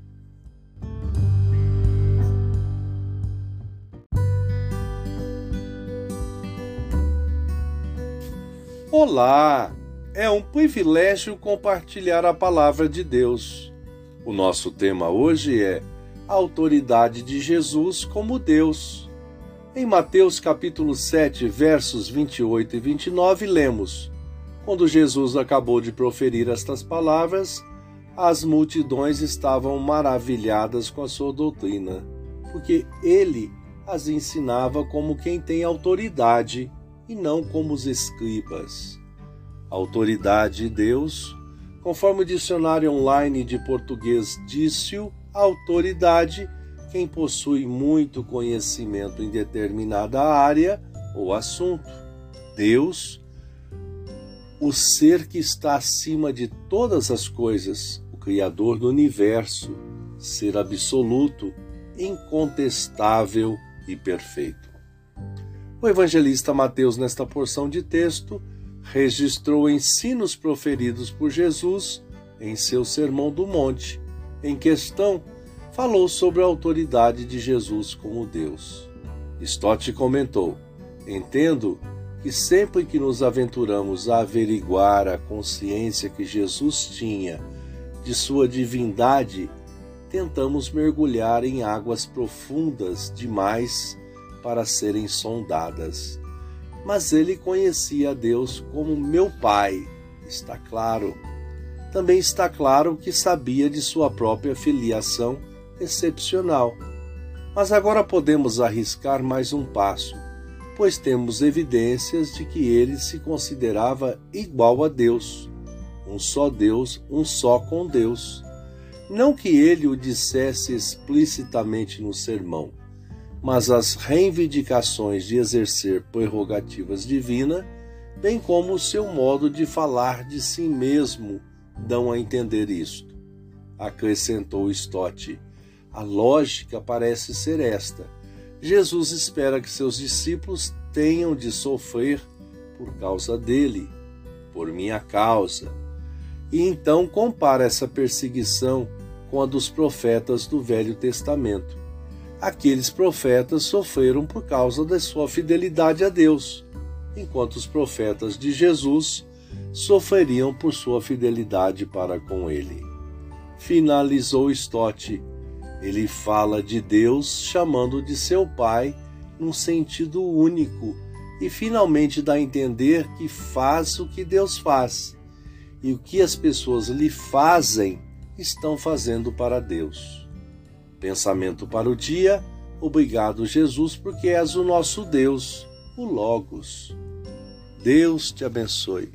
Olá! É um privilégio compartilhar a palavra de Deus. O nosso tema hoje é a autoridade de Jesus como Deus. Em Mateus capítulo 7, versos 28 e 29, lemos: quando Jesus acabou de proferir estas palavras, as multidões estavam maravilhadas com a sua doutrina, porque ele as ensinava como quem tem autoridade e não como os escribas. Autoridade de Deus, conforme o dicionário online de português diz-o, autoridade, quem possui muito conhecimento em determinada área ou assunto. Deus, o ser que está acima de todas as coisas, o Criador do universo, ser absoluto, incontestável e perfeito. O evangelista Mateus, nesta porção de texto, registrou ensinos proferidos por Jesus em seu Sermão do Monte. Em questão, falou sobre a autoridade de Jesus como Deus. Stott comentou: entendo que sempre que nos aventuramos a averiguar a consciência que Jesus tinha de sua divindade, tentamos mergulhar em águas profundas demais para serem sondadas. Mas ele conhecia a Deus como meu Pai, está claro. Também está claro que sabia de sua própria filiação excepcional. Mas agora podemos arriscar mais um passo, pois temos evidências de que ele se considerava igual a Deus, um só com Deus. Não que ele o dissesse explicitamente no sermão, mas as reivindicações de exercer prerrogativas divinas, bem como o seu modo de falar de si mesmo, dão a entender isto. Acrescentou Stott: a lógica parece ser esta: Jesus espera que seus discípulos tenham de sofrer por causa dele, por minha causa. E então compara essa perseguição com a dos profetas do Velho Testamento. Aqueles profetas sofreram por causa da sua fidelidade a Deus, enquanto os profetas de Jesus sofreriam por sua fidelidade para com ele. Finalizou Stott. Ele fala de Deus chamando de seu Pai num sentido único e finalmente dá a entender que faz o que Deus faz e o que as pessoas lhe fazem estão fazendo para Deus. Pensamento para o dia. Obrigado, Jesus, porque és o nosso Deus, o Logos. Deus te abençoe.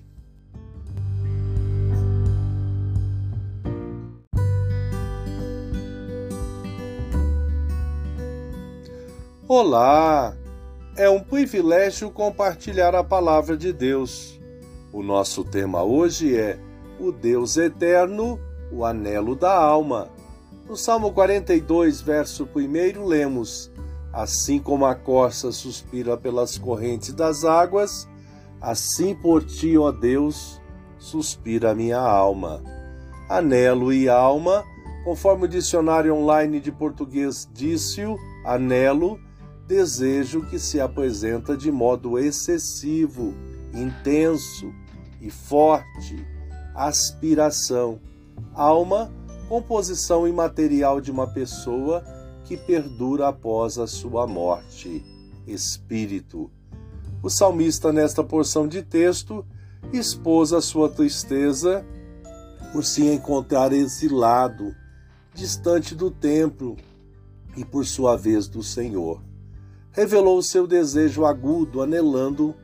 Olá! É um privilégio compartilhar a palavra de Deus. O nosso tema hoje é o Deus eterno, o anelo da alma. No Salmo 42, verso 1, lemos: Assim como a corça suspira pelas correntes das águas, assim por ti, ó Deus, suspira a minha alma. Anelo e alma, conforme o dicionário online de português disse-o, anelo, desejo que se apresenta de modo excessivo, intenso e forte, aspiração. Alma, composição imaterial de uma pessoa que perdura após a sua morte. Espírito. O salmista, nesta porção de texto, expôs a sua tristeza por se encontrar exilado, distante do templo e, por sua vez, do Senhor. Revelou o seu desejo agudo, anelando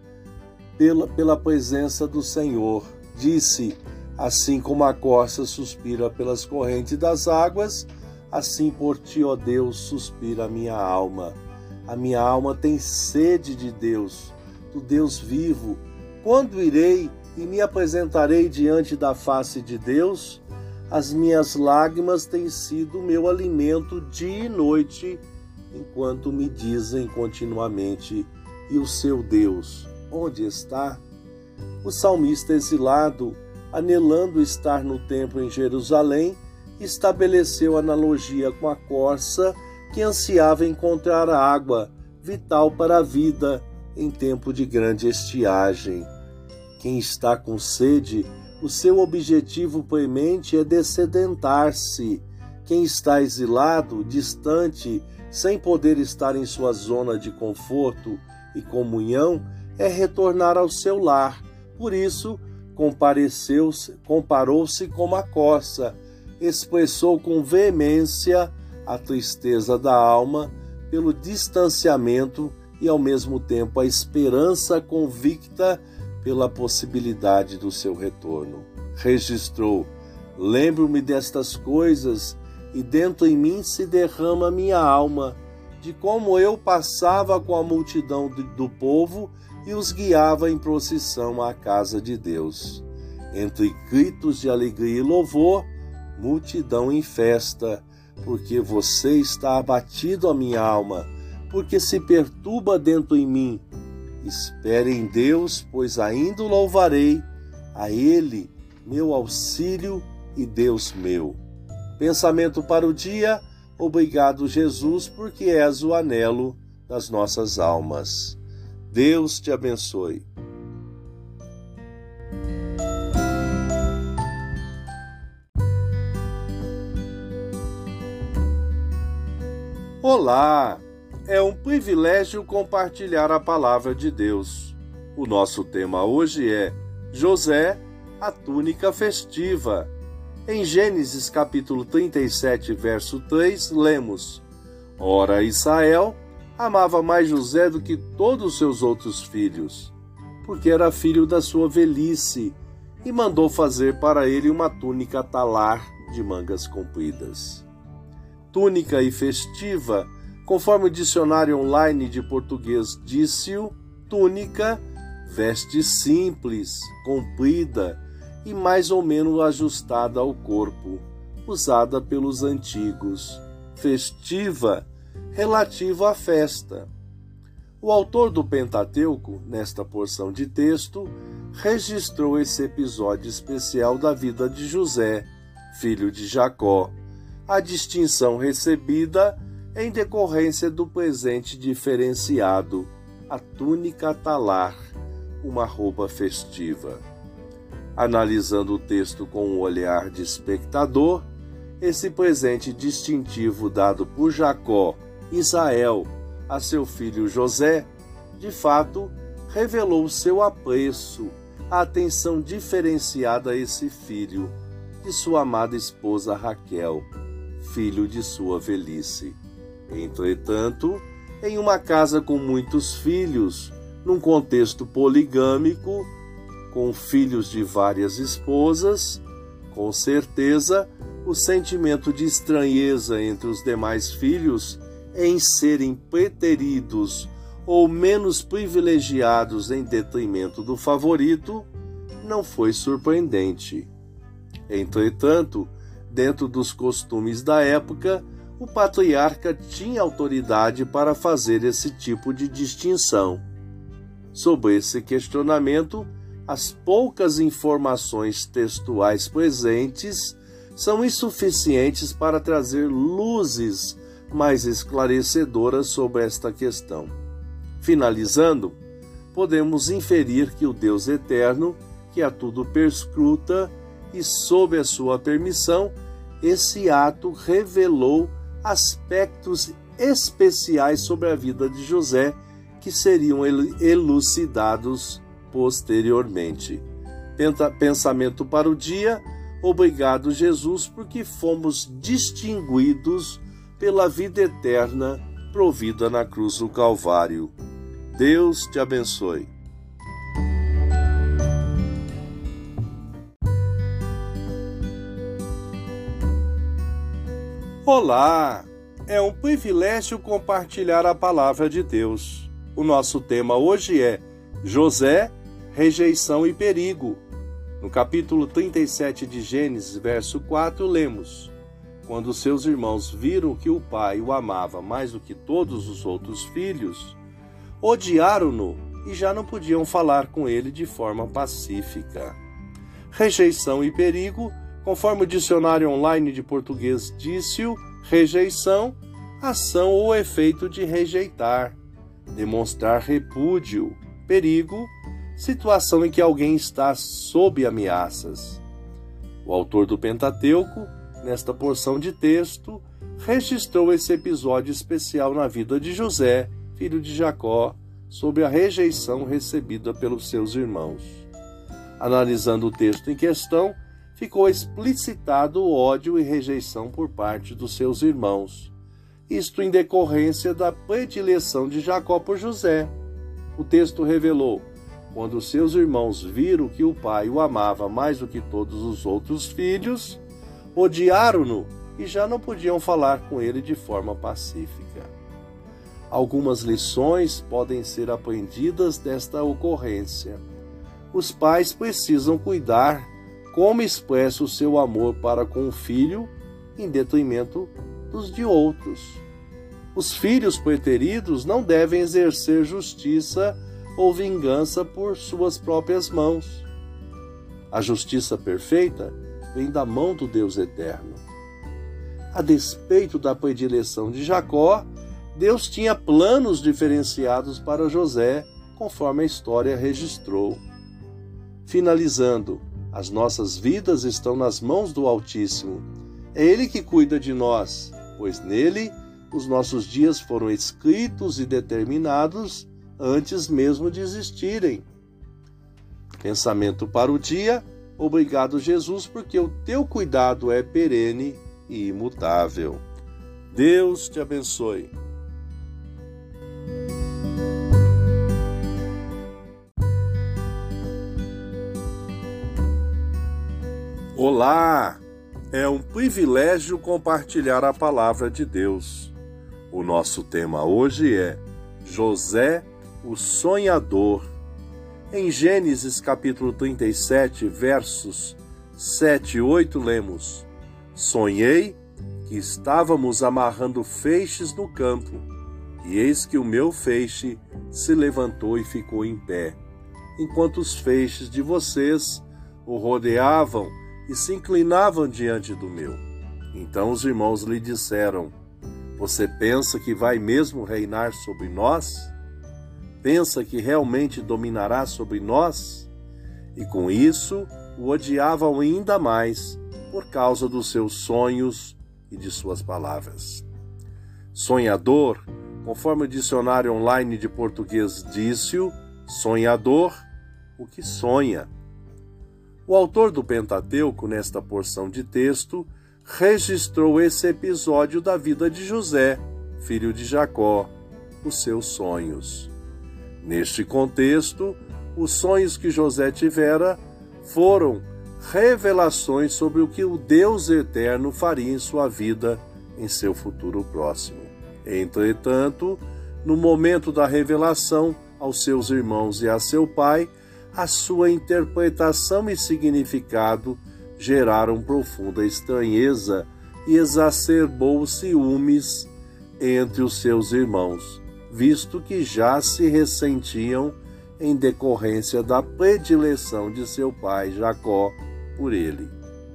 pela presença do Senhor. Disse: Assim como a corça suspira pelas correntes das águas, assim por ti, ó Deus, suspira a minha alma. A minha alma tem sede de Deus, do Deus vivo. Quando irei e me apresentarei diante da face de Deus? As minhas lágrimas têm sido o meu alimento dia e noite, enquanto me dizem continuamente: e o seu Deus, onde está? O salmista exilado, anelando estar no templo em Jerusalém, estabeleceu analogia com a corça que ansiava encontrar água, vital para a vida, em tempo de grande estiagem. Quem está com sede, o seu objetivo premente é dessedentar-se. Quem está exilado, distante, sem poder estar em sua zona de conforto e comunhão, é retornar ao seu lar. Por isso, comparou-se com a corça, expressou com veemência a tristeza da alma pelo distanciamento e, ao mesmo tempo, a esperança convicta pela possibilidade do seu retorno. Registrou: Lembro-me destas coisas e dentro em mim se derrama minha alma, de como eu passava com a multidão do povo e os guiava em procissão à casa de Deus. Entre gritos de alegria e louvor, multidão em festa, porque você está abatido, a minha alma, porque se perturba dentro em mim. Espere em Deus, pois ainda o louvarei, a Ele, meu auxílio e Deus meu. Pensamento para o dia. Obrigado, Jesus, porque és o anelo das nossas almas. Deus te abençoe. Olá! É um privilégio compartilhar a palavra de Deus. O nosso tema hoje é José, a túnica festiva. Em Gênesis capítulo 37, verso 3, lemos: Ora, Israel amava mais José do que todos os seus outros filhos, porque era filho da sua velhice, e mandou fazer para ele uma túnica talar de mangas compridas. Túnica e festiva, conforme o dicionário online de português disse-o, túnica, veste simples, comprida e mais ou menos ajustada ao corpo, usada pelos antigos. Festiva, relativa à festa. O autor do Pentateuco, nesta porção de texto, registrou esse episódio especial da vida de José, filho de Jacó. A distinção recebida em decorrência do presente diferenciado, a túnica talar, uma roupa festiva. Analisando o texto com um olhar de espectador, esse presente distintivo dado por Jacó, Israel, a seu filho José, de fato, revelou seu apreço, a atenção diferenciada a esse filho, de sua amada esposa Raquel, filho de sua velhice. Entretanto, em uma casa com muitos filhos, num contexto poligâmico, com filhos de várias esposas, com certeza, o sentimento de estranheza entre os demais filhos em serem preteridos ou menos privilegiados em detrimento do favorito não foi surpreendente. Entretanto, dentro dos costumes da época, o patriarca tinha autoridade para fazer esse tipo de distinção. Sobre esse questionamento, as poucas informações textuais presentes são insuficientes para trazer luzes mais esclarecedoras sobre esta questão. Finalizando, podemos inferir que o Deus eterno, que a tudo perscruta e sob a sua permissão, esse ato revelou aspectos especiais sobre a vida de José que seriam elucidados posteriormente. Pensamento para o dia. Obrigado, Jesus, porque fomos distinguidos pela vida eterna provida na cruz do Calvário. Deus te abençoe. Olá! É um privilégio compartilhar a palavra de Deus. O nosso tema hoje é José, rejeição e perigo. No capítulo 37 de Gênesis, verso 4, lemos: Quando seus irmãos viram que o pai o amava mais do que todos os outros filhos, odiaram-no e já não podiam falar com ele de forma pacífica. Rejeição e perigo, conforme o dicionário online de português disse-o, rejeição, ação ou efeito de rejeitar, demonstrar repúdio. Perigo, situação em que alguém está sob ameaças. O autor do Pentateuco, nesta porção de texto, registrou esse episódio especial na vida de José, filho de Jacó, sobre a rejeição recebida pelos seus irmãos. Analisando o texto em questão, ficou explicitado o ódio e rejeição por parte dos seus irmãos, isto em decorrência da predileção de Jacó por José. O texto revelou: quando seus irmãos viram que o pai o amava mais do que todos os outros filhos, odiaram-no e já não podiam falar com ele de forma pacífica. Algumas lições podem ser aprendidas desta ocorrência. Os pais precisam cuidar como expressa o seu amor para com o filho em detrimento dos de outros. Os filhos preteridos não devem exercer justiça ou vingança por suas próprias mãos. A justiça perfeita vem da mão do Deus eterno. A despeito da predileção de Jacó, Deus tinha planos diferenciados para José, conforme a história registrou. Finalizando, as nossas vidas estão nas mãos do Altíssimo. É Ele que cuida de nós, pois nele os nossos dias foram escritos e determinados antes mesmo de existirem. Pensamento para o dia. Obrigado, Jesus, porque o teu cuidado é perene e imutável. Deus te abençoe. Olá! É um privilégio compartilhar a palavra de Deus. O nosso tema hoje é José, o sonhador. Em Gênesis capítulo 37, versos 7 e 8, lemos: Sonhei que estávamos amarrando feixes no campo, e eis que o meu feixe se levantou e ficou em pé, enquanto os feixes de vocês o rodeavam e se inclinavam diante do meu. Então os irmãos lhe disseram: Você pensa que vai mesmo reinar sobre nós? Pensa que realmente dominará sobre nós? E com isso, o odiavam ainda mais por causa dos seus sonhos e de suas palavras. Sonhador, conforme o dicionário online de português disse-o, sonhador, o que sonha. O autor do Pentateuco, nesta porção de texto, registrou esse episódio da vida de José, filho de Jacó, os seus sonhos. Neste contexto, os sonhos que José tivera foram revelações sobre o que o Deus eterno faria em sua vida em seu futuro próximo. Entretanto, no momento da revelação aos seus irmãos e a seu pai, a sua interpretação e significado geraram profunda estranheza e exacerbou os ciúmes entre os seus irmãos, visto que já se ressentiam em decorrência da predileção de seu pai Jacó por ele.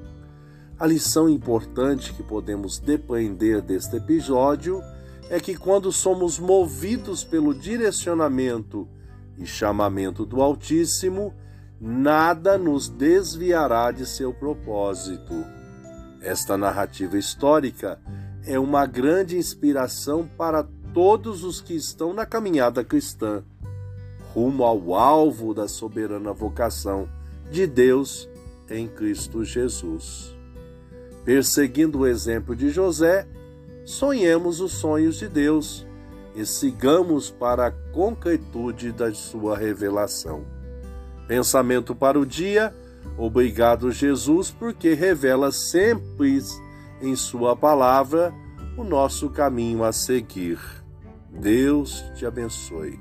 A lição importante que podemos depreender deste episódio é que quando somos movidos pelo direcionamento e chamamento do Altíssimo, nada nos desviará de seu propósito. Esta narrativa histórica é uma grande inspiração para todos os que estão na caminhada cristã, rumo ao alvo da soberana vocação de Deus em Cristo Jesus. Perseguindo o exemplo de José, sonhemos os sonhos de Deus e sigamos para a concretude da sua revelação. Pensamento para o dia: obrigado, Jesus, porque revela sempre em sua palavra o nosso caminho a seguir. Deus te abençoe.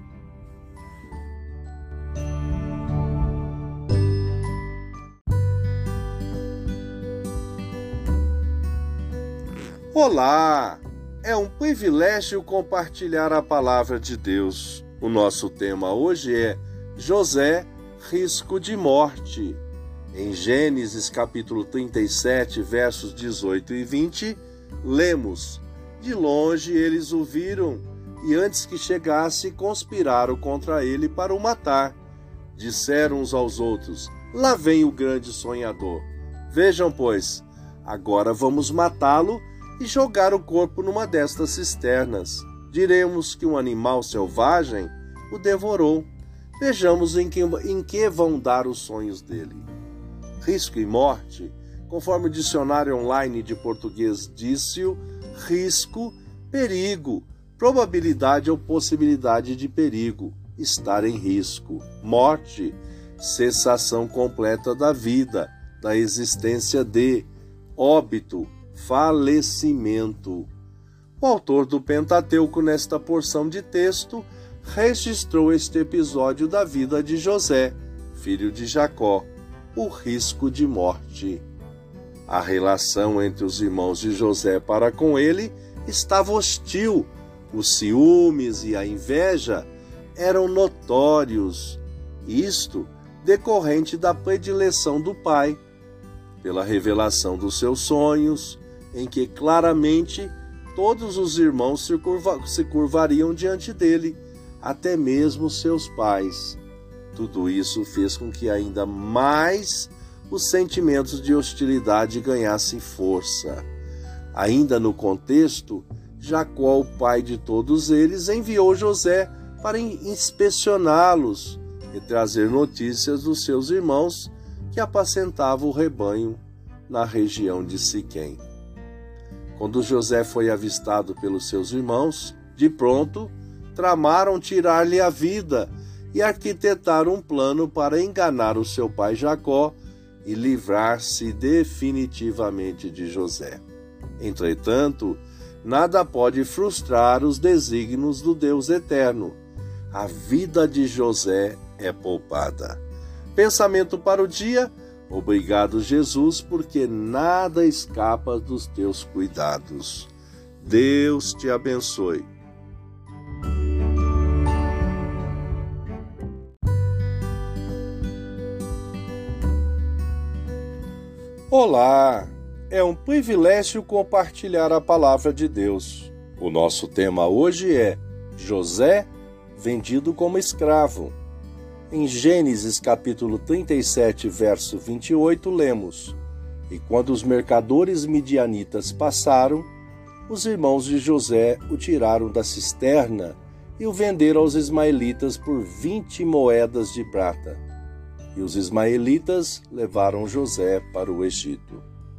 Olá! É um privilégio compartilhar a palavra de Deus. O nosso tema hoje é José, risco de morte. Em Gênesis capítulo 37, versos 18 e 20, lemos: De longe eles o viram, e antes que chegasse, conspiraram contra ele para o matar. Disseram uns aos outros: Lá vem o grande sonhador. Vejam, pois, agora vamos matá-lo e jogar o corpo numa destas cisternas. Diremos que um animal selvagem o devorou. Vejamos em que vão dar os sonhos dele. Risco e morte, conforme o dicionário online de português disse-o, risco, perigo, probabilidade ou possibilidade de perigo, estar em risco. Morte, cessação completa da vida, da existência de, óbito, falecimento. O autor do Pentateuco, nesta porção de texto, registrou este episódio da vida de José, filho de Jacó, o risco de morte. A relação entre os irmãos de José para com ele estava hostil. Os ciúmes e a inveja eram notórios, isto decorrente da predileção do pai, pela revelação dos seus sonhos, em que claramente todos os irmãos se curvariam diante dele, até mesmo seus pais. Tudo isso fez com que ainda mais os sentimentos de hostilidade ganhassem força. Ainda no contexto, Jacó, o pai de todos eles, enviou José para inspecioná-los e trazer notícias dos seus irmãos que apacentavam o rebanho na região de Siquém. Quando José foi avistado pelos seus irmãos, de pronto tramaram tirar-lhe a vida e arquitetaram um plano para enganar o seu pai Jacó e livrar-se definitivamente de José. Entretanto, nada pode frustrar os desígnios do Deus eterno. A vida de José é poupada. Pensamento para o dia: obrigado, Jesus, porque nada escapa dos teus cuidados. Deus te abençoe. Olá! É um privilégio compartilhar a palavra de Deus. O nosso tema hoje é José vendido como escravo. Em Gênesis capítulo 37, verso 28, lemos: E quando os mercadores midianitas passaram, os irmãos de José o tiraram da cisterna e o venderam aos ismaelitas por 20 moedas de prata. E os ismaelitas levaram José para o Egito.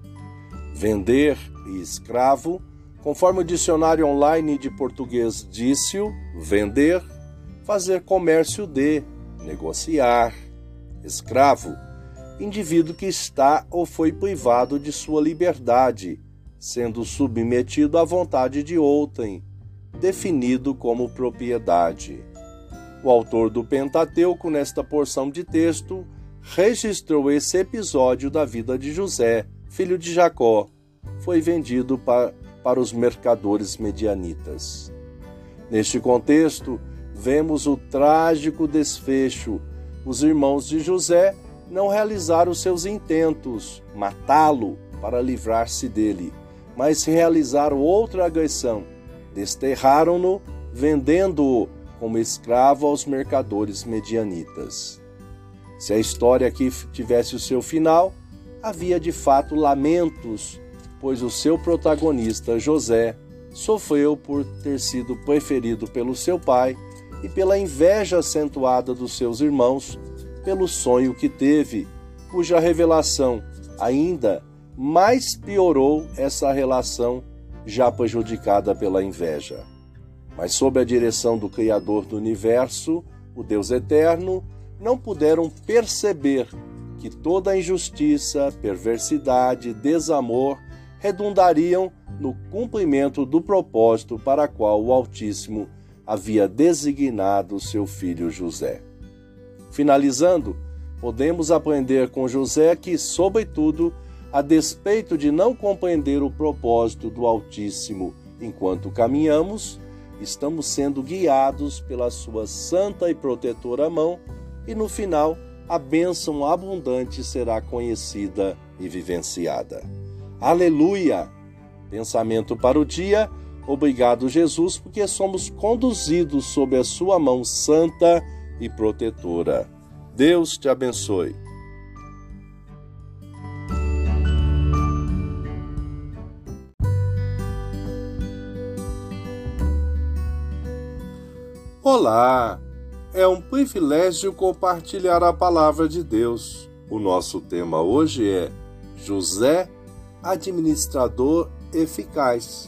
Vender e escravo, conforme o dicionário online de português Dício, vender, fazer comércio de, negociar. Escravo, indivíduo que está ou foi privado de sua liberdade, sendo submetido à vontade de outrem, definido como propriedade. O autor do Pentateuco, nesta porção de texto, registrou esse episódio da vida de José, filho de Jacó. Foi vendido para os mercadores medianitas. Neste contexto, vemos o trágico desfecho. Os irmãos de José não realizaram seus intentos, matá-lo para livrar-se dele, mas realizaram outra agressão. Desterraram-no, vendendo-o como escravo aos mercadores medianitas. Se a história aqui tivesse o seu final, havia de fato lamentos, pois o seu protagonista, José, sofreu por ter sido preferido pelo seu pai e pela inveja acentuada dos seus irmãos pelo sonho que teve, cuja revelação ainda mais piorou essa relação já prejudicada pela inveja. Mas sob a direção do Criador do Universo, o Deus Eterno, não puderam perceber que toda a injustiça, perversidade, desamor redundariam no cumprimento do propósito para qual o Altíssimo havia designado seu filho José. Finalizando, podemos aprender com José que, sobretudo, a despeito de não compreender o propósito do Altíssimo enquanto caminhamos, estamos sendo guiados pela sua santa e protetora mão e, no final, a bênção abundante será conhecida e vivenciada. Aleluia! Pensamento para o dia. Obrigado, Jesus, porque somos conduzidos sob a sua mão santa e protetora. Deus te abençoe. Olá! É um privilégio compartilhar a palavra de Deus. O nosso tema hoje é José, administrador eficaz.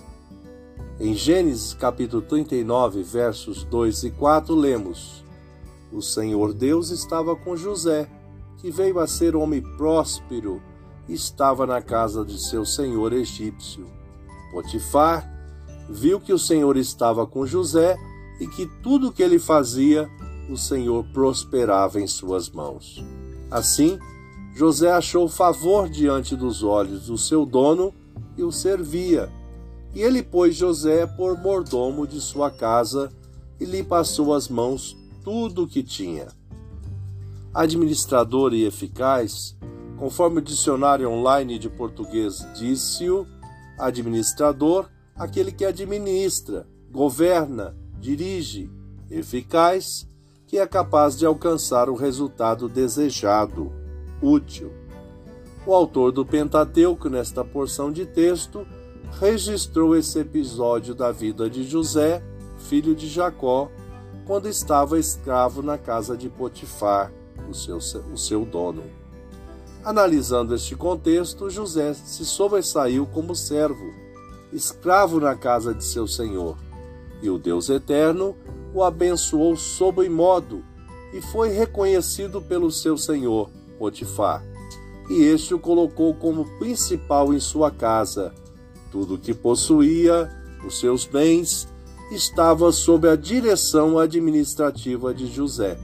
Em Gênesis capítulo 39, versos 2 e 4, lemos: O Senhor Deus estava com José, que veio a ser homem próspero e estava na casa de seu senhor egípcio. Potifar viu que o Senhor estava com José e que tudo o que ele fazia, o Senhor prosperava em suas mãos. Assim, José achou favor diante dos olhos do seu dono e o servia. E ele pôs José por mordomo de sua casa e lhe passou às mãos tudo o que tinha. Administrador e eficaz, conforme o dicionário online de português Dício, administrador, aquele que administra, governa, dirige, eficaz, que é capaz de alcançar o resultado desejado, útil. O autor do Pentateuco, nesta porção de texto, registrou esse episódio da vida de José, filho de Jacó, quando estava escravo na casa de Potifar, o seu dono. Analisando este contexto, José se sobressaiu como servo, escravo na casa de seu senhor, e o Deus Eterno o abençoou sobremodo e foi reconhecido pelo seu senhor, Potifar, e este o colocou como principal em sua casa. Tudo o que possuía, os seus bens, estava sob a direção administrativa de José.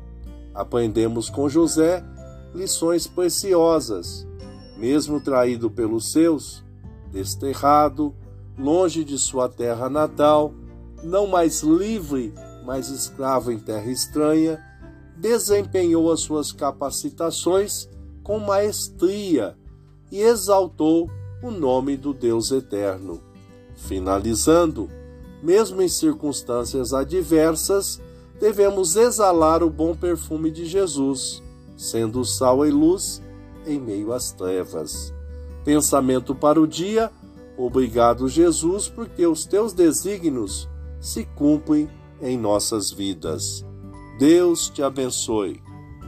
Aprendemos com José lições preciosas. Mesmo traído pelos seus, desterrado, longe de sua terra natal, não mais livre, mas escravo em terra estranha, desempenhou as suas capacitações com maestria e exaltou o nome do Deus Eterno. Finalizando, mesmo em circunstâncias adversas, devemos exalar o bom perfume de Jesus, sendo sal e luz em meio às trevas. Pensamento para o dia: obrigado, Jesus, porque os teus desígnios se cumprem em nossas vidas. Deus te abençoe.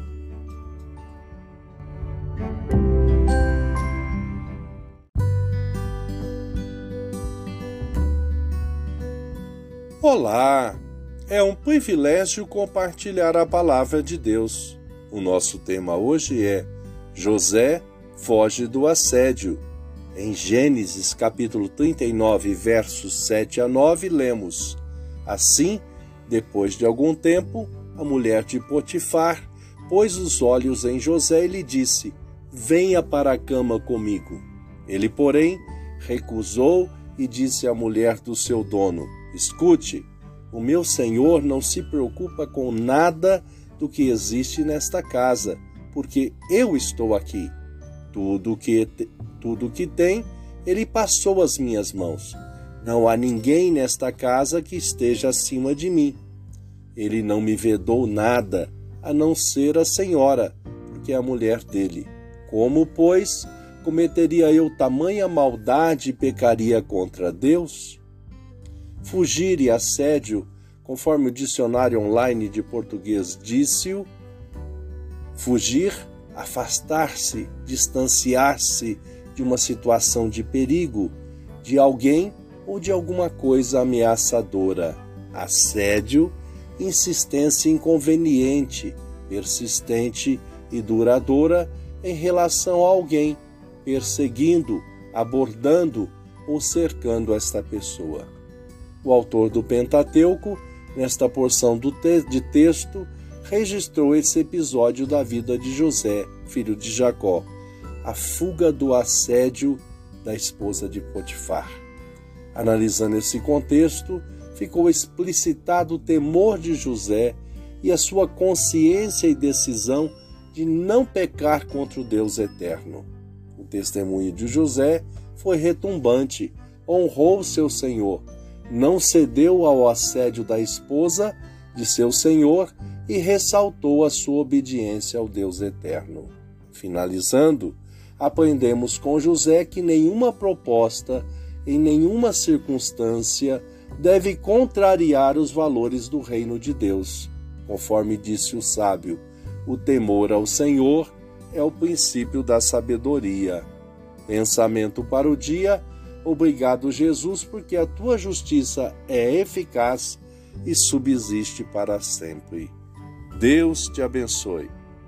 Olá! É um privilégio compartilhar a palavra de Deus. O nosso tema hoje é José foge do assédio. Em Gênesis capítulo 39, versos 7 a 9, lemos: Assim, depois de algum tempo, a mulher de Potifar pôs os olhos em José e lhe disse: Venha para a cama comigo. Ele, porém, recusou e disse à mulher do seu dono: Escute, o meu senhor não se preocupa com nada do que existe nesta casa, porque eu estou aqui. Tudo que tem, ele passou às minhas mãos. Não há ninguém nesta casa que esteja acima de mim. Ele não me vedou nada, a não ser a senhora, porque é a mulher dele. Como, pois, cometeria eu tamanha maldade e pecaria contra Deus? Fugir e assédio, conforme o dicionário online de português disse-o, fugir, afastar-se, distanciar-se de uma situação de perigo, de alguém ou de alguma coisa ameaçadora. Assédio, insistência inconveniente, persistente e duradoura em relação a alguém, perseguindo, abordando ou cercando esta pessoa. O autor do Pentateuco, nesta porção de texto, registrou esse episódio da vida de José, filho de Jacó, a fuga do assédio da esposa de Potifar. Analisando esse contexto, ficou explicitado o temor de José e a sua consciência e decisão de não pecar contra o Deus eterno. O testemunho de José foi retumbante, honrou seu senhor, não cedeu ao assédio da esposa de seu senhor e ressaltou a sua obediência ao Deus eterno. Finalizando, aprendemos com José que nenhuma proposta, em nenhuma circunstância, deve contrariar os valores do reino de Deus. Conforme disse o sábio, o temor ao Senhor é o princípio da sabedoria. Pensamento para o dia: obrigado, Jesus, porque a tua justiça é eficaz e subsiste para sempre. Deus te abençoe.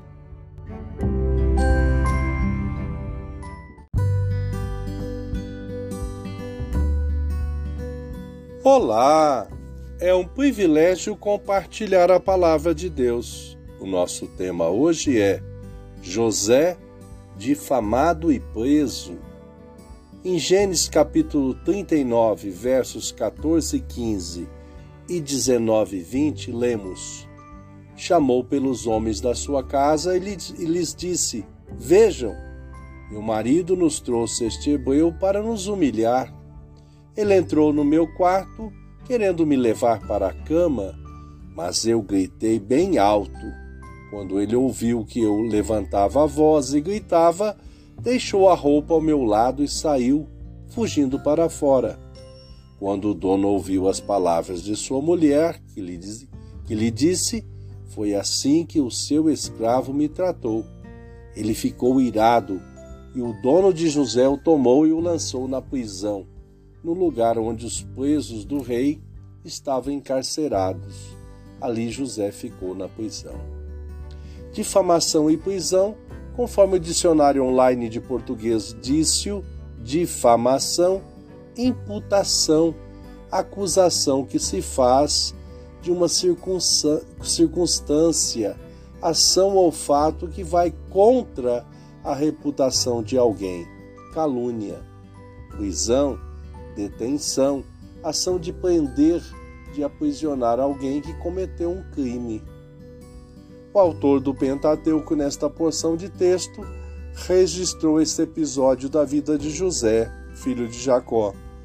Olá! É um privilégio compartilhar a palavra de Deus. O nosso tema hoje é José, difamado e preso. Em Gênesis capítulo 39, versos 14 e 15 e 19 e 20, lemos: Chamou pelos homens da sua casa e lhes disse: Vejam, meu marido nos trouxe este hebreu para nos humilhar. Ele entrou no meu quarto, querendo me levar para a cama, mas eu gritei bem alto. Quando ele ouviu que eu levantava a voz e gritava, deixou a roupa ao meu lado e saiu, fugindo para fora. Quando o dono ouviu as palavras de sua mulher, que lhe disse: Foi assim que o seu escravo me tratou. Ele ficou irado, e o dono de José o tomou e o lançou na prisão, no lugar onde os presos do rei estavam encarcerados. Ali José ficou na prisão. Difamação e prisão, conforme o dicionário online de português disse-o, difamação, imputação, acusação que se faz de uma circunstância, ação ou fato que vai contra a reputação de alguém, calúnia. Prisão, detenção, ação de prender, de aprisionar alguém que cometeu um crime. O autor do Pentateuco, nesta porção de texto, registrou esse episódio da vida de José, filho de Jacó.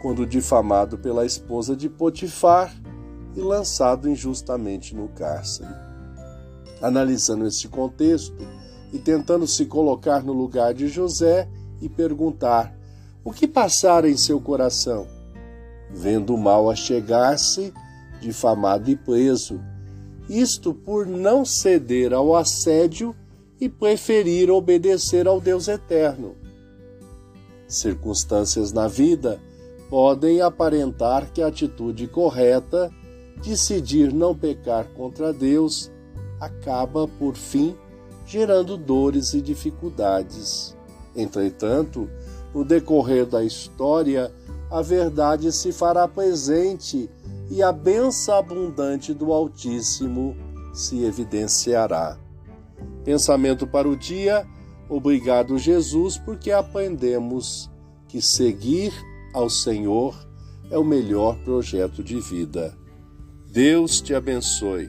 quando difamado pela esposa de Potifar e lançado injustamente no cárcere. Analisando este contexto e tentando se colocar no lugar de José e perguntar o que passara em seu coração, vendo o mal a chegar-se, difamado e preso, isto por não ceder ao assédio e preferir obedecer ao Deus eterno. Circunstâncias na vida podem aparentar que a atitude correta, decidir não pecar contra Deus, acaba, por fim, gerando dores e dificuldades. Entretanto, no decorrer da história, a verdade se fará presente e a bênção abundante do Altíssimo se evidenciará. Pensamento para o dia. Obrigado, Jesus, porque aprendemos que seguir ao Senhor é o melhor projeto de vida. Deus te abençoe.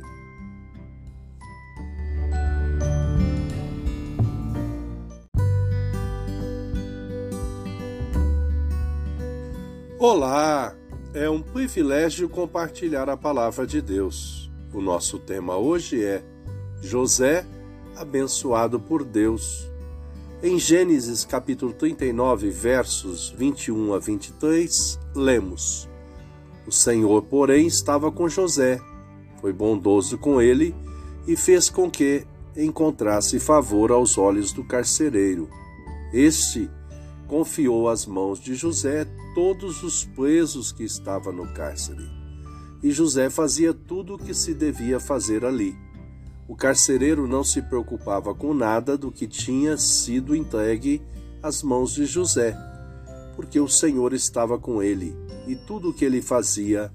Olá! É um privilégio compartilhar a palavra de Deus. O nosso tema hoje é José, abençoado por Deus. Em Gênesis capítulo 39, versos 21 a 23, lemos: O Senhor, porém, estava com José, foi bondoso com ele e fez com que encontrasse favor aos olhos do carcereiro. Este confiou às mãos de José todos os presos que estavam no cárcere. E José fazia tudo o que se devia fazer ali. O carcereiro não se preocupava com nada do que tinha sido entregue às mãos de José, porque o Senhor estava com ele, e tudo o que ele fazia,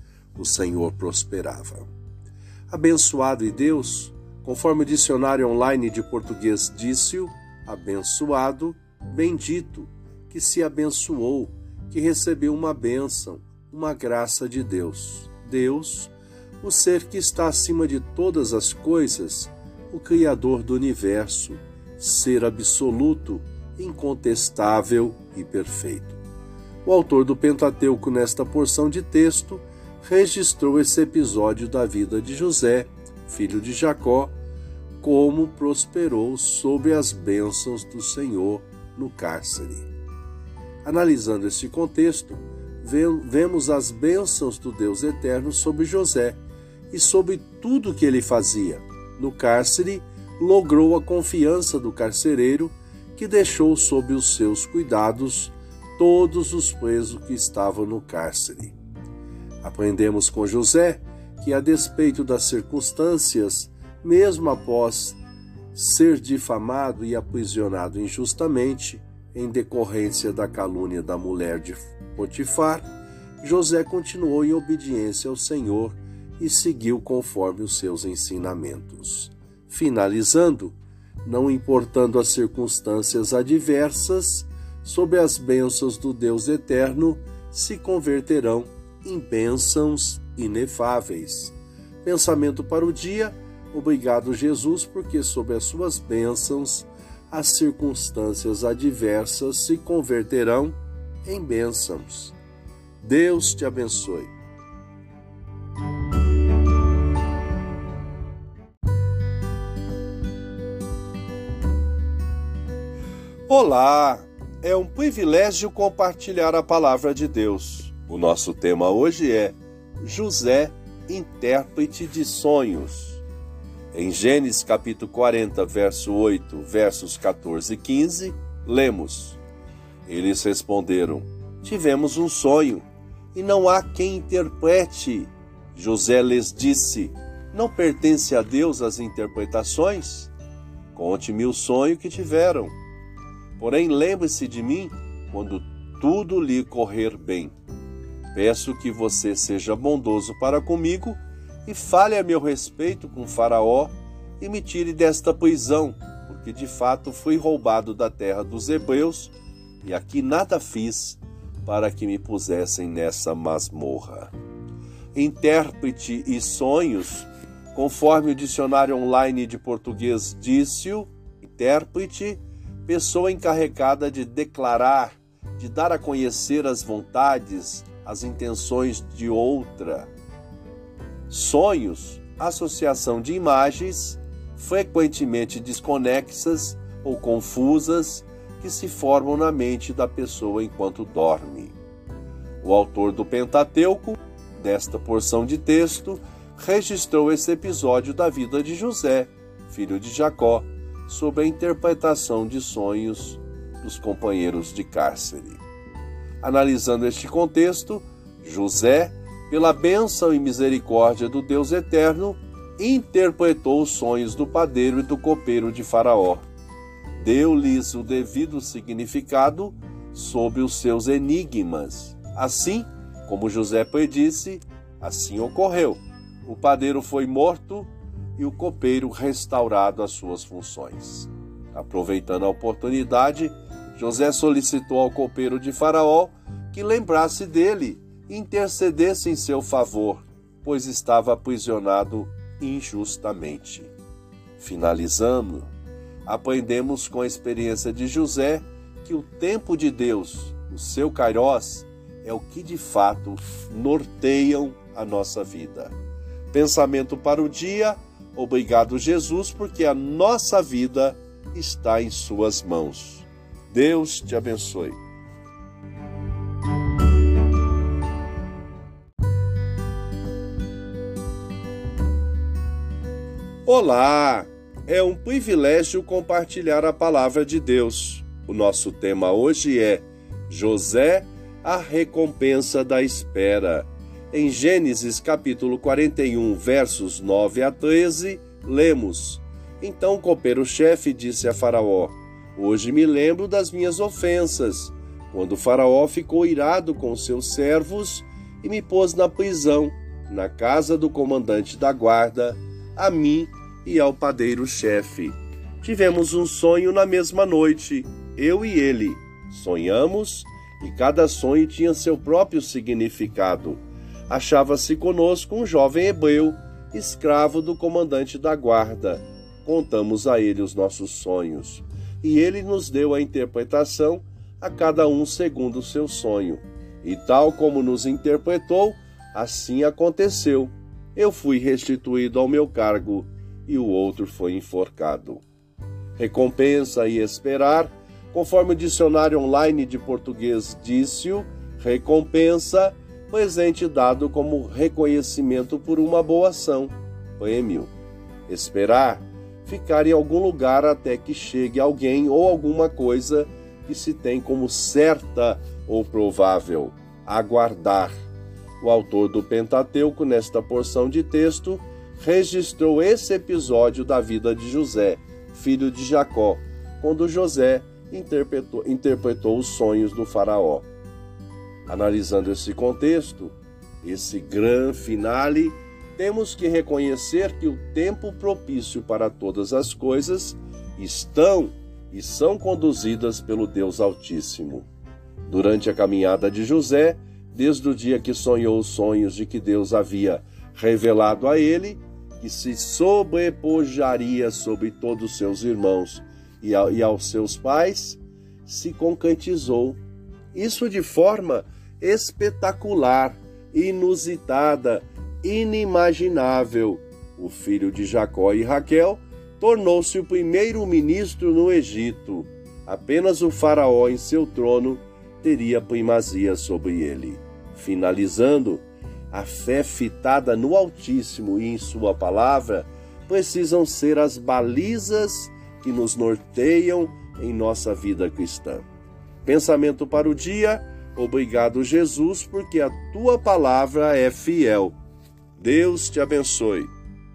o Senhor prosperava. Abençoado em Deus, conforme o dicionário online de português disse, abençoado, bendito, que se abençoou, que recebeu uma bênção, uma graça de Deus. Deus, o ser que está acima de todas as coisas, o Criador do universo, ser absoluto, incontestável e perfeito. O autor do Pentateuco, nesta porção de texto, registrou esse episódio da vida de José, filho de Jacó, como prosperou sob as bênçãos do Senhor no cárcere. Analisando este contexto, vemos as bênçãos do Deus eterno sobre José e sobre tudo que ele fazia. No cárcere, logrou a confiança do carcereiro, que deixou sob os seus cuidados todos os presos que estavam no cárcere. Aprendemos com José que, a despeito das circunstâncias, mesmo após ser difamado e aprisionado injustamente, em decorrência da calúnia da mulher de Potifar, José continuou em obediência ao Senhor e seguiu conforme os seus ensinamentos. Finalizando, não importando as circunstâncias adversas, sob as bênçãos do Deus eterno, se converterão em bênçãos inefáveis. Pensamento para o dia. Obrigado, Jesus, porque sob as suas bênçãos, as circunstâncias adversas se converterão em bênçãos. Deus te abençoe. Olá! É um privilégio compartilhar a palavra de Deus. O nosso tema hoje é José, intérprete de sonhos. Em Gênesis capítulo 40, verso 8, versos 14 e 15, lemos: Eles responderam: Tivemos um sonho, e não há quem interprete. José lhes disse: Não pertence a Deus as interpretações? Conte-me o sonho que tiveram. Porém, lembre-se de mim quando tudo lhe correr bem. Peço que você seja bondoso para comigo e fale a meu respeito com Faraó e me tire desta prisão, porque de fato fui roubado da terra dos hebreus e aqui nada fiz para que me pusessem nessa masmorra. Intérprete e sonhos, conforme o dicionário online de português disse, intérprete, pessoa encarregada de declarar, de dar a conhecer as vontades, as intenções de outra. Sonhos, associação de imagens, frequentemente desconexas ou confusas, que se formam na mente da pessoa enquanto dorme. O autor do Pentateuco, desta porção de texto, registrou esse episódio da vida de José, filho de Jacó, sob a interpretação de sonhos dos companheiros de cárcere. Analisando este contexto, José, pela bênção e misericórdia do Deus Eterno, interpretou os sonhos do padeiro e do copeiro de Faraó. Deu-lhes o devido significado sobre os seus enigmas. Assim, como José predisse, assim ocorreu. O padeiro foi morto e o copeiro restaurado às suas funções. Aproveitando a oportunidade, José solicitou ao copeiro de Faraó que lembrasse dele e intercedesse em seu favor, pois estava aprisionado injustamente. Finalizando, aprendemos com a experiência de José que o tempo de Deus, o seu kairós, é o que de fato norteiam a nossa vida. Pensamento para o dia: obrigado, Jesus, porque a nossa vida está em suas mãos. Deus te abençoe. Olá! É um privilégio compartilhar a palavra de Deus. O nosso tema hoje é José, a recompensa da espera. Em Gênesis capítulo 41, versos 9 a 13, lemos: Então o copeiro-chefe disse a Faraó: Hoje me lembro das minhas ofensas, quando Faraó ficou irado com seus servos e me pôs na prisão, na casa do comandante da guarda, a mim e ao padeiro-chefe. Tivemos um sonho na mesma noite, eu e ele. Sonhamos e cada sonho tinha seu próprio significado. Achava-se conosco um jovem hebreu, escravo do comandante da guarda. Contamos a ele os nossos sonhos, e ele nos deu a interpretação, a cada um segundo o seu sonho. E tal como nos interpretou, assim aconteceu. Eu fui restituído ao meu cargo, e o outro foi enforcado. Recompensa e esperar, conforme o dicionário online de português disse-o, recompensa, presente dado como reconhecimento por uma boa ação, prêmio. Esperar, ficar em algum lugar até que chegue alguém ou alguma coisa que se tem como certa ou provável. Aguardar. O autor do Pentateuco, nesta porção de texto, registrou esse episódio da vida de José, filho de Jacó, quando José interpretou os sonhos do faraó. Analisando esse contexto, esse grande finale, temos que reconhecer que o tempo propício para todas as coisas estão e são conduzidas pelo Deus Altíssimo. Durante a caminhada de José, desde o dia que sonhou os sonhos de que Deus havia revelado a ele, que se sobrepujaria sobre todos os seus irmãos e aos seus pais, se concretizou. Isso de forma espetacular, inusitada, inimaginável. O filho de Jacó e Raquel tornou-se o primeiro ministro no Egito. Apenas o faraó em seu trono teria primazia sobre ele. Finalizando, a fé fitada no Altíssimo e em sua palavra precisam ser as balizas que nos norteiam em nossa vida cristã. Pensamento para o dia: obrigado, Jesus, porque a tua palavra é fiel. Deus te abençoe.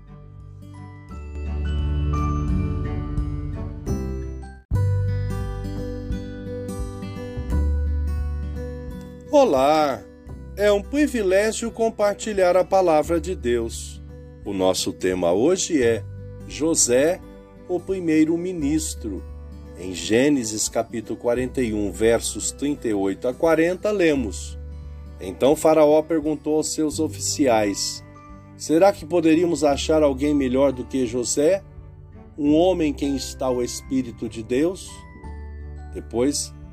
Olá! É um privilégio compartilhar a palavra de Deus. O nosso tema hoje é José, o primeiro-ministro. Em Gênesis capítulo 41, versos 38 a 40, lemos: Então Faraó perguntou aos seus oficiais: Será que poderíamos achar alguém melhor do que José, um homem em quem está o Espírito de Deus? Depois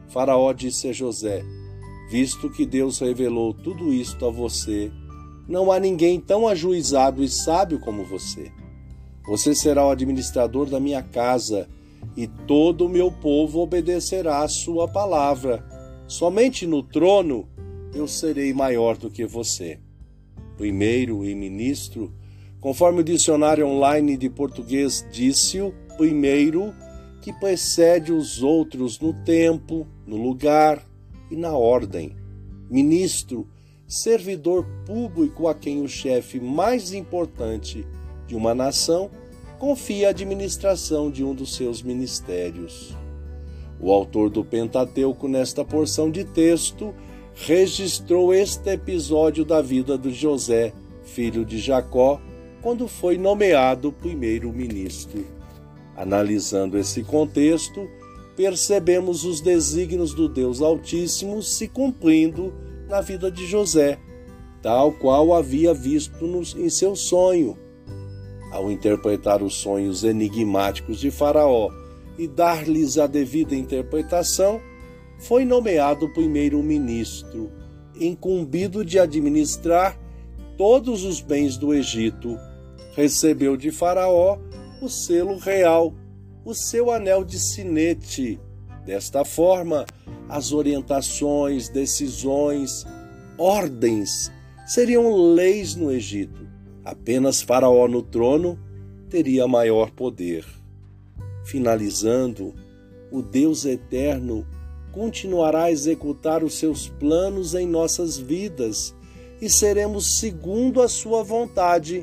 Faraó disse a José: visto que Deus revelou tudo isto a você, não há ninguém tão ajuizado e sábio como você. Você será o administrador da minha casa, e todo o meu povo obedecerá à sua palavra. Somente no trono eu serei maior do que você. Primeiro e ministro, conforme o dicionário online de português disse-o, primeiro que precede os outros no tempo, no lugar e na ordem. Ministro, servidor público a quem o chefe mais importante de uma nação confia a administração de um dos seus ministérios. O autor do Pentateuco, nesta porção de texto, registrou este episódio da vida de José, filho de Jacó, quando foi nomeado primeiro-ministro. Analisando esse contexto, percebemos os desígnios do Deus Altíssimo se cumprindo na vida de José, tal qual havia visto em seu sonho. Ao interpretar os sonhos enigmáticos de Faraó e dar-lhes a devida interpretação, foi nomeado primeiro-ministro, incumbido de administrar todos os bens do Egito. Recebeu de Faraó o selo real, o seu anel de sinete. Desta forma, as orientações, decisões, ordens seriam leis no Egito. Apenas Faraó no trono teria maior poder. Finalizando, o Deus eterno continuará a executar os seus planos em nossas vidas e seremos segundo a sua vontade.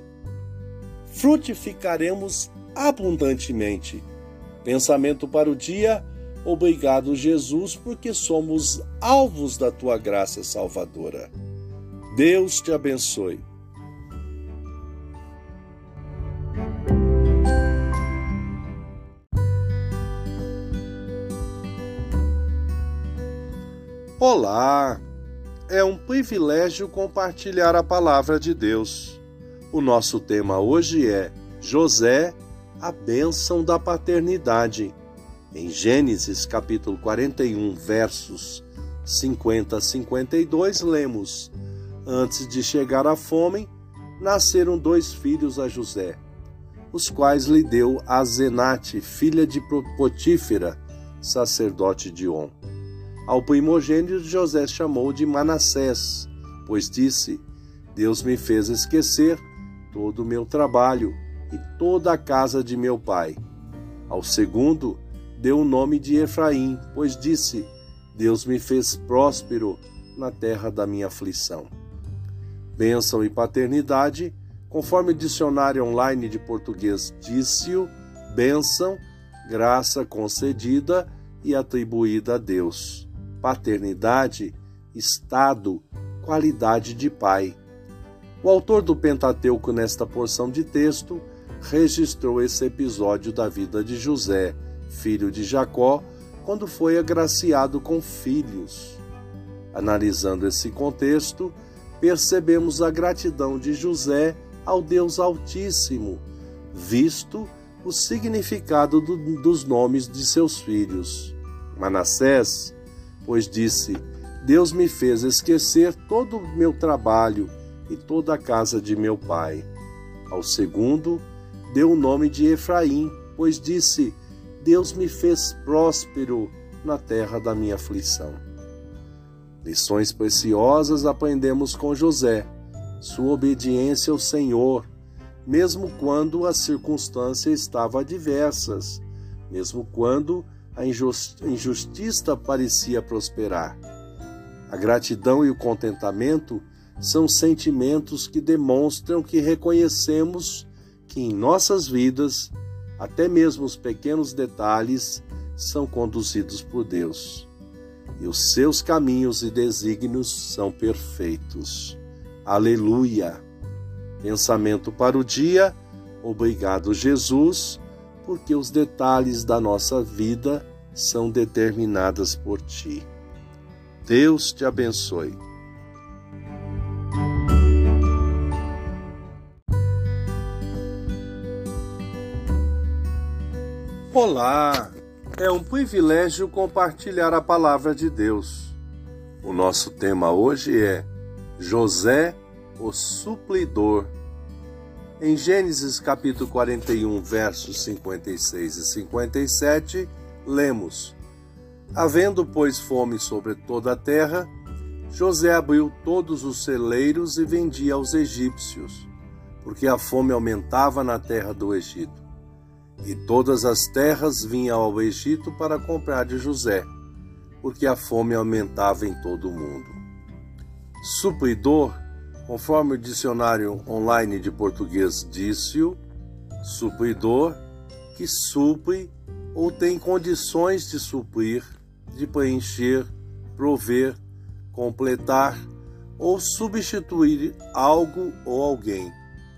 Frutificaremos abundantemente. Pensamento para o dia: obrigado, Jesus, porque somos alvos da tua graça salvadora. Deus te abençoe. Olá! É um privilégio compartilhar a palavra de Deus. O nosso tema hoje é José, a bênção da paternidade. Em Gênesis capítulo 41, versos 50 a 52, lemos: antes de chegar a fome, nasceram 2 filhos a José, os quais lhe deu Asenate, filha de Potífera, sacerdote de On. Ao primogênito José chamou de Manassés, pois disse: Deus me fez esquecer todo o meu trabalho e toda a casa de meu pai. Ao segundo deu o nome de Efraim, pois disse: Deus me fez próspero na terra da minha aflição. Bênção e paternidade, conforme o dicionário online de português disse-o, bênção, graça concedida e atribuída a Deus. Paternidade, estado, qualidade de pai. O autor do Pentateuco, nesta porção de texto, registrou esse episódio da vida de José, filho de Jacó, quando foi agraciado com filhos. Analisando esse contexto, percebemos a gratidão de José ao Deus Altíssimo, visto o significado dos nomes de seus filhos. Manassés, pois disse: Deus me fez esquecer todo o meu trabalho e toda a casa de meu pai. Ao segundo, deu o nome de Efraim, pois disse: Deus me fez próspero na terra da minha aflição. Lições preciosas aprendemos com José, sua obediência ao Senhor, mesmo quando as circunstâncias estavam adversas, mesmo quando a injustiça parecia prosperar. A gratidão e o contentamento são sentimentos que demonstram que reconhecemos que em nossas vidas, até mesmo os pequenos detalhes são conduzidos por Deus. E os seus caminhos e desígnios são perfeitos. Aleluia! Pensamento para o dia: obrigado, Jesus, porque os detalhes da nossa vida são determinados por Ti. Deus te abençoe. Olá! É um privilégio compartilhar a palavra de Deus. O nosso tema hoje é José, o suplidor. Em Gênesis capítulo 41, versos 56 e 57, lemos: Havendo, pois, fome sobre toda a terra, José abriu todos os celeiros e vendia aos egípcios, porque a fome aumentava na terra do Egito. E todas as terras vinham ao Egito para comprar de José, porque a fome aumentava em todo o mundo. Supridor, conforme o dicionário online de português disse-o, supridor, que supre ou tem condições de suprir, de preencher, prover, completar ou substituir algo ou alguém.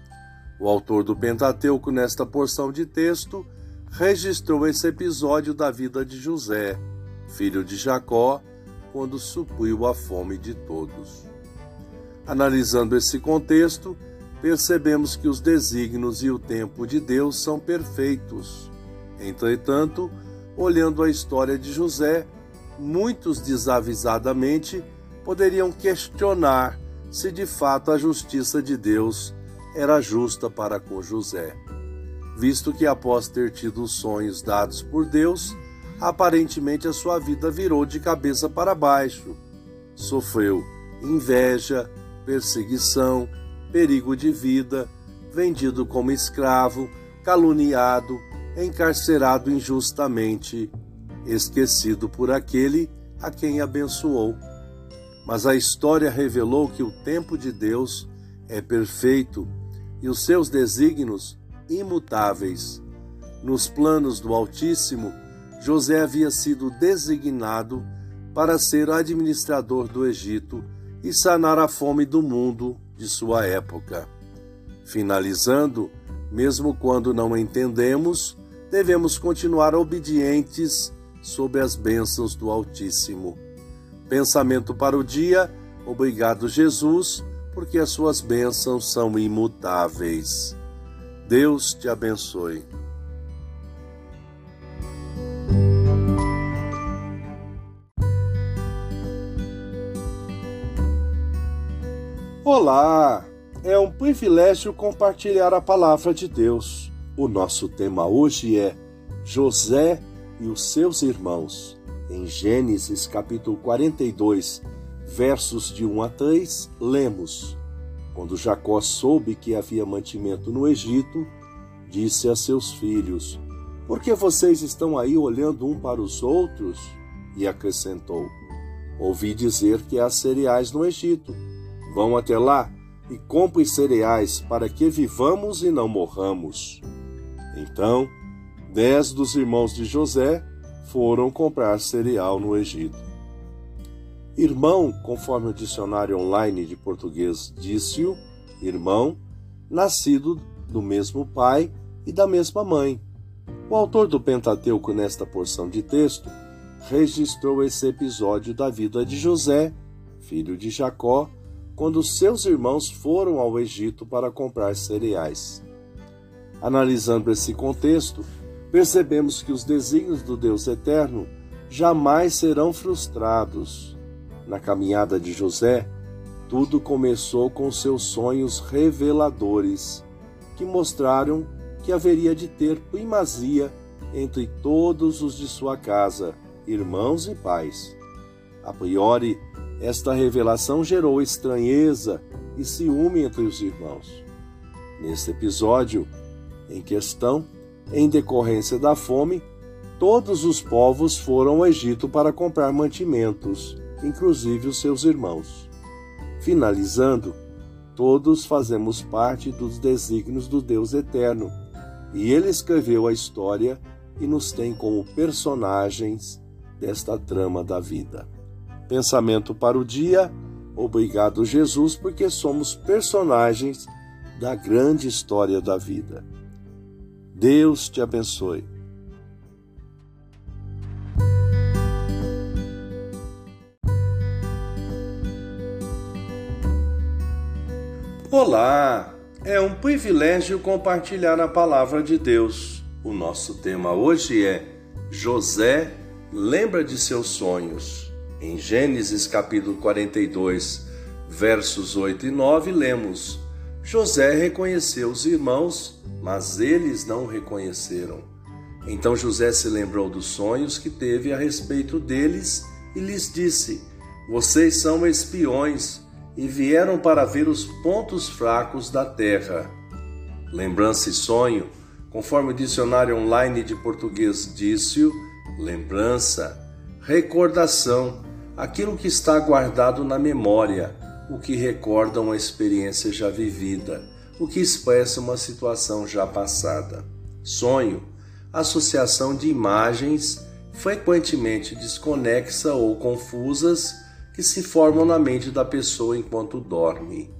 O autor do Pentateuco, nesta porção de texto, registrou esse episódio da vida de José, filho de Jacó, quando supriu a fome de todos. Analisando esse contexto, percebemos que os desígnios e o tempo de Deus são perfeitos. Entretanto, olhando a história de José, muitos desavisadamente poderiam questionar se de fato a justiça de Deus era justa para com José, visto que após ter tido os sonhos dados por Deus, aparentemente a sua vida virou de cabeça para baixo. Sofreu inveja, perseguição, perigo de vida, vendido como escravo, caluniado, encarcerado injustamente, esquecido por aquele a quem abençoou. Mas a história revelou que o tempo de Deus é perfeito e os seus desígnios imutáveis. Nos planos do Altíssimo, José havia sido designado para ser administrador do Egito e sanar a fome do mundo de sua época. Finalizando, mesmo quando não entendemos, devemos continuar obedientes sob as bênçãos do Altíssimo. Pensamento para o dia: obrigado, Jesus, porque as suas bênçãos são imutáveis. Deus te abençoe. Olá! É um privilégio compartilhar a palavra de Deus. O nosso tema hoje é José e os seus irmãos. Em Gênesis capítulo 42, versos de 1 a 3, lemos: Quando Jacó soube que havia mantimento no Egito, disse a seus filhos: Por que vocês estão aí olhando um para os outros? E acrescentou: Ouvi dizer que há cereais no Egito. Vão até lá e comprem cereais para que vivamos e não morramos. Então, 10 dos irmãos de José foram comprar cereal no Egito. Irmão, conforme o dicionário online de português disse-o, irmão, nascido do mesmo pai e da mesma mãe. O autor do Pentateuco, nesta porção de texto, registrou esse episódio da vida de José, filho de Jacó, quando seus irmãos foram ao Egito para comprar cereais. Analisando esse contexto, percebemos que os desígnios do Deus Eterno jamais serão frustrados. Na caminhada de José, tudo começou com seus sonhos reveladores, que mostraram que haveria de ter primazia entre todos os de sua casa, irmãos e pais. A priori, esta revelação gerou estranheza e ciúme entre os irmãos. Neste episódio em questão, em decorrência da fome, todos os povos foram ao Egito para comprar mantimentos, inclusive os seus irmãos. Finalizando, todos fazemos parte dos desígnios do Deus Eterno, e Ele escreveu a história e nos tem como personagens desta trama da vida. Pensamento para o dia: obrigado, Jesus, porque somos personagens da grande história da vida. Deus te abençoe. Olá! É um privilégio compartilhar a palavra de Deus. O nosso tema hoje é José lembra de seus sonhos. Em Gênesis capítulo 42, versos 8 e 9, lemos: José reconheceu os irmãos, mas eles não o reconheceram. Então José se lembrou dos sonhos que teve a respeito deles e lhes disse: Vocês são espiões e vieram para ver os pontos fracos da terra. Lembrança e sonho, conforme o dicionário online de português diz-o, lembrança, recordação, aquilo que está guardado na memória, o que recorda uma experiência já vivida, o que expressa uma situação já passada. Sonho, associação de imagens frequentemente desconexa ou confusas que se formam na mente da pessoa enquanto dorme.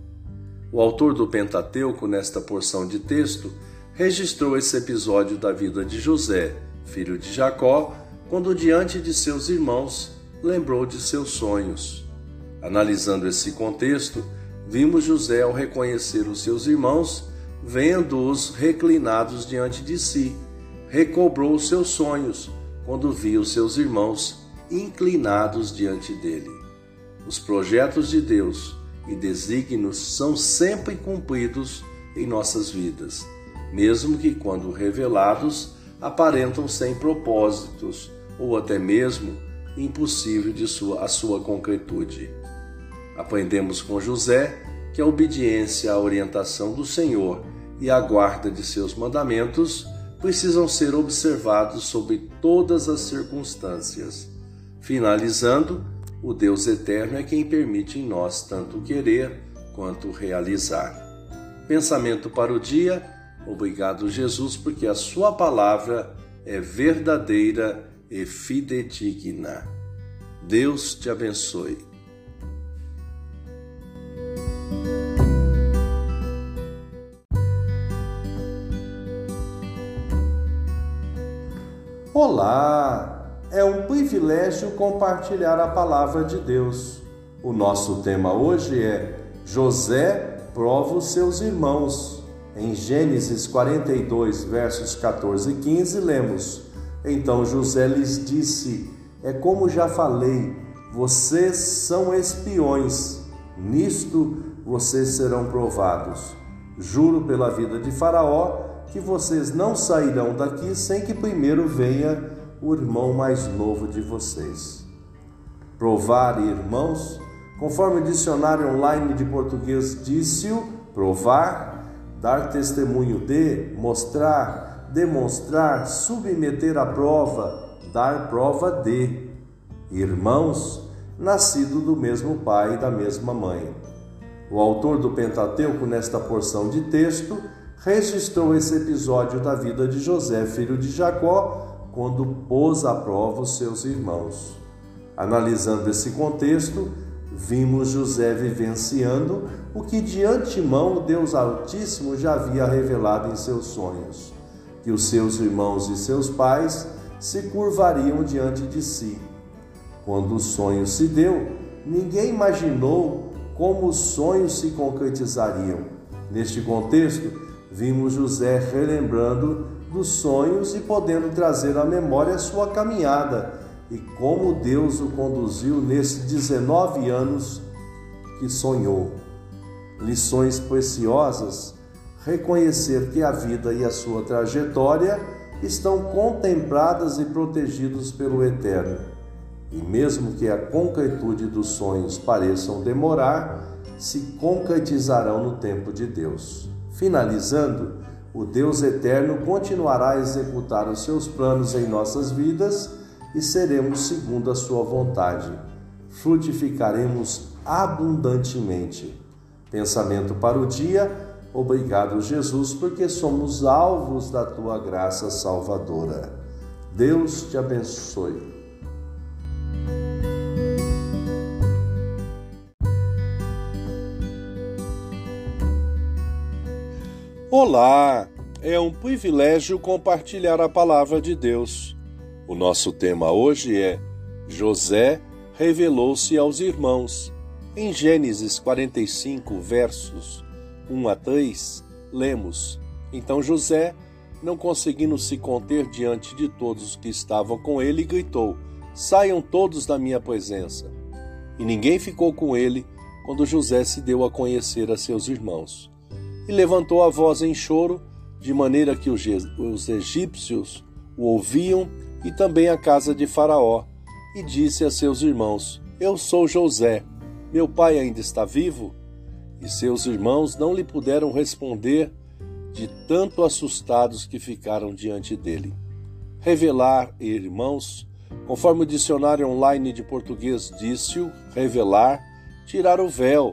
O autor do Pentateuco, nesta porção de texto, registrou esse episódio da vida de José, filho de Jacó, quando diante de seus irmãos lembrou de seus sonhos. Analisando esse contexto, vimos José ao reconhecer os seus irmãos, vendo-os reclinados diante de si, recobrou os seus sonhos quando viu seus irmãos inclinados diante dele. Os projetos de Deus e desígnios são sempre cumpridos em nossas vidas, mesmo que quando revelados aparentam sem propósitos ou até mesmo impossível a sua concretude. Aprendemos com José que a obediência à orientação do Senhor e a guarda de seus mandamentos precisam ser observados sob todas as circunstâncias. Finalizando, o Deus eterno é quem permite em nós tanto querer quanto realizar. Pensamento para o dia. Obrigado, Jesus, porque a sua palavra é verdadeira e fidedigna. Deus te abençoe. Olá! É um privilégio compartilhar a palavra de Deus. O nosso tema hoje é José prova os seus irmãos. Em Gênesis 42, versos 14 e 15, lemos: Então José lhes disse: É como já falei, vocês são espiões. Nisto vocês serão provados. Juro pela vida de Faraó que vocês não sairão daqui sem que primeiro venha o irmão mais novo de vocês. Provar, irmãos, conforme o dicionário online de português disse-o, provar, dar testemunho de, mostrar, demonstrar, submeter à prova, dar prova de. Irmãos, nascido do mesmo pai e da mesma mãe. O autor do Pentateuco, nesta porção de texto, registrou esse episódio da vida de José, filho de Jacó, quando pôs à prova os seus irmãos. Analisando esse contexto, vimos José vivenciando o que de antemão o Deus Altíssimo já havia revelado em seus sonhos, que os seus irmãos e seus pais se curvariam diante de si. Quando o sonho se deu, ninguém imaginou como os sonhos se concretizariam. Neste contexto, vimos José relembrando dos sonhos e podendo trazer à memória a sua caminhada e como Deus o conduziu nesses 19 anos que sonhou. Lições preciosas, reconhecer que a vida e a sua trajetória estão contempladas e protegidos pelo Eterno. E mesmo que a concretude dos sonhos pareçam demorar, se concretizarão no tempo de Deus. Finalizando, o Deus eterno continuará a executar os seus planos em nossas vidas e seremos segundo a sua vontade. Frutificaremos abundantemente. Pensamento para o dia. Obrigado, Jesus, porque somos alvos da tua graça salvadora. Deus te abençoe. Olá! É um privilégio compartilhar a palavra de Deus. O nosso tema hoje é José revelou-se aos irmãos. Em Gênesis 45, versos 1 a 3, lemos: Então José não conseguindo se conter diante de todos os que estavam com ele, gritou: "Saiam todos da minha presença!" E ninguém ficou com ele quando José se deu a conhecer a seus irmãos. E levantou a voz em choro, de maneira que os egípcios o ouviam, e também a casa de Faraó, e disse a seus irmãos: "Eu sou José, meu pai ainda está vivo?" E seus irmãos não lhe puderam responder, de tanto assustados que ficaram diante dele. Revelar, irmãos, conforme o dicionário online de português disse-o, revelar, tirar o véu,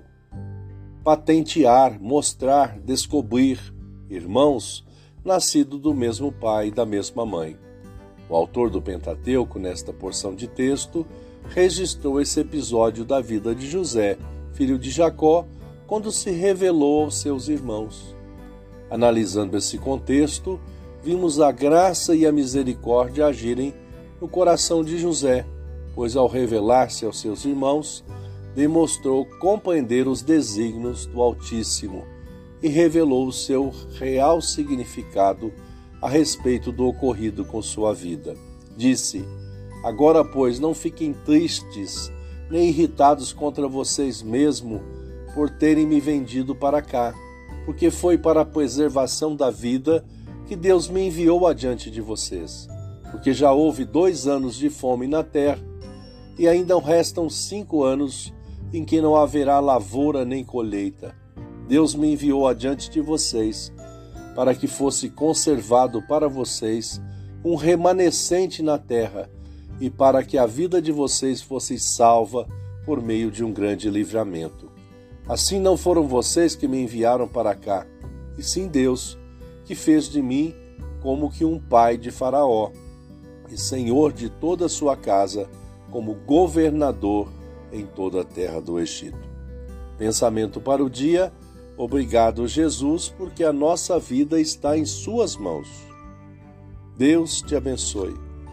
patentear, mostrar, descobrir. Irmãos, nascido do mesmo pai e da mesma mãe. O autor do Pentateuco, nesta porção de texto, registrou esse episódio da vida de José, filho de Jacó, quando se revelou aos seus irmãos. Analisando esse contexto, vimos a graça e a misericórdia agirem no coração de José, pois ao revelar-se aos seus irmãos, demonstrou compreender os desígnios do Altíssimo e revelou o seu real significado a respeito do ocorrido com sua vida. Disse: "Agora, pois, não fiquem tristes, nem irritados contra vocês mesmos por terem me vendido para cá, porque foi para a preservação da vida que Deus me enviou adiante de vocês. Porque já houve 2 anos de fome na terra, e ainda restam 5 anos em que não haverá lavoura nem colheita. Deus me enviou adiante de vocês, para que fosse conservado para vocês um remanescente na terra, e para que a vida de vocês fosse salva por meio de um grande livramento. Assim não foram vocês que me enviaram para cá, e sim Deus, que fez de mim como que um pai de Faraó, e senhor de toda a sua casa, como governador em toda a terra do Egito." Pensamento para o dia: obrigado, Jesus, porque a nossa vida está em suas mãos. Deus te abençoe.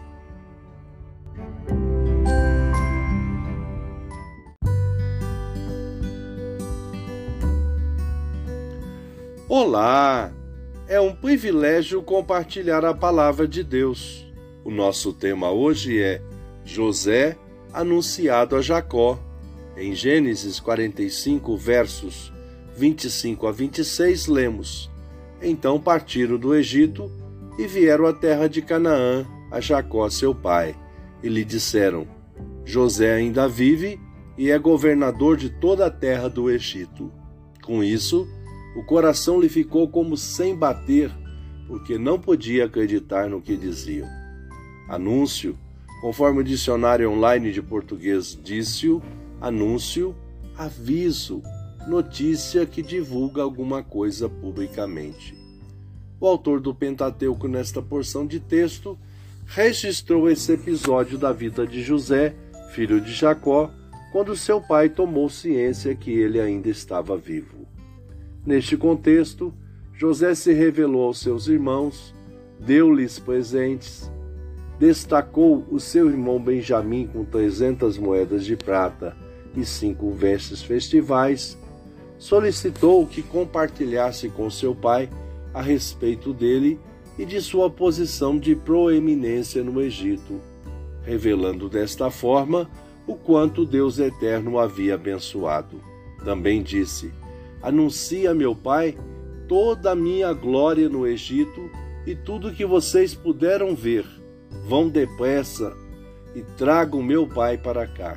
Olá! É um privilégio compartilhar a palavra de Deus. O nosso tema hoje é José anunciado a Jacó. Em Gênesis 45, versos 25 a 26, lemos: "Então partiram do Egito e vieram à terra de Canaã, a Jacó seu pai, e lhe disseram: José ainda vive e é governador de toda a terra do Egito." Com isso, o coração lhe ficou como sem bater, porque não podia acreditar no que diziam. Anúncio, conforme o dicionário online de português disse-o, anúncio, aviso, notícia que divulga alguma coisa publicamente. O autor do Pentateuco, nesta porção de texto, registrou esse episódio da vida de José, filho de Jacó, quando seu pai tomou ciência que ele ainda estava vivo. Neste contexto, José se revelou aos seus irmãos, deu-lhes presentes, destacou o seu irmão Benjamim com 300 moedas de prata e 5 vestes festivais, solicitou que compartilhasse com seu pai a respeito dele e de sua posição de proeminência no Egito, revelando desta forma o quanto Deus eterno o havia abençoado. Também disse: "Anuncia, meu pai, toda a minha glória no Egito e tudo que vocês puderam ver. Vão depressa e tragam meu pai para cá."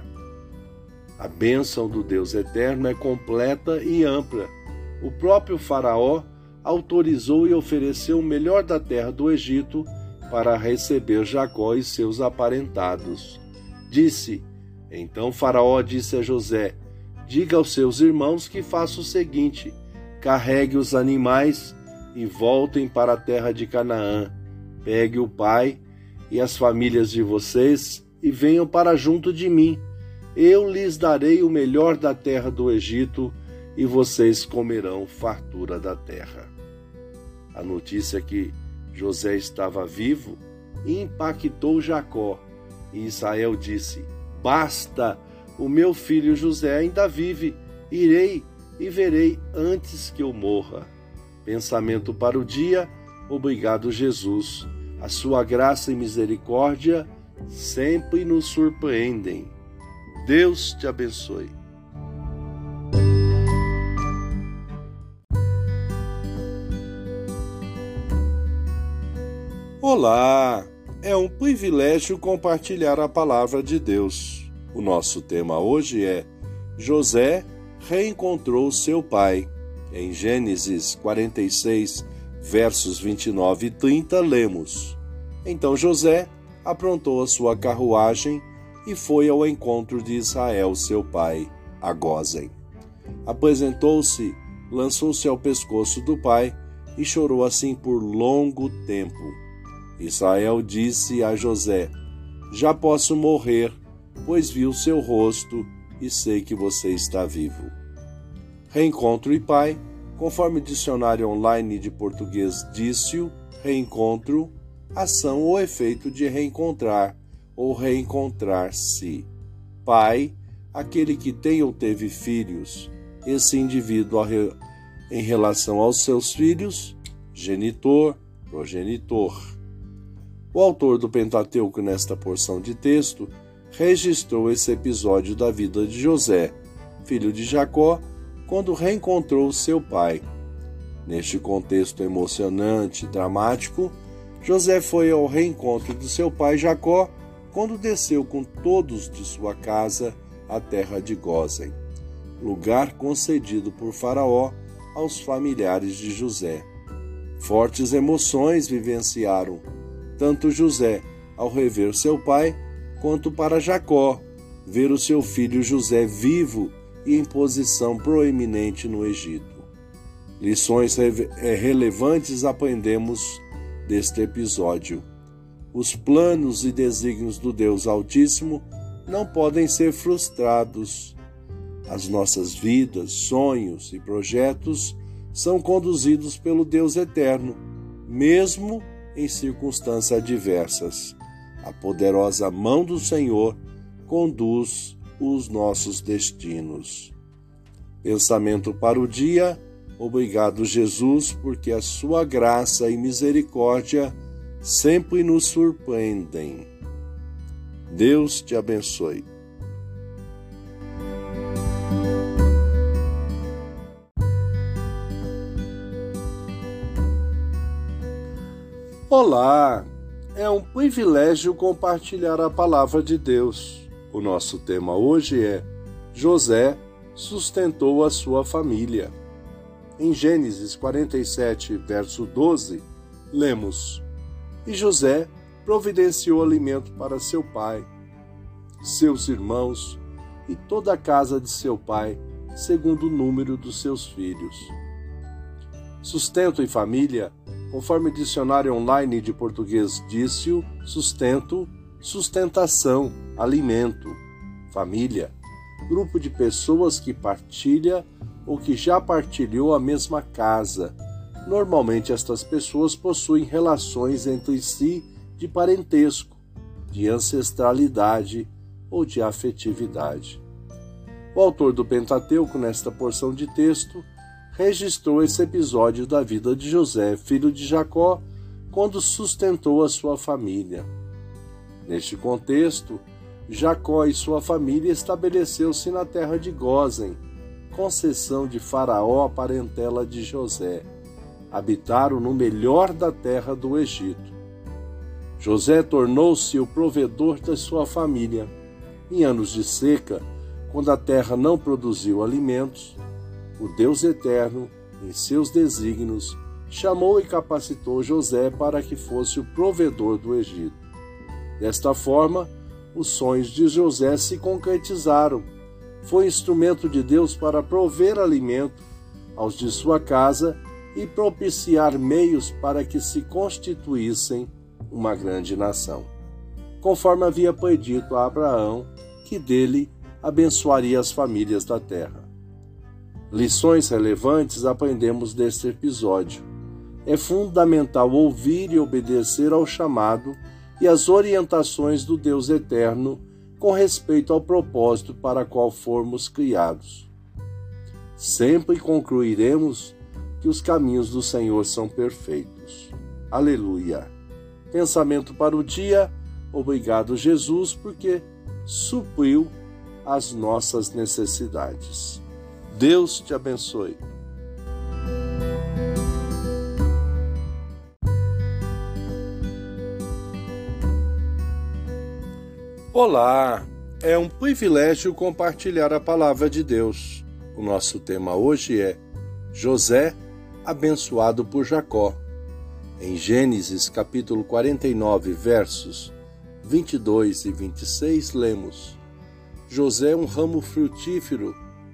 A bênção do Deus eterno é completa e ampla. O próprio Faraó autorizou e ofereceu o melhor da terra do Egito para receber Jacó e seus aparentados. Então Faraó disse a José: "Diga aos seus irmãos que faça o seguinte: carregue os animais e voltem para a terra de Canaã. Pegue o pai e as famílias de vocês e venham para junto de mim. Eu lhes darei o melhor da terra do Egito e vocês comerão fartura da terra." A notícia que José estava vivo impactou Jacó, e Israel disse: "Basta! O meu filho José ainda vive, irei e verei antes que eu morra." Pensamento para o dia: Obrigado, Jesus. A sua graça e misericórdia sempre nos surpreendem. Deus te abençoe. Olá! É um privilégio compartilhar a palavra de Deus. O nosso tema hoje é José reencontrou seu pai. Em Gênesis 46, versos 29 e 30, lemos: Então José aprontou a sua carruagem e foi ao encontro de Israel, seu pai, a Gósen. Apresentou-se, lançou-se ao pescoço do pai e chorou assim por longo tempo. Israel disse a José: Já posso morrer, pois vi o seu rosto e sei que você está vivo. Reencontro e pai, conforme o dicionário online de português Dício, reencontro, ação ou efeito de reencontrar ou reencontrar-se. Pai, aquele que tem ou teve filhos. Esse indivíduo em relação aos seus filhos, genitor, progenitor. O autor do Pentateuco, nesta porção de texto, registrou esse episódio da vida de José, filho de Jacó, quando reencontrou seu pai. Neste contexto emocionante e dramático, José foi ao reencontro do seu pai Jacó quando desceu com todos de sua casa à terra de Gósen, lugar concedido por Faraó aos familiares de José. Fortes emoções vivenciaram tanto José ao rever seu pai, quanto para Jacó ver o seu filho José vivo e em posição proeminente no Egito. Lições relevantes aprendemos deste episódio. Os planos e desígnios do Deus Altíssimo não podem ser frustrados. As nossas vidas, sonhos e projetos são conduzidos pelo Deus Eterno, mesmo em circunstâncias adversas. A poderosa mão do Senhor conduz os nossos destinos. Pensamento para o dia: obrigado, Jesus, porque a sua graça e misericórdia sempre nos surpreendem. Deus te abençoe. Olá! É um privilégio compartilhar a palavra de Deus. O nosso tema hoje é José sustentou a sua família. Em Gênesis 47, verso 12, lemos: E José providenciou alimento para seu pai, seus irmãos e toda a casa de seu pai, segundo o número dos seus filhos. Sustento e família, conforme o dicionário online de português Dício, sustento, sustentação, alimento. Família, grupo de pessoas que partilha ou que já partilhou a mesma casa. Normalmente estas pessoas possuem relações entre si de parentesco, de ancestralidade ou de afetividade. O autor do Pentateuco, nesta porção de texto, registrou esse episódio da vida de José, filho de Jacó, quando sustentou a sua família. Neste contexto, Jacó e sua família estabeleceu-se na terra de Gósen, concessão de Faraó à parentela de José. Habitaram no melhor da terra do Egito. José tornou-se o provedor da sua família. Em anos de seca, quando a terra não produziu alimentos, o Deus Eterno, em seus desígnios, chamou e capacitou José para que fosse o provedor do Egito. Desta forma, os sonhos de José se concretizaram. Foi instrumento de Deus para prover alimento aos de sua casa e propiciar meios para que se constituíssem uma grande nação, conforme havia predito a Abraão, que dele abençoaria as famílias da terra. Lições relevantes aprendemos deste episódio. É fundamental ouvir e obedecer ao chamado e às orientações do Deus Eterno com respeito ao propósito para qual fomos criados. Sempre concluiremos que os caminhos do Senhor são perfeitos. Aleluia. Pensamento para o dia. Obrigado, Jesus, porque supriu as nossas necessidades. Deus te abençoe. Olá, é um privilégio compartilhar a palavra de Deus. O nosso tema hoje é José, abençoado por Jacó. Em Gênesis capítulo 49, versos 22 e 26, lemos: José é um ramo frutífero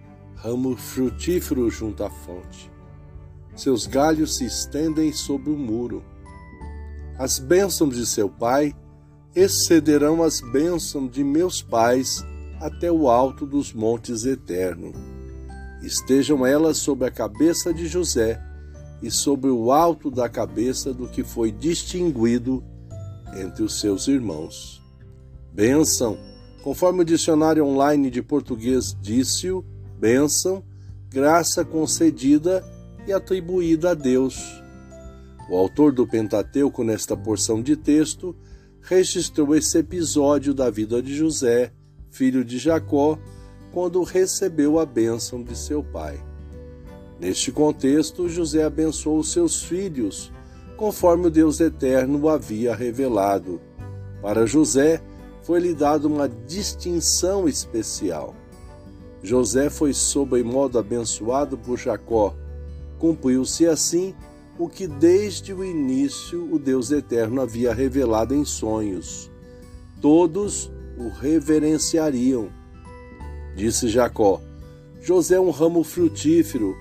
junto à fonte. Seus galhos se estendem sobre o muro. As bênçãos de seu pai excederão as bênçãos de meus pais até o alto dos montes eternos. Estejam elas sobre a cabeça de José e sobre o alto da cabeça do que foi distinguido entre os seus irmãos. Bênção, conforme o dicionário online de português disse-o, bênção, graça concedida e atribuída a Deus. O autor do Pentateuco, nesta porção de texto, registrou esse episódio da vida de José, filho de Jacó, quando recebeu a bênção de seu pai. Neste contexto, José abençoou seus filhos, conforme o Deus Eterno o havia revelado. Para José, foi-lhe dada uma distinção especial. José foi sobremodo abençoado por Jacó. Cumpriu-se assim o que desde o início o Deus Eterno havia revelado em sonhos. Todos o reverenciariam. Disse Jacó: José é um ramo frutífero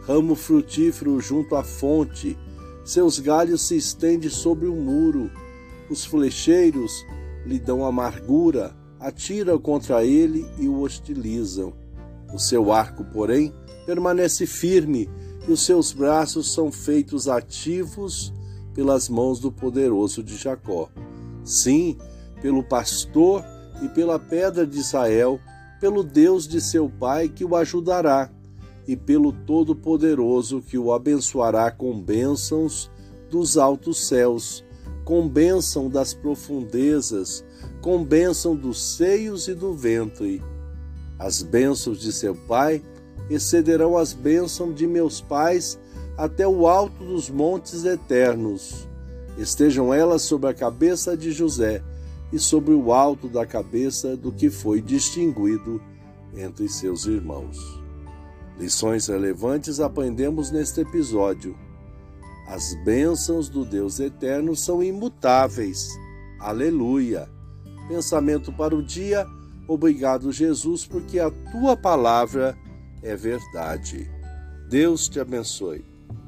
junto à fonte. Seus galhos se estendem sobre o muro. Os flecheiros lhe dão amargura, atiram contra ele e o hostilizam. O seu arco, porém, permanece firme, e os seus braços são feitos ativos pelas mãos do poderoso de Jacó. Sim, pelo pastor e pela pedra de Israel, pelo Deus de seu pai que o ajudará, e pelo Todo-Poderoso que o abençoará com bênçãos dos altos céus, com bênção das profundezas, com bênção dos seios e do ventre. As bênçãos de seu pai excederão as bênçãos de meus pais até o alto dos montes eternos. Estejam elas sobre a cabeça de José e sobre o alto da cabeça do que foi distinguido entre seus irmãos. Lições relevantes aprendemos neste episódio. As bênçãos do Deus Eterno são imutáveis. Aleluia! Pensamento para o dia. Obrigado, Jesus, porque a tua palavra é verdade. Deus te abençoe.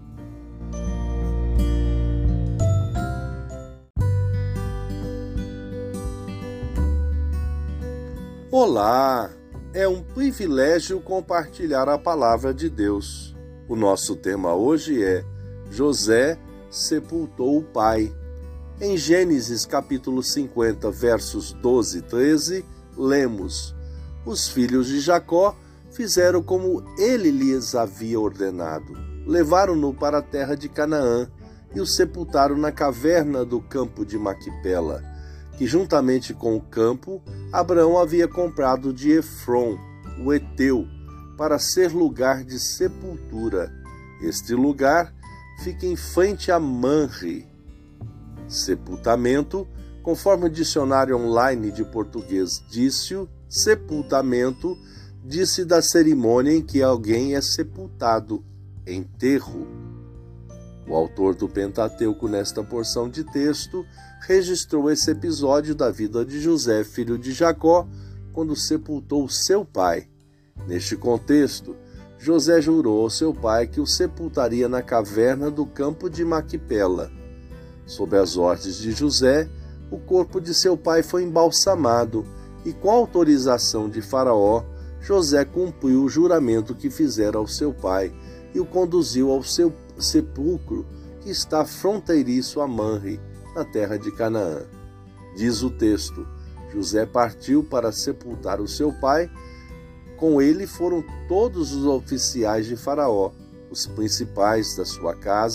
Olá! É um privilégio compartilhar a palavra de Deus. O nosso tema hoje é José sepultou o pai. Em Gênesis capítulo 50, versos 12 e 13, lemos: Os filhos de Jacó fizeram como ele lhes havia ordenado. Levaram-no para a terra de Canaã e o sepultaram na caverna do campo de Maquipela, que juntamente com o campo Abraão havia comprado de Efron, o Eteu, para ser lugar de sepultura. Este lugar fica em frente a Manre. Sepultamento, conforme o dicionário online de português disse-o, sepultamento disse da cerimônia em que alguém é sepultado, enterro. O autor do Pentateuco, nesta porção de texto, registrou esse episódio da vida de José, filho de Jacó, quando sepultou seu pai. Neste contexto, José jurou ao seu pai que o sepultaria na caverna do campo de Maquipela. Sob as ordens de José, o corpo de seu pai foi embalsamado e, com autorização de Faraó, José cumpriu o juramento que fizera ao seu pai e o conduziu ao seu sepulcro, que está fronteiriço a Manre, na terra de Canaã. Diz o texto: José partiu para sepultar o seu pai. Com ele foram todos os oficiais de Faraó, os principais da sua casa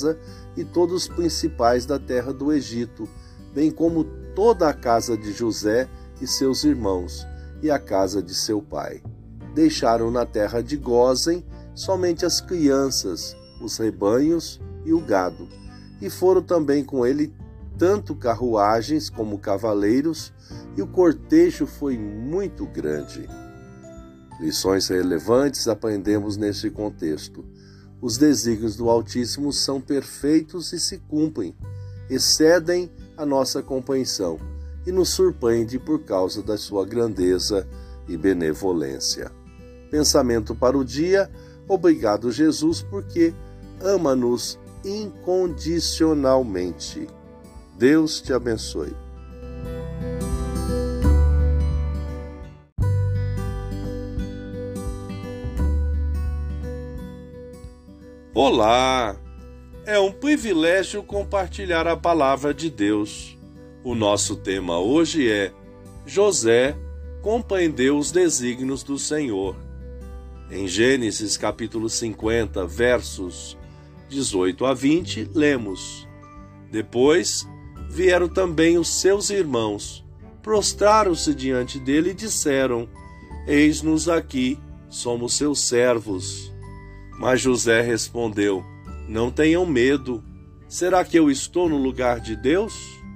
e todos os principais da terra do Egito, bem como toda a casa de José e seus irmãos, e a casa de seu pai. Deixaram na terra de Gósen somente as crianças, os rebanhos e o gado, e foram também com ele tanto carruagens como cavaleiros, e o cortejo foi muito grande. Lições relevantes aprendemos neste contexto. Os desígnios do Altíssimo são perfeitos e se cumprem, excedem a nossa compreensão e nos surpreende por causa da sua grandeza e benevolência. Pensamento para o dia: obrigado, Jesus, porque ama-nos incondicionalmente. Deus te abençoe. Olá! É um privilégio compartilhar a palavra de Deus. O nosso tema hoje é: José compreendeu os desígnios do Senhor. Em Gênesis capítulo 50, versos 18 a 20, lemos: Depois vieram também os seus irmãos, prostraram-se diante dele e disseram: Eis-nos aqui, somos seus servos. Mas José respondeu: Não tenham medo. Será que eu estou no lugar de Deus?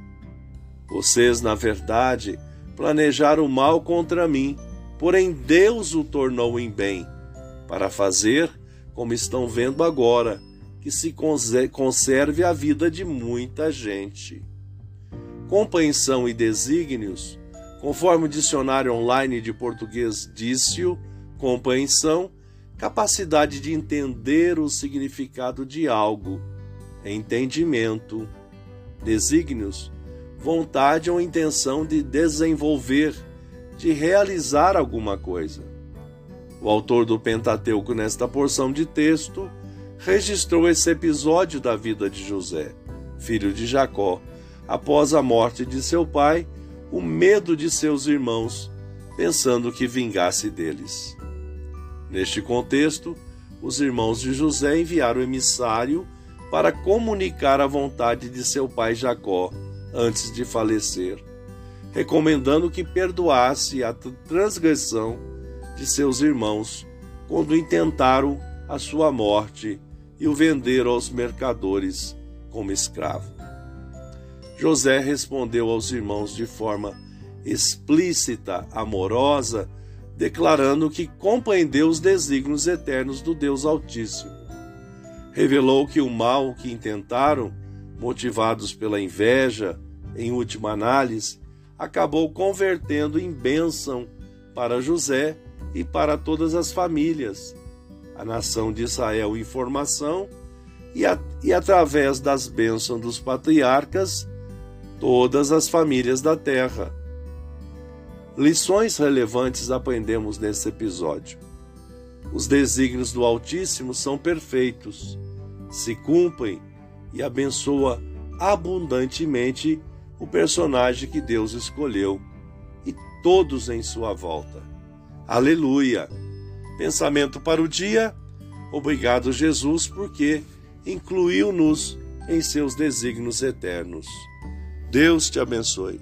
Vocês, na verdade, planejaram mal contra mim, porém Deus o tornou em bem, para fazer, como estão vendo agora, que se conserve a vida de muita gente. Compreensão e desígnios, conforme o dicionário online de português Dício, compreensão, capacidade de entender o significado de algo, entendimento. Desígnios, vontade ou intenção de desenvolver, de realizar alguma coisa. O autor do Pentateuco, nesta porção de texto, registrou esse episódio da vida de José, filho de Jacó, após a morte de seu pai, o medo de seus irmãos, pensando que vingasse deles. Neste contexto, os irmãos de José enviaram o emissário para comunicar a vontade de seu pai Jacó antes de falecer, recomendando que perdoasse a transgressão de seus irmãos quando intentaram a sua morte e o venderam aos mercadores como escravo. José respondeu aos irmãos de forma explícita, amorosa, declarando que compreendeu os desígnios eternos do Deus Altíssimo. Revelou que o mal que intentaram, motivados pela inveja, em última análise, acabou convertendo em bênção para José e para todas as famílias, a nação de Israel em formação e através das bênçãos dos patriarcas, todas as famílias da terra. Lições relevantes aprendemos nesse episódio. Os desígnios do Altíssimo são perfeitos, se cumprem e abençoa abundantemente o personagem que Deus escolheu e todos em sua volta. Aleluia! Pensamento para o dia: obrigado, Jesus, porque incluiu-nos em seus desígnios eternos. Deus te abençoe.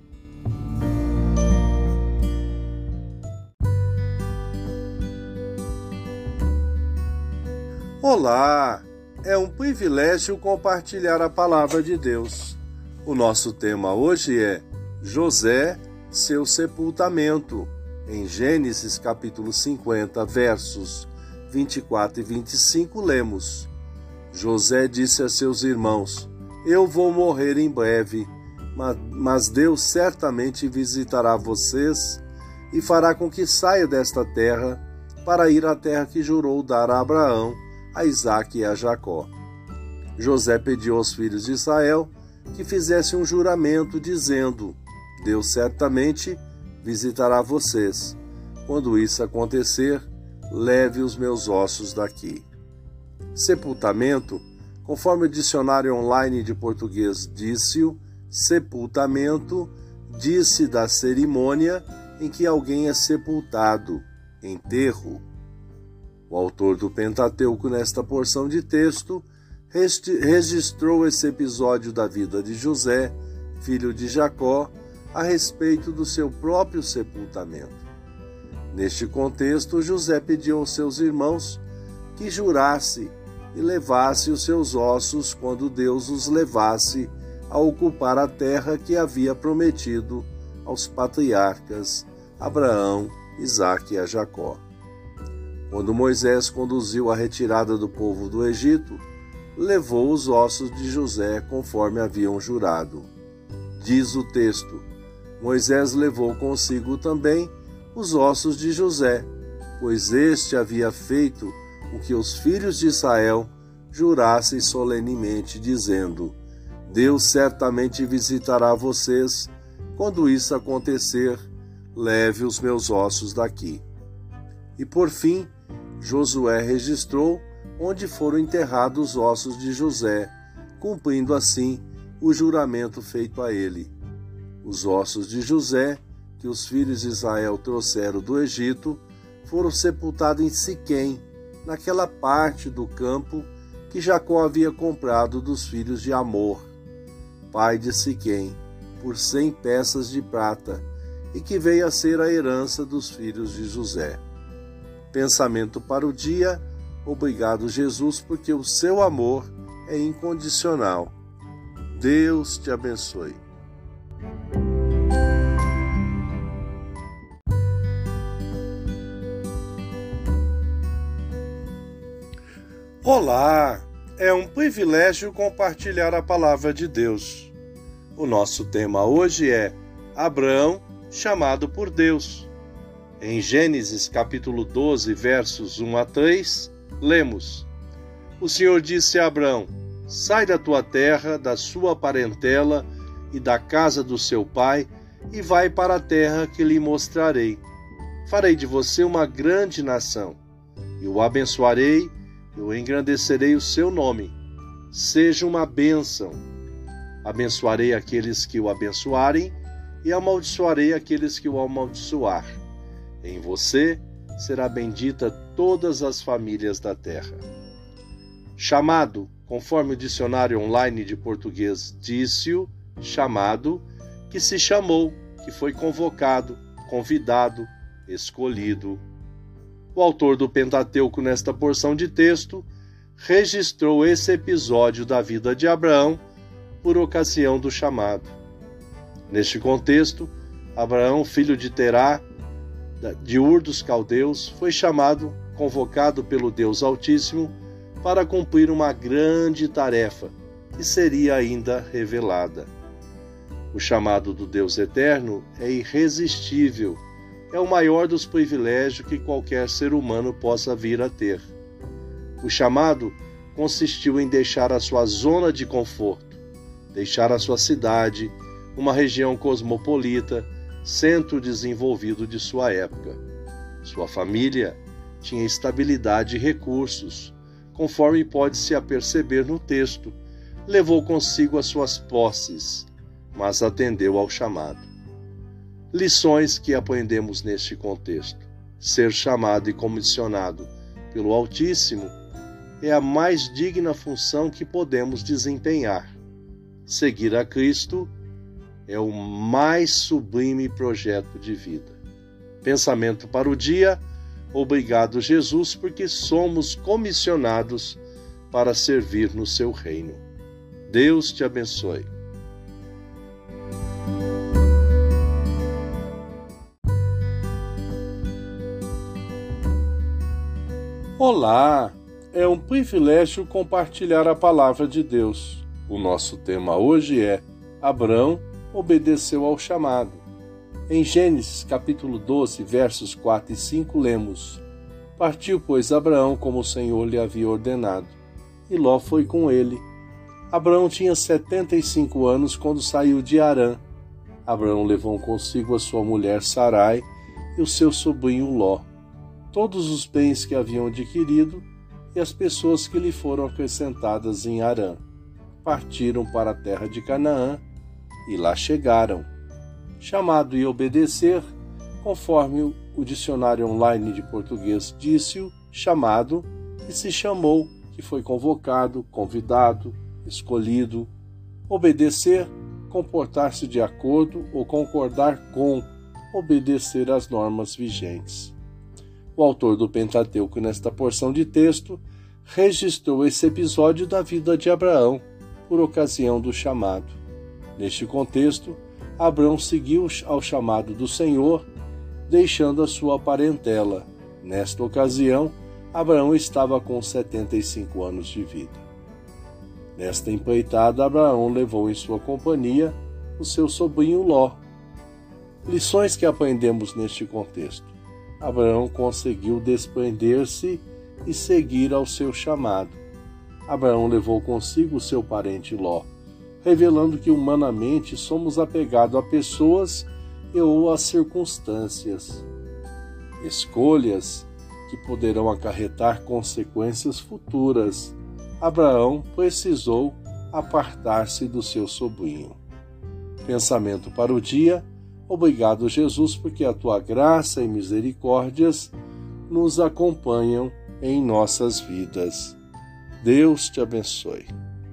Olá! É um privilégio compartilhar a palavra de Deus. O nosso tema hoje é José, seu sepultamento. Em Gênesis capítulo 50, versos 24 e 25, lemos: José disse a seus irmãos: Eu vou morrer em breve, mas Deus certamente visitará vocês e fará com que saia desta terra para ir à terra que jurou dar a Abraão, a Isaque e a Jacó. José pediu aos filhos de Israel que fizessem um juramento, dizendo: Deus certamente visitará vocês. Quando isso acontecer, leve os meus ossos daqui. Sepultamento, conforme o dicionário online de português Dício, sepultamento diz-se da cerimônia em que alguém é sepultado, enterro. O autor do Pentateuco, nesta porção de texto, registrou esse episódio da vida de José, filho de Jacó, a respeito do seu próprio sepultamento. Neste contexto, José pediu aos seus irmãos que jurasse e levasse os seus ossos quando Deus os levasse a ocupar a terra que havia prometido aos patriarcas Abraão, Isaque e a Jacó. Quando Moisés conduziu a retirada do povo do Egito, levou os ossos de José conforme haviam jurado. Diz o texto: Moisés levou consigo também os ossos de José, pois este havia feito o que os filhos de Israel jurassem solenemente, dizendo: Deus certamente visitará vocês. Quando isso acontecer, leve os meus ossos daqui. E por fim, Josué registrou onde foram enterrados os ossos de José, cumprindo assim o juramento feito a ele. Os ossos de José, que os filhos de Israel trouxeram do Egito, foram sepultados em Siquém, naquela parte do campo que Jacó havia comprado dos filhos de Amor, pai de Siquém, por 100 peças de prata, e que veio a ser a herança dos filhos de José. Pensamento para o dia: obrigado, Jesus, porque o seu amor é incondicional. Deus te abençoe. Olá! É um privilégio compartilhar a palavra de Deus. O nosso tema hoje é Abraão, chamado por Deus. Em Gênesis capítulo 12, versos 1 a 3, lemos: O Senhor disse a Abraão: Sai da tua terra, da sua parentela e da casa do seu pai, e vai para a terra que lhe mostrarei. Farei de você uma grande nação, e o abençoarei. Eu engrandecerei o seu nome. Seja uma bênção. Abençoarei aqueles que o abençoarem e amaldiçoarei aqueles que o amaldiçoar. Em você será bendita todas as famílias da terra. Chamado, conforme o dicionário online de português disse-o, chamado, que se chamou, que foi convocado, convidado, escolhido. O autor do Pentateuco, nesta porção de texto, registrou esse episódio da vida de Abraão por ocasião do chamado. Neste contexto, Abraão, filho de Terá, de Ur dos Caldeus, foi chamado, convocado pelo Deus Altíssimo para cumprir uma grande tarefa que seria ainda revelada. O chamado do Deus Eterno é irresistível. É o maior dos privilégios que qualquer ser humano possa vir a ter. O chamado consistiu em deixar a sua zona de conforto, deixar a sua cidade, uma região cosmopolita, centro desenvolvido de sua época. Sua família tinha estabilidade e recursos, conforme pode-se aperceber no texto. Levou consigo as suas posses, mas atendeu ao chamado. Lições que aprendemos neste contexto. Ser chamado e comissionado pelo Altíssimo é a mais digna função que podemos desempenhar. Seguir a Cristo é o mais sublime projeto de vida. Pensamento para o dia: obrigado, Jesus, porque somos comissionados para servir no seu reino. Deus te abençoe. Olá! É um privilégio compartilhar a palavra de Deus. O nosso tema hoje é Abraão obedeceu ao chamado. Em Gênesis capítulo 12, versos 4 e 5, lemos: Partiu, pois, Abraão como o Senhor lhe havia ordenado, e Ló foi com ele. Abraão tinha 75 anos quando saiu de Harã. Abraão levou consigo a sua mulher Sarai e o seu sobrinho Ló, todos os bens que haviam adquirido e as pessoas que lhe foram acrescentadas em Harã. Partiram para a terra de Canaã e lá chegaram. Chamado e obedecer, conforme o dicionário online de português disse-o, chamado, e se chamou, que foi convocado, convidado, escolhido. Obedecer, comportar-se de acordo ou concordar com, obedecer às normas vigentes. O autor do Pentateuco, nesta porção de texto, registrou esse episódio da vida de Abraão, por ocasião do chamado. Neste contexto, Abraão seguiu ao chamado do Senhor, deixando a sua parentela. Nesta ocasião, Abraão estava com 75 anos de vida. Nesta empreitada, Abraão levou em sua companhia o seu sobrinho Ló. Lições que aprendemos neste contexto. Abraão conseguiu desprender-se e seguir ao seu chamado. Abraão levou consigo o seu parente Ló, revelando que humanamente somos apegados a pessoas e ou a circunstâncias. Escolhas que poderão acarretar consequências futuras. Abraão precisou apartar-se do seu sobrinho. Pensamento para o dia. Obrigado, Jesus, porque a tua graça e misericórdias nos acompanham em nossas vidas. Deus te abençoe.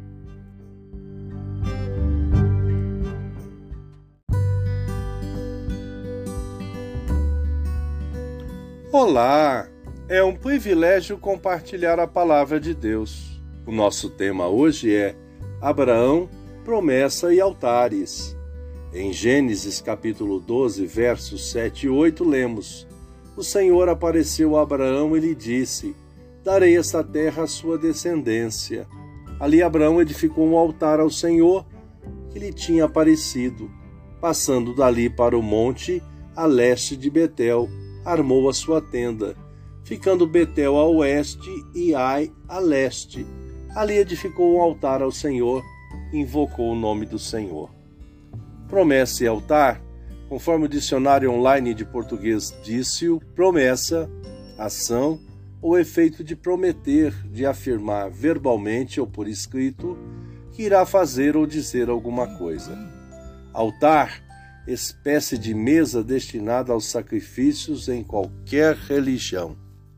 Olá! É um privilégio compartilhar a palavra de Deus. O nosso tema hoje é Abraão, promessa e altares. Em Gênesis capítulo 12, versos 7 e 8, lemos: O Senhor apareceu a Abraão e lhe disse: Darei esta terra à sua descendência. Ali Abraão edificou um altar ao Senhor que lhe tinha aparecido. Passando dali para o monte, a leste de Betel, armou a sua tenda, ficando Betel a oeste e Ai a leste. Ali edificou um altar ao Senhor e invocou o nome do Senhor. Promessa e altar, conforme o dicionário online de português Dício, promessa, ação ou efeito de prometer, de afirmar verbalmente ou por escrito que irá fazer ou dizer alguma coisa. Altar, espécie de mesa destinada aos sacrifícios em qualquer religião.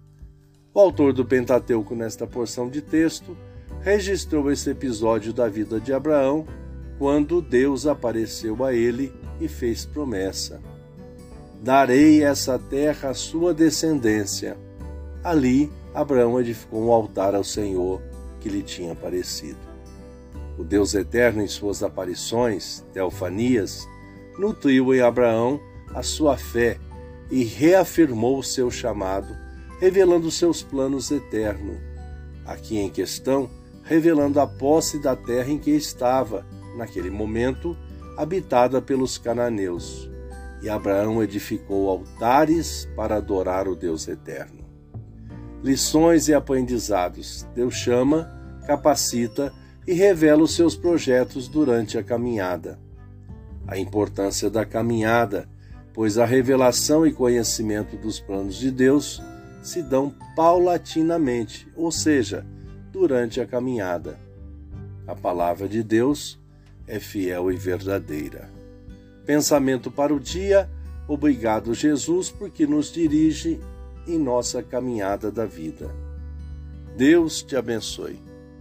O autor do Pentateuco, nesta porção de texto, registrou esse episódio da vida de Abraão, quando Deus apareceu a ele e fez promessa: Darei essa terra à sua descendência. Ali, Abraão edificou um altar ao Senhor que lhe tinha aparecido. O Deus eterno, em suas aparições, teofanias, nutriu em Abraão a sua fé e reafirmou o seu chamado, revelando seus planos eternos. Aqui em questão, revelando a posse da terra em que estava, naquele momento, habitada pelos cananeus. E Abraão edificou altares para adorar o Deus eterno. Lições e aprendizados. Deus chama, capacita e revela os seus projetos durante a caminhada. A importância da caminhada, pois a revelação e conhecimento dos planos de Deus se dão paulatinamente, ou seja, durante a caminhada. A palavra de Deus é fiel e verdadeira. Pensamento para o dia. Obrigado, Jesus, porque nos dirige em nossa caminhada da vida. Deus te abençoe.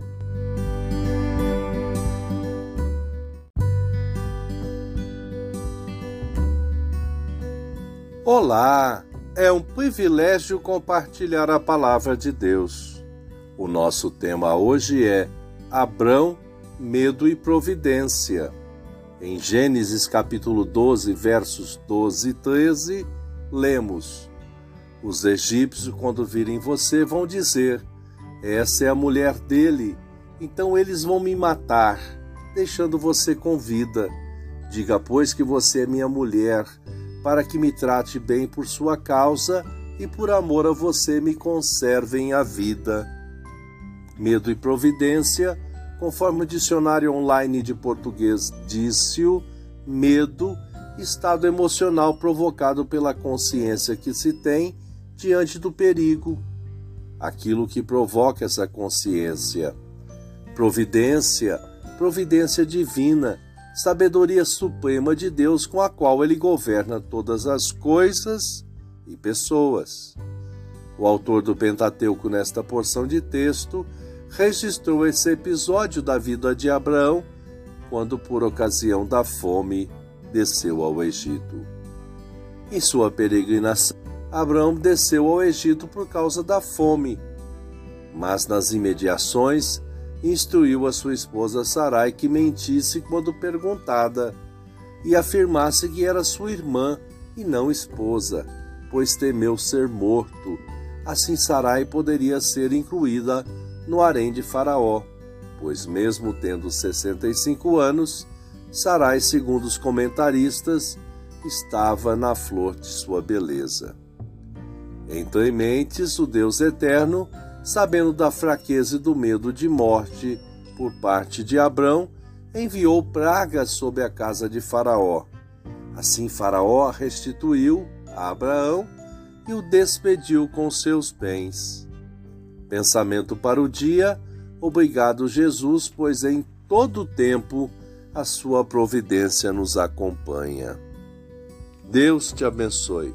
Olá! É um privilégio compartilhar a palavra de Deus. O nosso tema hoje é Abrão, medo e providência. Em Gênesis capítulo 12, versos 12 e 13, lemos: Os egípcios, quando virem você, vão dizer: Essa é a mulher dele, então eles vão me matar, deixando você com vida. Diga, pois, que você é minha mulher, para que me trate bem por sua causa e por amor a você me conservem a vida. Medo e providência, conforme o dicionário online de português Dício, medo, estado emocional provocado pela consciência que se tem diante do perigo. Aquilo que provoca essa consciência. Providência, providência divina, sabedoria suprema de Deus com a qual Ele governa todas as coisas e pessoas. O autor do Pentateuco, nesta porção de texto, registrou esse episódio da vida de Abraão, quando, por ocasião da fome, desceu ao Egito. Em sua peregrinação, Abraão desceu ao Egito por causa da fome, mas nas imediações instruiu a sua esposa Sarai que mentisse quando perguntada e afirmasse que era sua irmã e não esposa, pois temeu ser morto. Assim Sarai poderia ser incluída no harém de Faraó, pois mesmo tendo 65 anos, Sarai, segundo os comentaristas, estava na flor de sua beleza. Entre mentes, o Deus Eterno, sabendo da fraqueza e do medo de morte por parte de Abrão, enviou pragas sobre a casa de Faraó. Assim Faraó restituiu a Abraão e o despediu com seus bens. Pensamento para o dia: obrigado, Jesus, pois em todo o tempo a sua providência nos acompanha. Deus te abençoe.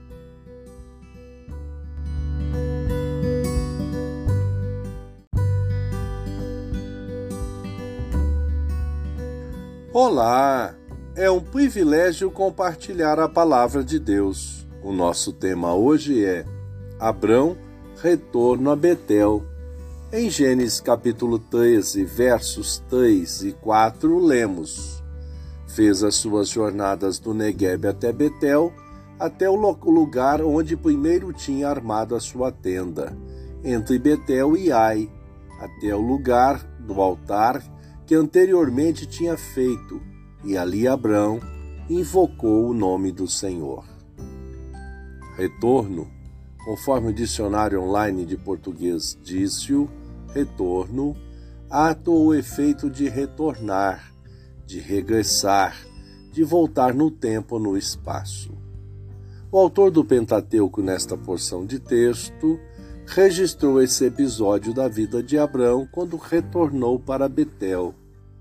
Olá! É um privilégio compartilhar a palavra de Deus. O nosso tema hoje é Abrão, retorno a Betel. Em Gênesis capítulo 13, versos 3 e 4, lemos: Fez as suas jornadas do Neguebe até Betel, até o lugar onde primeiro tinha armado a sua tenda, entre Betel e Ai, até o lugar do altar que anteriormente tinha feito, e ali Abrão invocou o nome do Senhor. Retorno, conforme o dicionário online de português diz-o, retorno, ato ou efeito de retornar, de regressar, de voltar no tempo ou no espaço. O autor do Pentateuco, nesta porção de texto, registrou esse episódio da vida de Abrão quando retornou para Betel.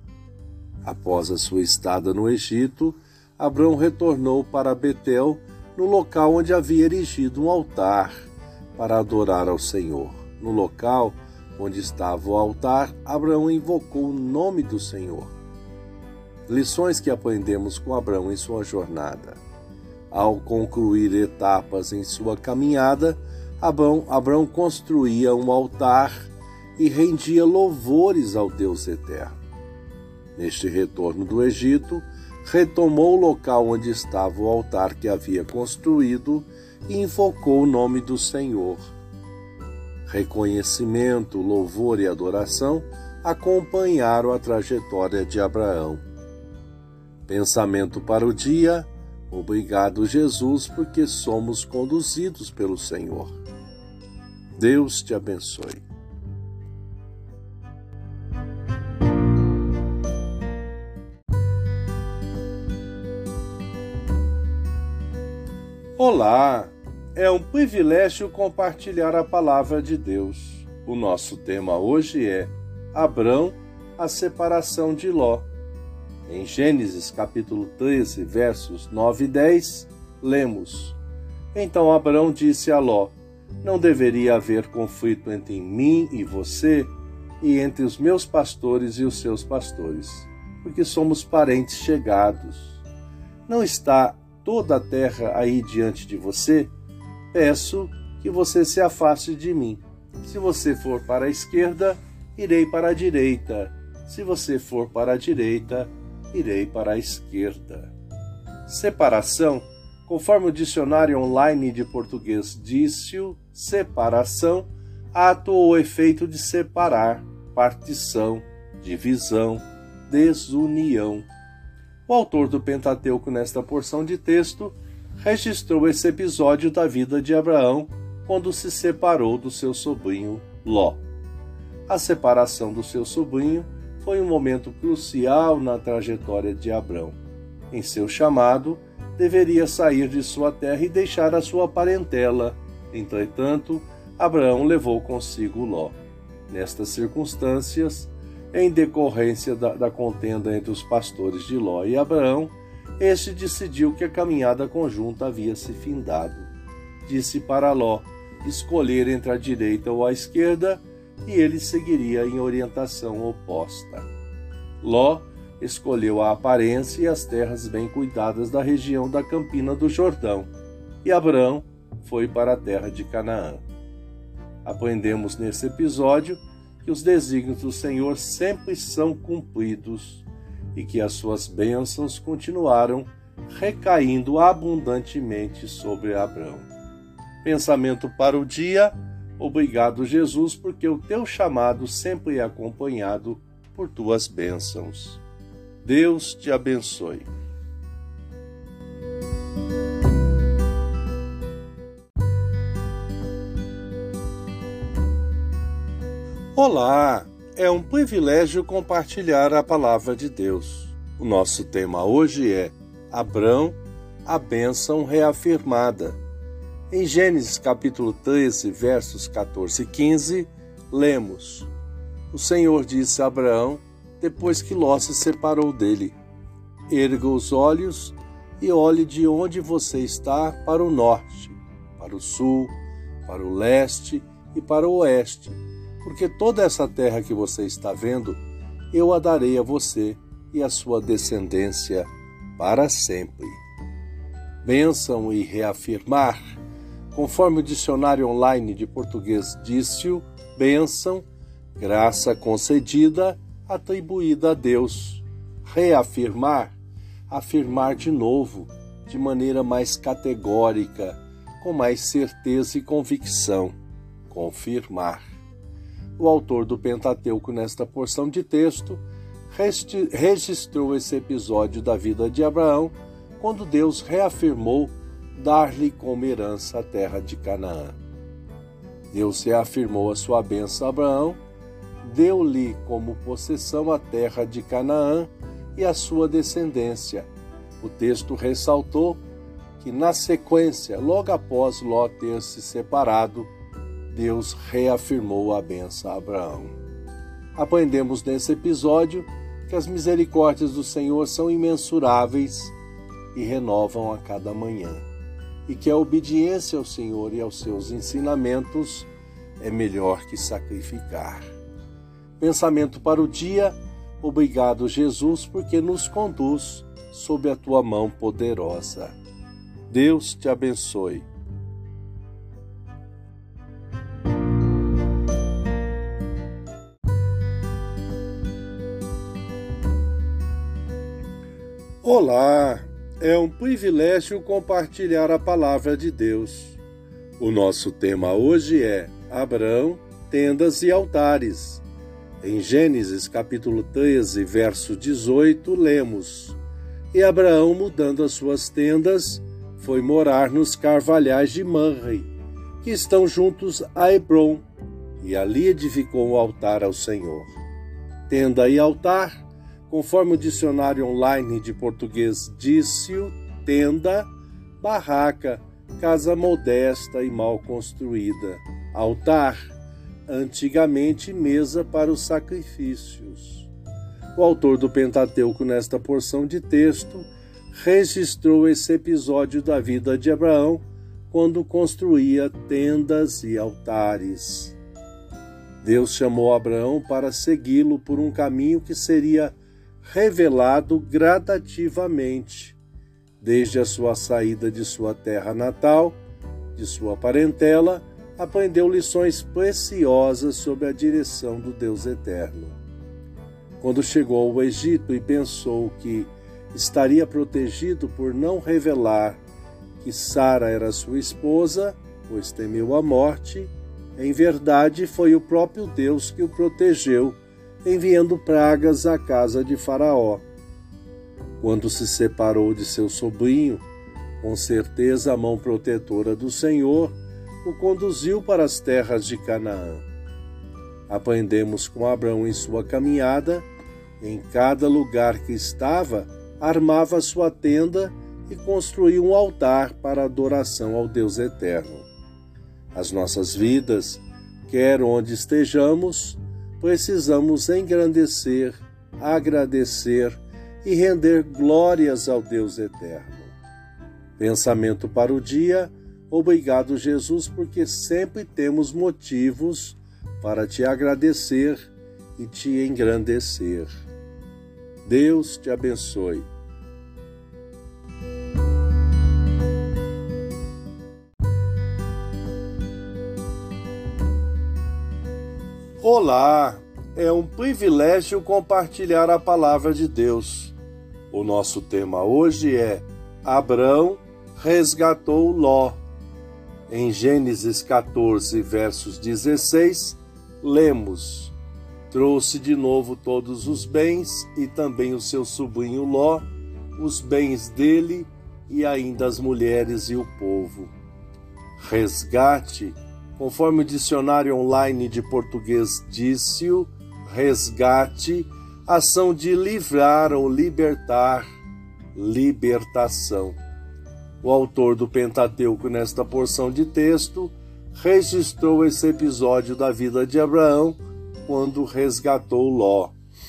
Após a sua estada no Egito, Abrão retornou para Betel, no local onde havia erigido um altar para adorar ao Senhor. No local onde estava o altar, Abrão invocou o nome do Senhor. Lições que aprendemos com Abrão em sua jornada. Ao concluir etapas em sua caminhada, Abrão construía um altar e rendia louvores ao Deus Eterno. Neste retorno do Egito, retomou o local onde estava o altar que havia construído e invocou o nome do Senhor. Reconhecimento, louvor e adoração acompanharam a trajetória de Abraão. Pensamento para o dia: obrigado, Jesus, porque somos conduzidos pelo Senhor. Deus te abençoe. Olá! É um privilégio compartilhar a palavra de Deus. O nosso tema hoje é Abrão, a separação de Ló. Em Gênesis capítulo 13, versos 9 e 10, lemos: Então Abrão disse a Ló: Não deveria haver conflito entre mim e você, e entre os meus pastores e os seus pastores, porque somos parentes chegados. Não está toda a terra aí diante de você? Peço que você se afaste de mim. Se você for para a esquerda, irei para a direita. Se você for para a direita, irei para a esquerda. Separação, conforme o dicionário online de português diz-o, separação, ato ou efeito de separar, partição, divisão, desunião. O autor do Pentateuco, nesta porção de texto, registrou esse episódio da vida de Abraão quando se separou do seu sobrinho Ló. A separação do seu sobrinho foi um momento crucial na trajetória de Abrão. Em seu chamado, deveria sair de sua terra e deixar a sua parentela. Entretanto, Abraão levou consigo Ló. Nestas circunstâncias, em decorrência da contenda entre os pastores de Ló e Abraão, este decidiu que a caminhada conjunta havia se findado. Disse para Ló escolher entre a direita ou a esquerda, e ele seguiria em orientação oposta. Ló escolheu a aparência e as terras bem cuidadas da região da Campina do Jordão, e Abraão foi para a terra de Canaã. Aprendemos nesse episódio que os desígnios do Senhor sempre são cumpridos e que as suas bênçãos continuaram recaindo abundantemente sobre Abraão. Pensamento para o dia: obrigado, Jesus, porque o teu chamado sempre é acompanhado por tuas bênçãos. Deus te abençoe. Olá! É um privilégio compartilhar a palavra de Deus. O nosso tema hoje é Abrão, a bênção reafirmada. Em Gênesis capítulo 13, versos 14 e 15, lemos: O Senhor disse a Abraão, depois que Ló se separou dele: Erga os olhos e olhe de onde você está para o norte, para o sul, para o leste e para o oeste, porque toda essa terra que você está vendo, eu a darei a você e a sua descendência para sempre. Bênção e reafirmar. Conforme o dicionário online de português disse-o, bênção, graça concedida, atribuída a Deus. Reafirmar, afirmar de novo, de maneira mais categórica, com mais certeza e convicção. Confirmar. O autor do Pentateuco, nesta porção de texto, registrou esse episódio da vida de Abraão, quando Deus reafirmou dar-lhe como herança a terra de Canaã. Deus reafirmou a sua bênção a Abraão, deu-lhe como possessão a terra de Canaã e a sua descendência. O texto ressaltou que, na sequência, logo após Ló ter se separado, Deus reafirmou a bênção a Abraão. Aprendemos nesse episódio que as misericórdias do Senhor são imensuráveis e renovam a cada manhã, e que a obediência ao Senhor e aos seus ensinamentos é melhor que sacrificar. Pensamento para o dia: obrigado, Jesus, porque nos conduz sob a tua mão poderosa. Deus te abençoe. Olá! É um privilégio compartilhar a palavra de Deus. O nosso tema hoje é Abrão, tendas e altares. Em Gênesis capítulo 13, verso 18, lemos: E Abraão, mudando as suas tendas, foi morar nos carvalhais de Manre, que estão juntos a Hebrom, e ali edificou um altar ao Senhor. Tenda e altar, conforme o dicionário online de português disse-o, tenda, barraca, casa modesta e mal construída. Altar, antigamente mesa para os sacrifícios. O autor do Pentateuco, nesta porção de texto, registrou esse episódio da vida de Abraão quando construía tendas e altares. Deus chamou Abraão para segui-lo por um caminho que seria revelado gradativamente, desde a sua saída de sua terra natal, de sua parentela, aprendeu lições preciosas sob a direção do Deus Eterno. Quando chegou ao Egito e pensou que estaria protegido por não revelar que Sara era sua esposa, pois temeu a morte, em verdade foi o próprio Deus que o protegeu, enviando pragas à casa de Faraó. Quando se separou de seu sobrinho, com certeza a mão protetora do Senhor o conduziu para as terras de Canaã. Aprendemos com Abrão em sua caminhada: em cada lugar que estava, armava sua tenda e construía um altar para adoração ao Deus Eterno. As nossas vidas, quer onde estejamos, precisamos engrandecer, agradecer e render glórias ao Deus Eterno. Pensamento para o dia: obrigado, Jesus, porque sempre temos motivos para te agradecer e te engrandecer. Deus te abençoe. Olá, é um privilégio compartilhar a palavra de Deus. O nosso tema hoje é Abrão resgatou Ló. Em Gênesis 14, versos 16, lemos: Trouxe de novo todos os bens e também o seu sobrinho Ló, os bens dele e ainda as mulheres e o povo. Resgate, conforme o dicionário online de português disse-o, resgate, ação de livrar ou libertar, libertação. O autor do Pentateuco, nesta porção de texto, registrou esse episódio da vida de Abraão quando resgatou Ló.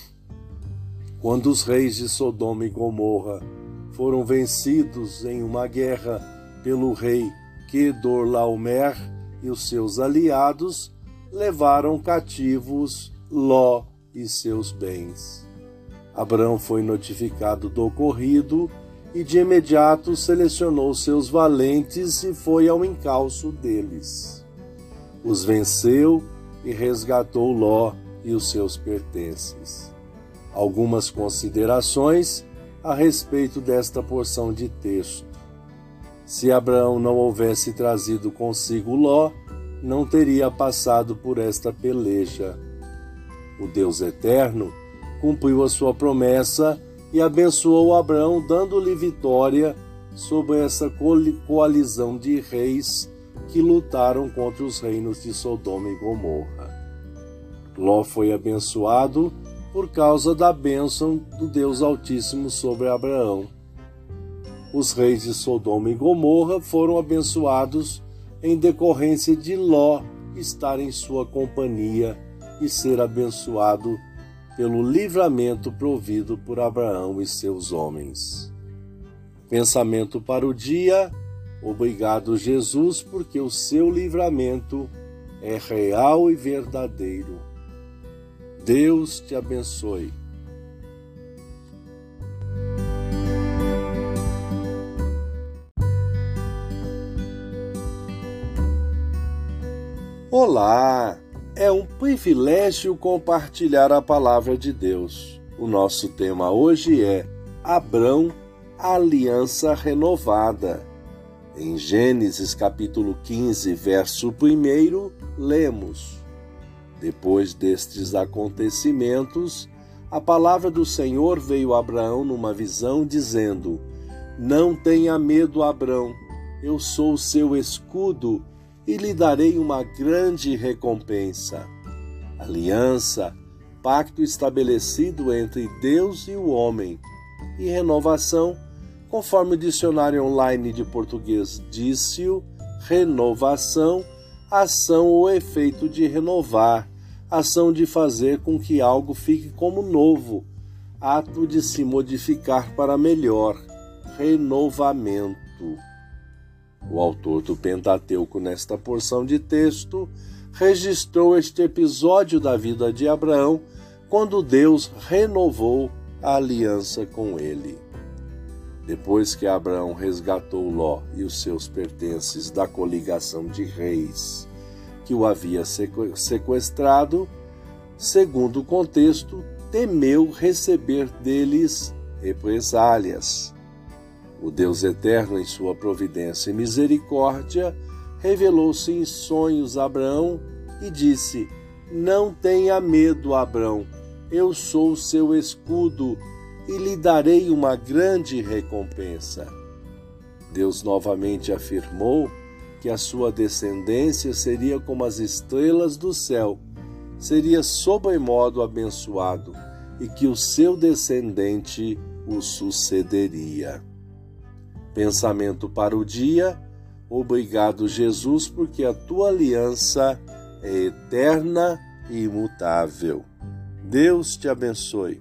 Quando os reis de Sodoma e Gomorra foram vencidos em uma guerra pelo rei Quedorlaomer e os seus aliados, levaram cativos Ló e seus bens. Abrão foi notificado do ocorrido e de imediato selecionou seus valentes e foi ao encalço deles. Os venceu e resgatou Ló e os seus pertences. Algumas considerações a respeito desta porção de texto. Se Abraão não houvesse trazido consigo Ló, não teria passado por esta peleja. O Deus Eterno cumpriu a sua promessa e abençoou Abraão, dando-lhe vitória sobre essa coalizão de reis que lutaram contra os reinos de Sodoma e Gomorra. Ló foi abençoado por causa da bênção do Deus Altíssimo sobre Abraão. Os reis de Sodoma e Gomorra foram abençoados em decorrência de Ló estar em sua companhia e ser abençoado pelo livramento provido por Abraão e seus homens. Pensamento para o dia: obrigado, Jesus, porque o seu livramento é real e verdadeiro. Deus te abençoe. Olá! É um privilégio compartilhar a palavra de Deus. O nosso tema hoje é Abrão, aliança renovada. Em Gênesis capítulo 15, verso 1, lemos: Depois destes acontecimentos, a palavra do Senhor veio a Abraão numa visão, dizendo: Não tenha medo, Abrão, eu sou o seu escudo e lhe darei uma grande recompensa. Aliança, pacto estabelecido entre Deus e o homem. E renovação, conforme o dicionário online de português disse-o, renovação, ação ou efeito de renovar, ação de fazer com que algo fique como novo, ato de se modificar para melhor, renovamento. O autor do Pentateuco, nesta porção de texto, registrou este episódio da vida de Abraão quando Deus renovou a aliança com ele. Depois que Abraão resgatou Ló e os seus pertences da coligação de reis que o havia sequestrado, segundo o contexto, temeu receber deles represálias. O Deus Eterno, em sua providência e misericórdia, revelou-se em sonhos a Abraão e disse: Não tenha medo, Abraão, eu sou o seu escudo e lhe darei uma grande recompensa. Deus novamente afirmou que a sua descendência seria como as estrelas do céu, seria sobremodo abençoado e que o seu descendente o sucederia. Pensamento para o dia: obrigado, Jesus, porque a tua aliança é eterna e imutável. Deus te abençoe.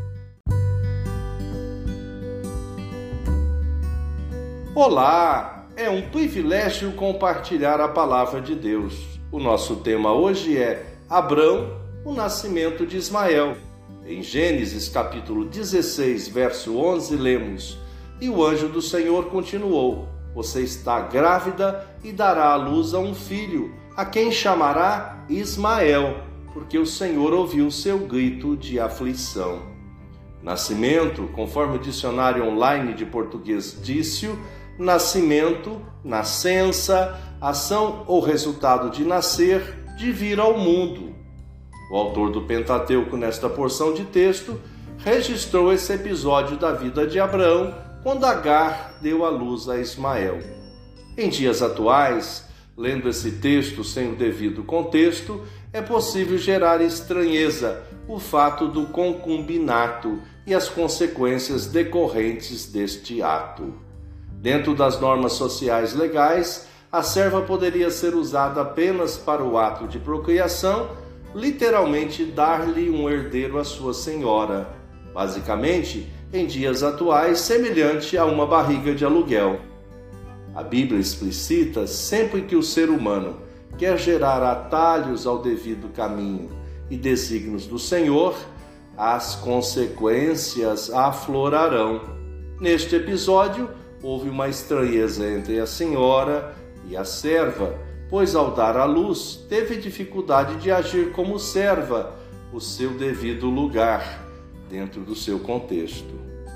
Olá! é um privilégio compartilhar a palavra de Deus. O nosso tema hoje é Abrão, o nascimento de Ismael. Em Gênesis capítulo 16, verso 11, lemos: E o anjo do Senhor continuou: Você está grávida e dará à luz a um filho, a quem chamará Ismael, porque o Senhor ouviu seu grito de aflição. Nascimento, conforme o dicionário online de português Dício, nascimento, nascença, ação ou resultado de nascer, de vir ao mundo. O autor do Pentateuco, nesta porção de texto, registrou esse episódio da vida de Abraão quando Agar deu à luz a Ismael. Em dias atuais, lendo esse texto sem o devido contexto, é possível gerar estranheza o fato do concubinato e as consequências decorrentes deste ato. Dentro das normas sociais legais, a serva poderia ser usada apenas para o ato de procriação, literalmente dar-lhe um herdeiro à sua senhora. Basicamente, em dias atuais, semelhante a uma barriga de aluguel. A Bíblia explicita sempre que o ser humano quer gerar atalhos ao devido caminho e desígnios do Senhor, as consequências aflorarão. Neste episódio, houve uma estranheza entre a senhora e a serva, pois ao dar à luz, teve dificuldade de agir como serva, o seu devido lugar, dentro do seu contexto.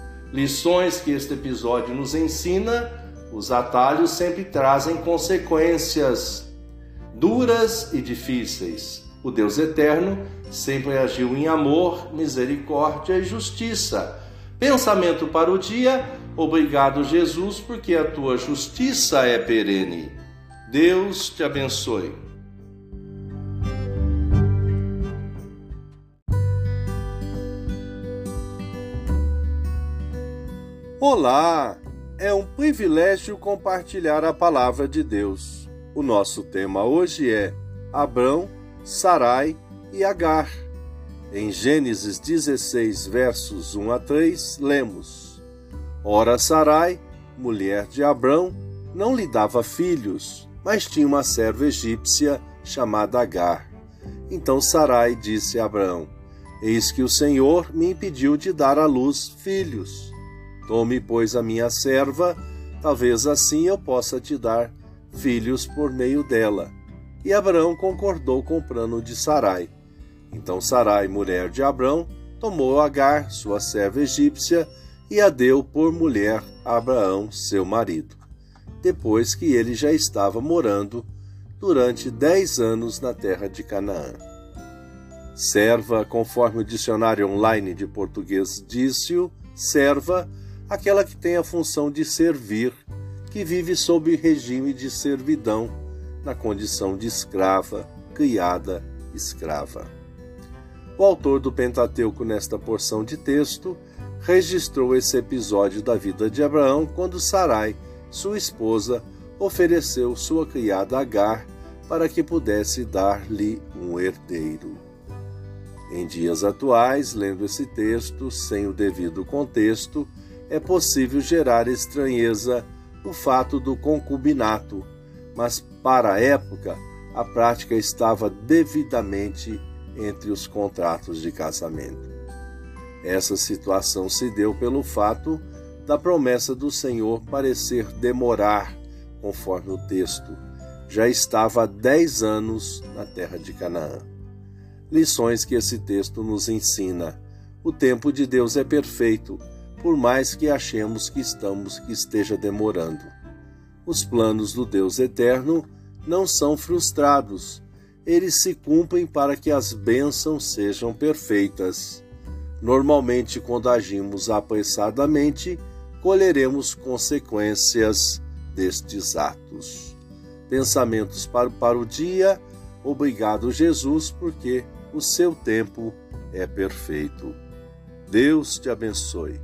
Lições que este episódio nos ensina: os atalhos sempre trazem consequências duras e difíceis. O Deus eterno sempre agiu em amor, misericórdia e justiça. Pensamento para o dia: obrigado, Jesus, porque a tua justiça é perene. Deus te abençoe. Olá! É um privilégio compartilhar a palavra de Deus. O nosso tema hoje é Abrão, Sarai e Agar. Em Gênesis 16, versos 1 a 3, lemos: Ora, Sarai, mulher de Abrão, não lhe dava filhos, mas tinha uma serva egípcia chamada Agar. Então Sarai disse a Abrão: Eis que o Senhor me impediu de dar à luz filhos. Tome, pois, a minha serva, talvez assim eu possa te dar filhos por meio dela. E Abrão concordou com o plano de Sarai. Então Sarai, mulher de Abrão, tomou Agar, sua serva egípcia, e a deu por mulher a Abraão, seu marido, depois que ele já estava morando durante 10 anos na terra de Canaã. Serva, conforme o dicionário online de português Dício, serva, aquela que tem a função de servir, que vive sob regime de servidão, na condição de escrava, criada, escrava. O autor do Pentateuco, nesta porção de texto, registrou esse episódio da vida de Abraão quando Sarai, sua esposa, ofereceu sua criada Agar para que pudesse dar-lhe um herdeiro. Em dias atuais, lendo esse texto sem o devido contexto, é possível gerar estranheza o fato do concubinato, mas para a época a prática estava devidamente entre os contratos de casamento. Essa situação se deu pelo fato da promessa do Senhor parecer demorar, conforme o texto. Já estava há 10 anos na terra de Canaã. Lições que esse texto nos ensina. O tempo de Deus é perfeito, por mais que achemos que esteja demorando. Os planos do Deus eterno não são frustrados. Eles se cumprem para que as bênçãos sejam perfeitas. Normalmente, quando agimos apressadamente, colheremos consequências destes atos. Pensamentos para o dia: obrigado, Jesus, porque o seu tempo é perfeito. Deus te abençoe.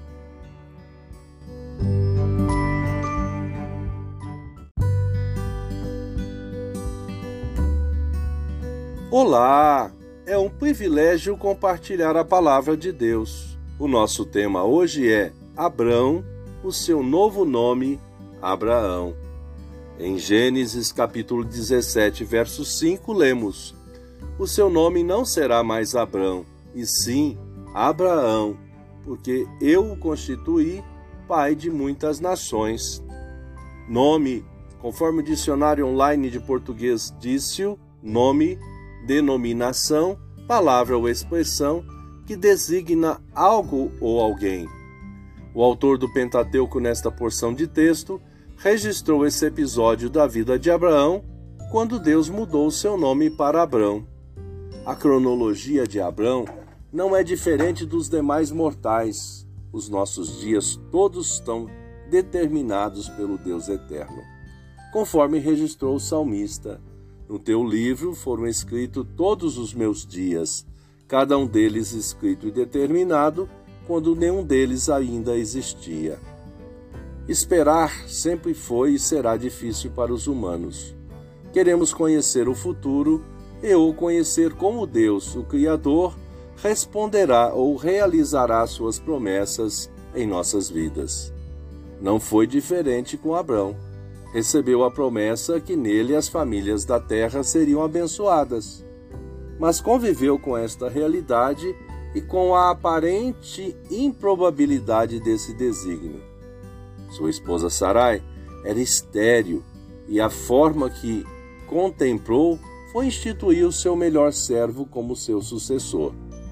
Olá! É um privilégio compartilhar a palavra de Deus. O nosso tema hoje é Abrão, o seu novo nome, Abraão. Em Gênesis capítulo 17, verso 5, lemos: o seu nome não será mais Abrão, e sim Abraão, porque eu o constituí pai de muitas nações. Nome, conforme o dicionário online de português Dício, nome, denominação, palavra ou expressão que designa algo ou alguém. O autor do Pentateuco, nesta porção de texto, registrou esse episódio da vida de Abraão quando Deus mudou seu nome para Abrão. A cronologia de Abrão não é diferente dos demais mortais. Os nossos dias todos estão determinados pelo Deus eterno. Conforme registrou o salmista: no teu livro foram escritos todos os meus dias, cada um deles escrito e determinado, quando nenhum deles ainda existia. Esperar sempre foi e será difícil para os humanos. Queremos conhecer o futuro e ou conhecer como Deus, o Criador, responderá ou realizará suas promessas em nossas vidas. Não foi diferente com Abrão. Recebeu a promessa que nele as famílias da terra seriam abençoadas, mas conviveu com esta realidade e com a aparente improbabilidade desse desígnio. Sua esposa Sarai era estéril e a forma que contemplou foi instituir o seu melhor servo como seu sucessor.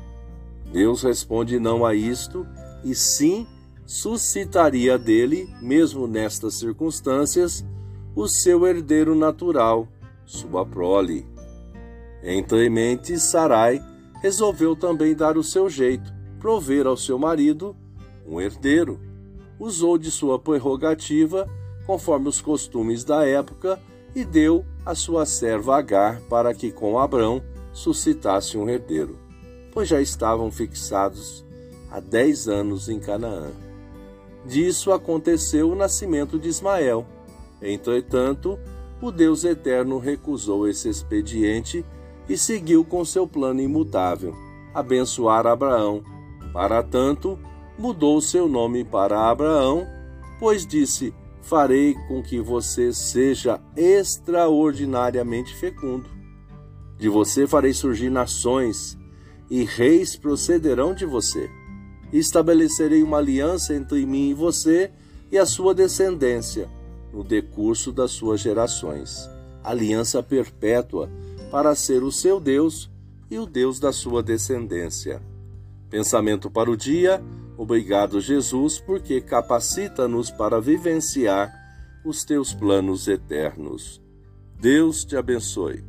Deus responde não a isto e sim suscitaria dele, mesmo nestas circunstâncias, o seu herdeiro natural, sua prole. Entre mentes, Sarai resolveu também dar o seu jeito, prover ao seu marido um herdeiro. Usou de sua prerrogativa, conforme os costumes da época, e deu a sua serva Agar para que com Abrão suscitasse um herdeiro, pois já estavam fixados há 10 anos em Canaã. Disso aconteceu o nascimento de Ismael. Entretanto, o Deus eterno recusou esse expediente e seguiu com seu plano imutável, abençoar Abraão. Para tanto, mudou seu nome para Abraão, pois disse: farei com que você seja extraordinariamente fecundo. De você farei surgir nações, e reis procederão de você. Estabelecerei uma aliança entre mim e você e a sua descendência, no decurso das suas gerações. Aliança perpétua, para ser o seu Deus e o Deus da sua descendência. Pensamento para o dia. Obrigado, Jesus, porque capacita-nos para vivenciar os teus planos eternos. Deus te abençoe.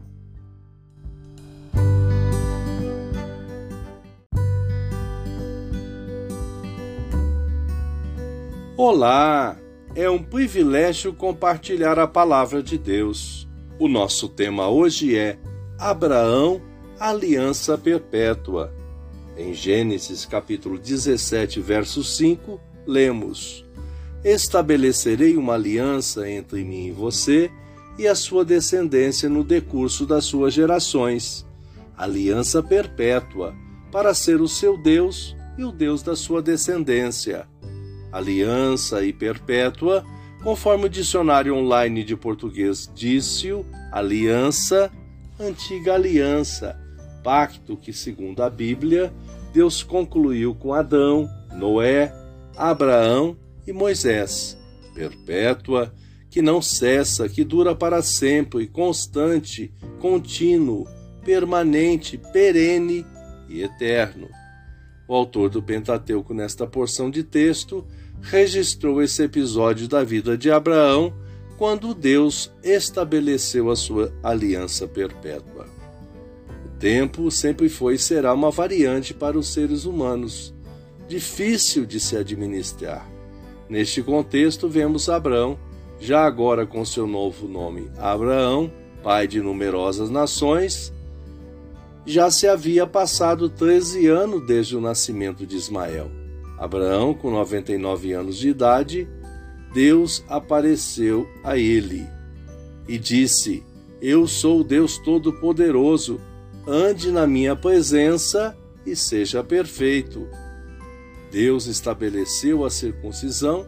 Olá! É um privilégio compartilhar a palavra de Deus. O nosso tema hoje é Abraão, aliança perpétua. Em Gênesis capítulo 17, verso 5, lemos: estabelecerei uma aliança entre mim e você e a sua descendência no decurso das suas gerações. Aliança perpétua, para ser o seu Deus e o Deus da sua descendência. Aliança e perpétua, conforme o dicionário online de português Dício, aliança, antiga aliança, pacto que, segundo a Bíblia, Deus concluiu com Adão, Noé, Abraão e Moisés. Perpétua, que não cessa, que dura para sempre, constante, contínuo, permanente, perene e eterno. O autor do Pentateuco, nesta porção de texto, registrou esse episódio da vida de Abraão quando Deus estabeleceu a sua aliança perpétua. O tempo sempre foi e será uma variante para os seres humanos, difícil de se administrar. Neste contexto, vemos Abrão, já agora com seu novo nome Abraão, pai de numerosas nações. Já se havia passado 13 anos desde o nascimento de Ismael. Abraão, com 99 anos de idade, Deus apareceu a ele e disse: eu sou o Deus Todo-Poderoso, ande na minha presença e seja perfeito. Deus estabeleceu a circuncisão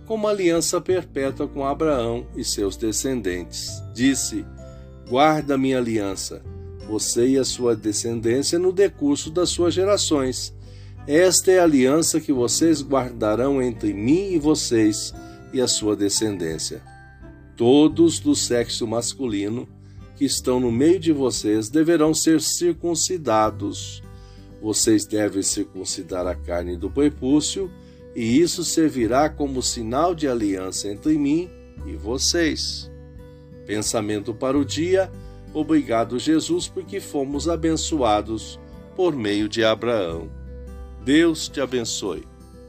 como aliança perpétua com Abraão e seus descendentes. Disse: guarda minha aliança, você e a sua descendência no decurso das suas gerações. Esta é a aliança que vocês guardarão entre mim e vocês e a sua descendência. Todos do sexo masculino que estão no meio de vocês deverão ser circuncidados. Vocês devem circuncidar a carne do prepúcio, e isso servirá como sinal de aliança entre mim e vocês. Pensamento para o dia. Obrigado, Jesus, porque fomos abençoados por meio de Abraão. Deus te abençoe.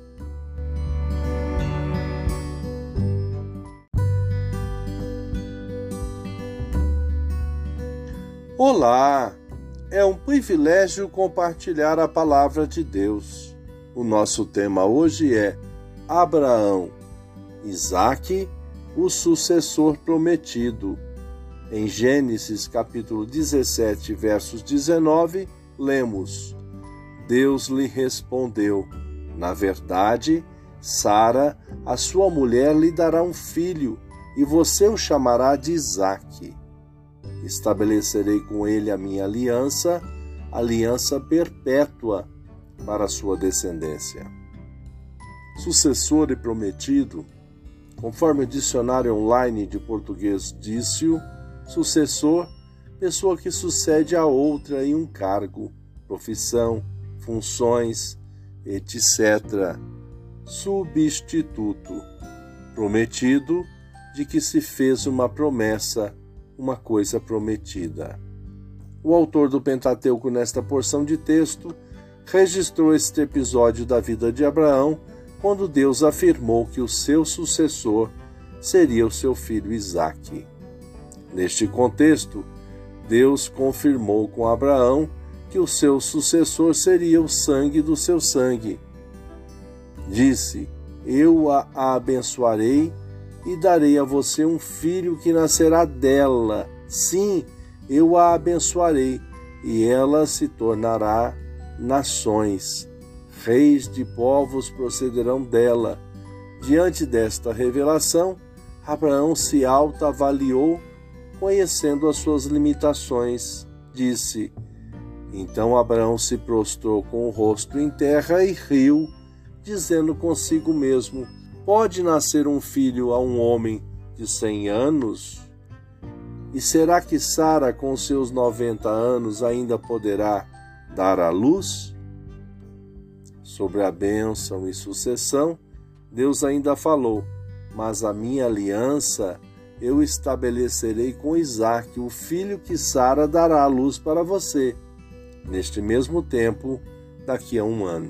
Olá! É um privilégio compartilhar a palavra de Deus. O nosso tema hoje é Abraão, Isaque, o sucessor prometido. Em Gênesis capítulo 17, versos 19, lemos: Deus lhe respondeu: na verdade, Sara, a sua mulher, lhe dará um filho, e você o chamará de Isaque. Estabelecerei com ele a minha aliança, aliança perpétua para a sua descendência. Sucessor e prometido, conforme o dicionário online de português Dício, sucessor, pessoa que sucede a outra em um cargo, profissão, funções, etc. Substituto, prometido, de que se fez uma promessa, uma coisa prometida. O autor do Pentateuco, nesta porção de texto, registrou este episódio da vida de Abraão, quando Deus afirmou que o seu sucessor seria o seu filho Isaque. Neste contexto, Deus confirmou com Abraão que o seu sucessor seria o sangue do seu sangue. Disse: eu a abençoarei e darei a você um filho que nascerá dela. Sim, eu a abençoarei, e ela se tornará nações. Reis de povos procederão dela. Diante desta revelação, Abraão se autoavaliou, conhecendo as suas limitações. Disse: então Abraão se prostrou com o rosto em terra e riu, dizendo consigo mesmo: pode nascer um filho a um homem de 100 anos? E será que Sara, com seus 90 anos, ainda poderá dar à luz? Sobre a bênção e sucessão, Deus ainda falou: mas a minha aliança eu estabelecerei com Isaque, o filho que Sara dará à luz para você, neste mesmo tempo, daqui a 1 ano.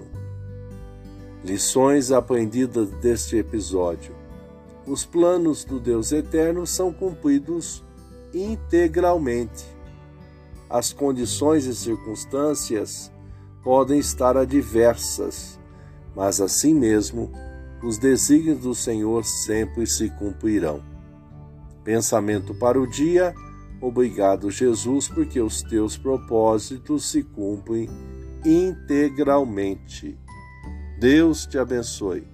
Lições aprendidas deste episódio. Os planos do Deus eterno são cumpridos integralmente. As condições e circunstâncias podem estar adversas, mas assim mesmo, os desígnios do Senhor sempre se cumprirão. Pensamento para o dia. Obrigado, Jesus, porque os teus propósitos se cumprem integralmente. Deus te abençoe.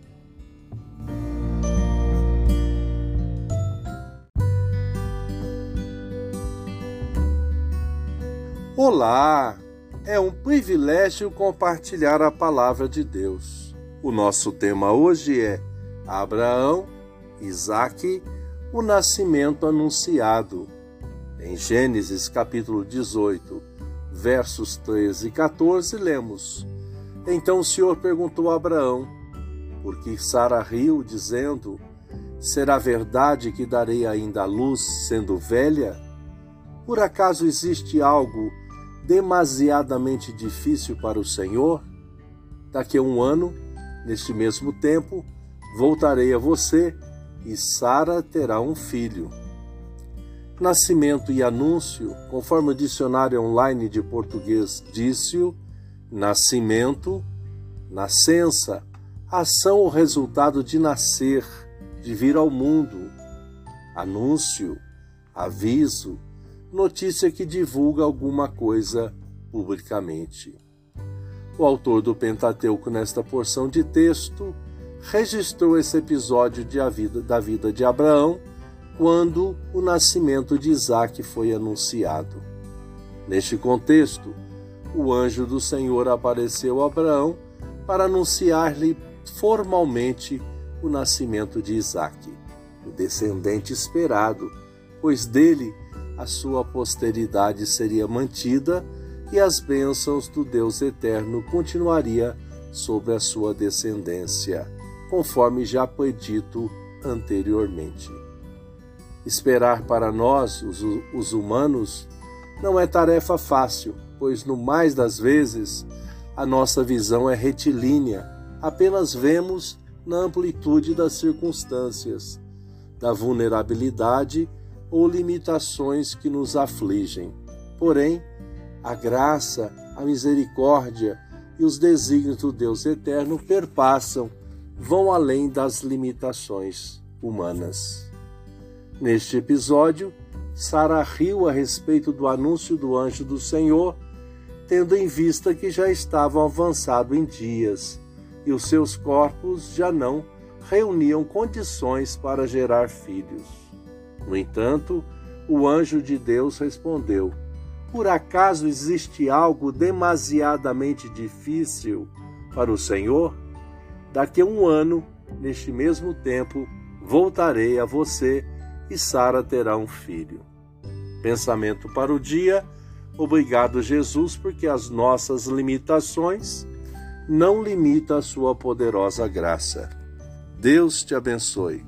Olá! É um privilégio compartilhar a palavra de Deus. O nosso tema hoje é Abraão, Isaque, o nascimento anunciado. Em Gênesis capítulo 18, versos 13 e 14, lemos: então o Senhor perguntou a Abraão, porque Sara riu, dizendo: será verdade que darei ainda à luz, sendo velha? Por acaso existe algo demasiadamente difícil para o Senhor? Daqui a 1 ano, neste mesmo tempo, voltarei a você, e Sara terá um filho. Nascimento e anúncio, conforme o dicionário online de português Dício, nascimento, nascença, ação ou resultado de nascer, de vir ao mundo. Anúncio, aviso, notícia que divulga alguma coisa publicamente. O autor do Pentateuco, nesta porção de texto, registrou esse episódio da vida de Abraão quando o nascimento de Isaque foi anunciado. Neste contexto, o anjo do Senhor apareceu a Abraão para anunciar-lhe formalmente o nascimento de Isaque, o descendente esperado, pois dele a sua posteridade seria mantida e as bênçãos do Deus eterno continuaria sobre a sua descendência, conforme já foi dito anteriormente. Esperar para nós, os humanos, não é tarefa fácil, pois no mais das vezes a nossa visão é retilínea, apenas vemos na amplitude das circunstâncias, da vulnerabilidade ou limitações que nos afligem. Porém, a graça, a misericórdia e os desígnios do Deus eterno perpassam, vão além das limitações humanas. Neste episódio, Sara riu a respeito do anúncio do anjo do Senhor, tendo em vista que já estavam avançados em dias e os seus corpos já não reuniam condições para gerar filhos. No entanto, o anjo de Deus respondeu: por acaso existe algo demasiadamente difícil para o Senhor? Daqui a 1 ano, neste mesmo tempo, voltarei a você e Sara terá um filho. Pensamento para o dia. Obrigado, Jesus, porque as nossas limitações não limitam a sua poderosa graça. Deus te abençoe.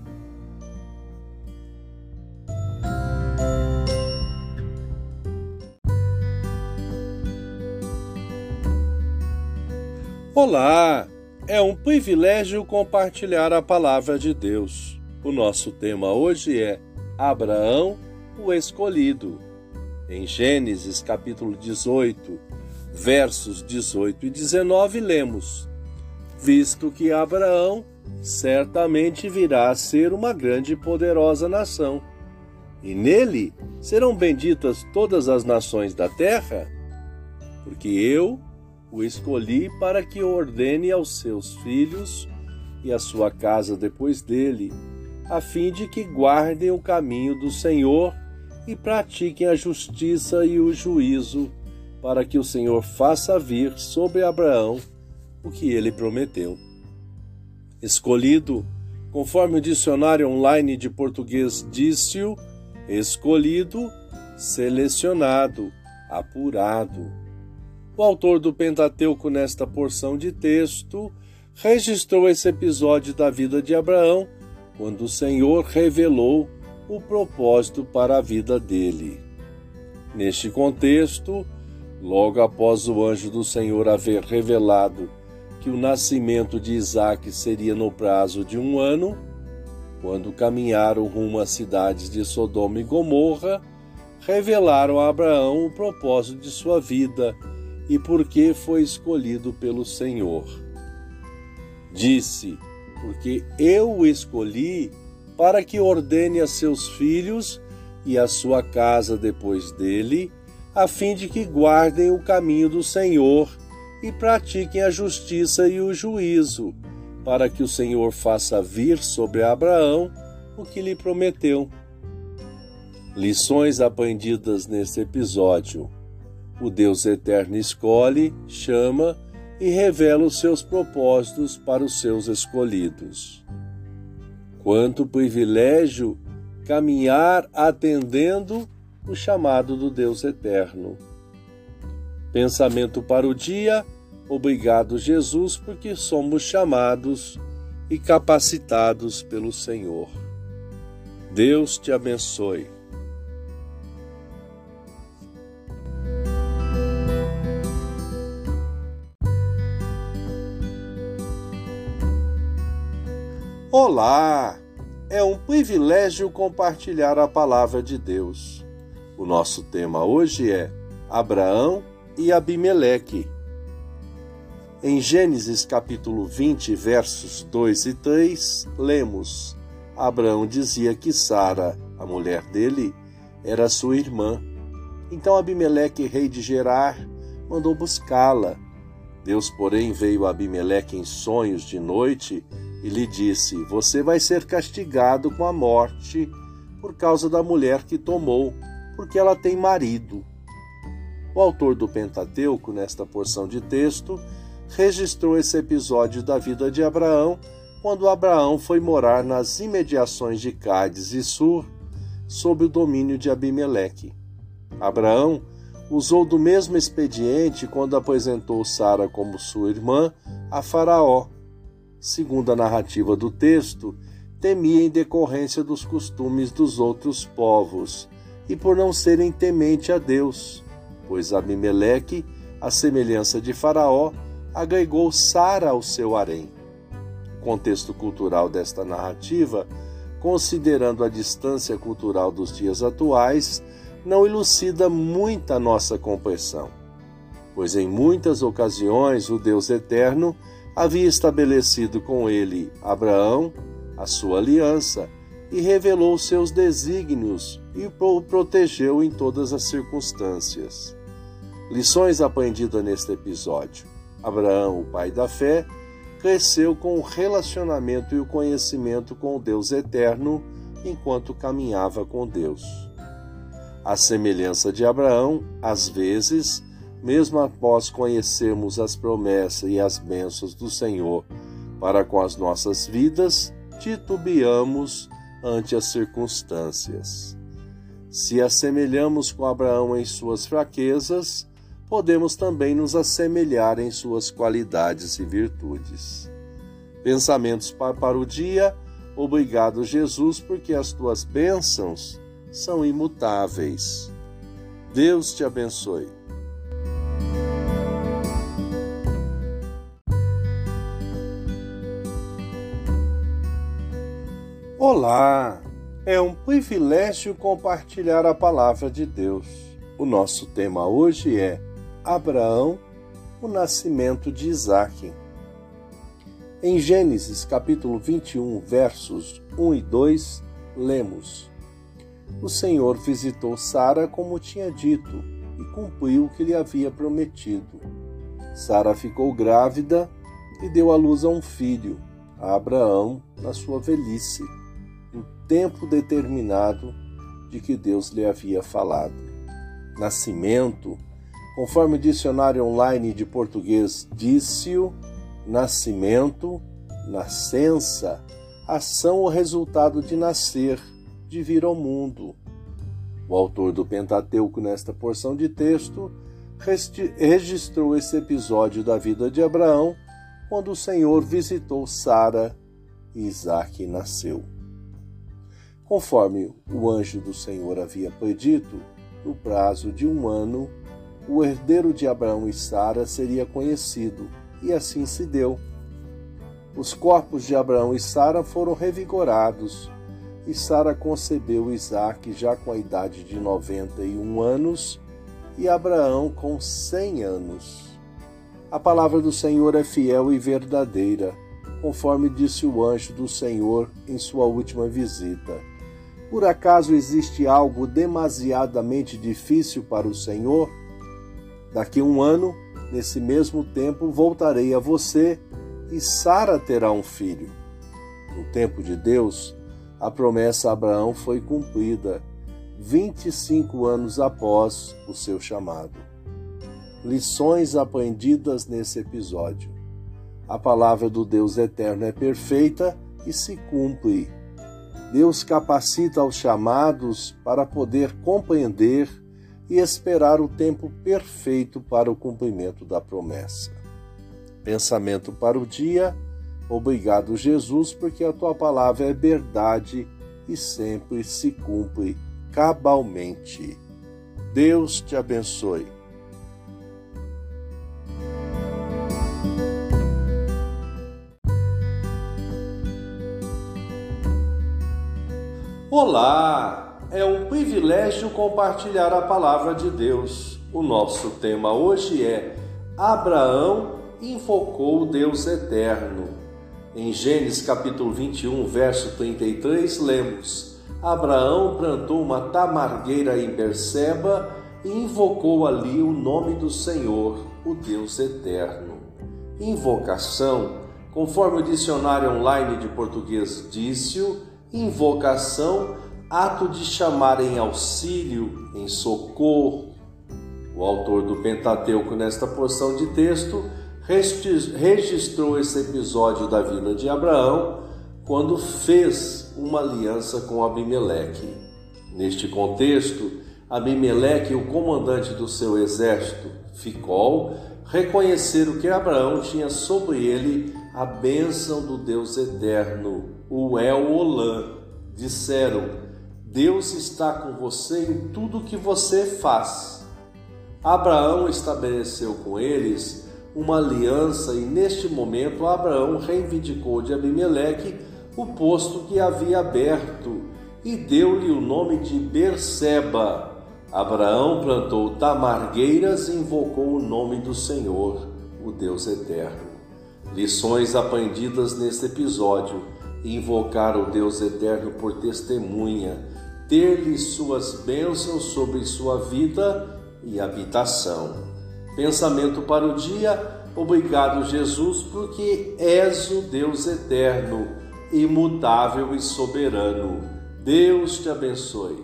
Olá! É um privilégio compartilhar a palavra de Deus. O nosso tema hoje é Abraão, o escolhido. Em Gênesis capítulo 18, versos 18 e 19, lemos: visto que Abraão certamente virá a ser uma grande e poderosa nação, e nele serão benditas todas as nações da terra, porque eu o escolhi para que ordene aos seus filhos e à sua casa depois dele, a fim de que guardem o caminho do Senhor e pratiquem a justiça e o juízo, para que o Senhor faça vir sobre Abraão o que ele prometeu. Escolhido, conforme o dicionário online de português disse-o, escolhido, selecionado, apurado. O autor do Pentateuco, nesta porção de texto, registrou esse episódio da vida de Abraão, quando o Senhor revelou o propósito para a vida dele. Neste contexto, logo após o anjo do Senhor haver revelado que o nascimento de Isaque seria no prazo de 1 ano, quando caminharam rumo às cidades de Sodoma e Gomorra, revelaram a Abraão o propósito de sua vida e por que foi escolhido pelo Senhor. Disse: porque eu o escolhi para que ordene a seus filhos e a sua casa depois dele, a fim de que guardem o caminho do Senhor e pratiquem a justiça e o juízo, para que o Senhor faça vir sobre Abraão o que lhe prometeu. Lições aprendidas neste episódio. O Deus eterno escolhe, chama e revela os seus propósitos para os seus escolhidos. Quanto privilégio caminhar atendendo o chamado do Deus eterno. Pensamento para o dia. Obrigado, Jesus, porque somos chamados e capacitados pelo Senhor. Deus te abençoe. Olá! É um privilégio compartilhar a palavra de Deus. O nosso tema hoje é Abraão e Abimeleque. Em Gênesis capítulo 20, versos 2 e 3, lemos: Abraão dizia que Sara, a mulher dele, era sua irmã. Então Abimeleque, rei de Gerar, mandou buscá-la. Deus, porém, veio a Abimeleque em sonhos de noite e lhe disse: você vai ser castigado com a morte por causa da mulher que tomou, porque ela tem marido. O autor do Pentateuco, nesta porção de texto, registrou esse episódio da vida de Abraão, quando Abraão foi morar nas imediações de Cádiz e Sur, sob o domínio de Abimeleque. Abraão usou do mesmo expediente quando apresentou Sara como sua irmã a Faraó. Segundo a narrativa do texto, temia em decorrência dos costumes dos outros povos e por não serem temente a Deus, pois Abimeleque, à semelhança de Faraó, agregou Sara ao seu harém. O contexto cultural desta narrativa, considerando a distância cultural dos dias atuais, não elucida muito a nossa compreensão, pois em muitas ocasiões o Deus Eterno havia estabelecido com ele, Abraão, a sua aliança, e revelou seus desígnios e o protegeu em todas as circunstâncias. Lições aprendidas neste episódio. Abraão, o pai da fé, cresceu com o relacionamento e o conhecimento com o Deus Eterno enquanto caminhava com Deus. À semelhança de Abraão, às vezes, mesmo após conhecermos as promessas e as bênçãos do Senhor para com as nossas vidas, titubeamos ante as circunstâncias. Se assemelhamos com Abraão em suas fraquezas, podemos também nos assemelhar em suas qualidades e virtudes. Pensamentos para o dia. Obrigado, Jesus, porque as tuas bênçãos são imutáveis. Deus te abençoe. Olá! É um privilégio compartilhar a palavra de Deus. O nosso tema hoje é Abraão, o nascimento de Isaque. Em Gênesis capítulo 21, versos 1 e 2, lemos: O Senhor visitou Sara como tinha dito e cumpriu o que lhe havia prometido. Sara ficou grávida e deu à luz a um filho, a Abraão, na sua velhice, no tempo determinado de que Deus lhe havia falado. Nascimento, conforme o dicionário online de português disse-o, nascimento, nascença, ação ou resultado de nascer, de vir ao mundo. O autor do Pentateuco, nesta porção de texto, registrou esse episódio da vida de Abraão, quando o Senhor visitou Sara e Isaque nasceu. Conforme o anjo do Senhor havia predito, no prazo de 1 ano, o herdeiro de Abraão e Sara seria conhecido, e assim se deu. Os corpos de Abraão e Sara foram revigorados, e Sara concebeu Isaque já com a idade de 91 anos, e Abraão com 100 anos. A palavra do Senhor é fiel e verdadeira, conforme disse o anjo do Senhor em sua última visita. Por acaso existe algo demasiadamente difícil para o Senhor? Daqui a 1 ano, nesse mesmo tempo, voltarei a você e Sara terá um filho. No tempo de Deus, a promessa a Abraão foi cumprida 25 anos após o seu chamado. Lições aprendidas nesse episódio. A palavra do Deus Eterno é perfeita e se cumpre. Deus capacita os chamados para poder compreender e esperar o tempo perfeito para o cumprimento da promessa. Pensamento para o dia. Obrigado, Jesus, porque a tua palavra é verdade e sempre se cumpre cabalmente. Deus te abençoe. Olá! É um privilégio compartilhar a palavra de Deus. O nosso tema hoje é Abraão invocou o Deus Eterno. Em Gênesis capítulo 21, verso 33, lemos: Abraão plantou uma tamargueira em Berseba e invocou ali o nome do Senhor, o Deus Eterno. Invocação Conforme o dicionário online de português dício, invocação, ato de chamar em auxílio, em socorro. O autor do Pentateuco, nesta porção de texto, registrou esse episódio da vida de Abraão quando fez uma aliança com Abimeleque. Neste contexto, Abimeleque, o comandante do seu exército, Ficol, reconheceram que Abraão tinha sobre ele a bênção do Deus eterno, o El Olã. Disseram: Deus está com você em tudo que você faz. Abraão estabeleceu com eles uma aliança e neste momento Abraão reivindicou de Abimeleque o posto que havia aberto e deu-lhe o nome de Berseba. Abraão plantou tamargueiras e invocou o nome do Senhor, o Deus eterno. Lições aprendidas neste episódio: invocar o Deus eterno por testemunha, ter-lhe suas bênçãos sobre sua vida e habitação. Pensamento para o dia: obrigado, Jesus, porque és o Deus eterno, imutável e soberano. Deus te abençoe.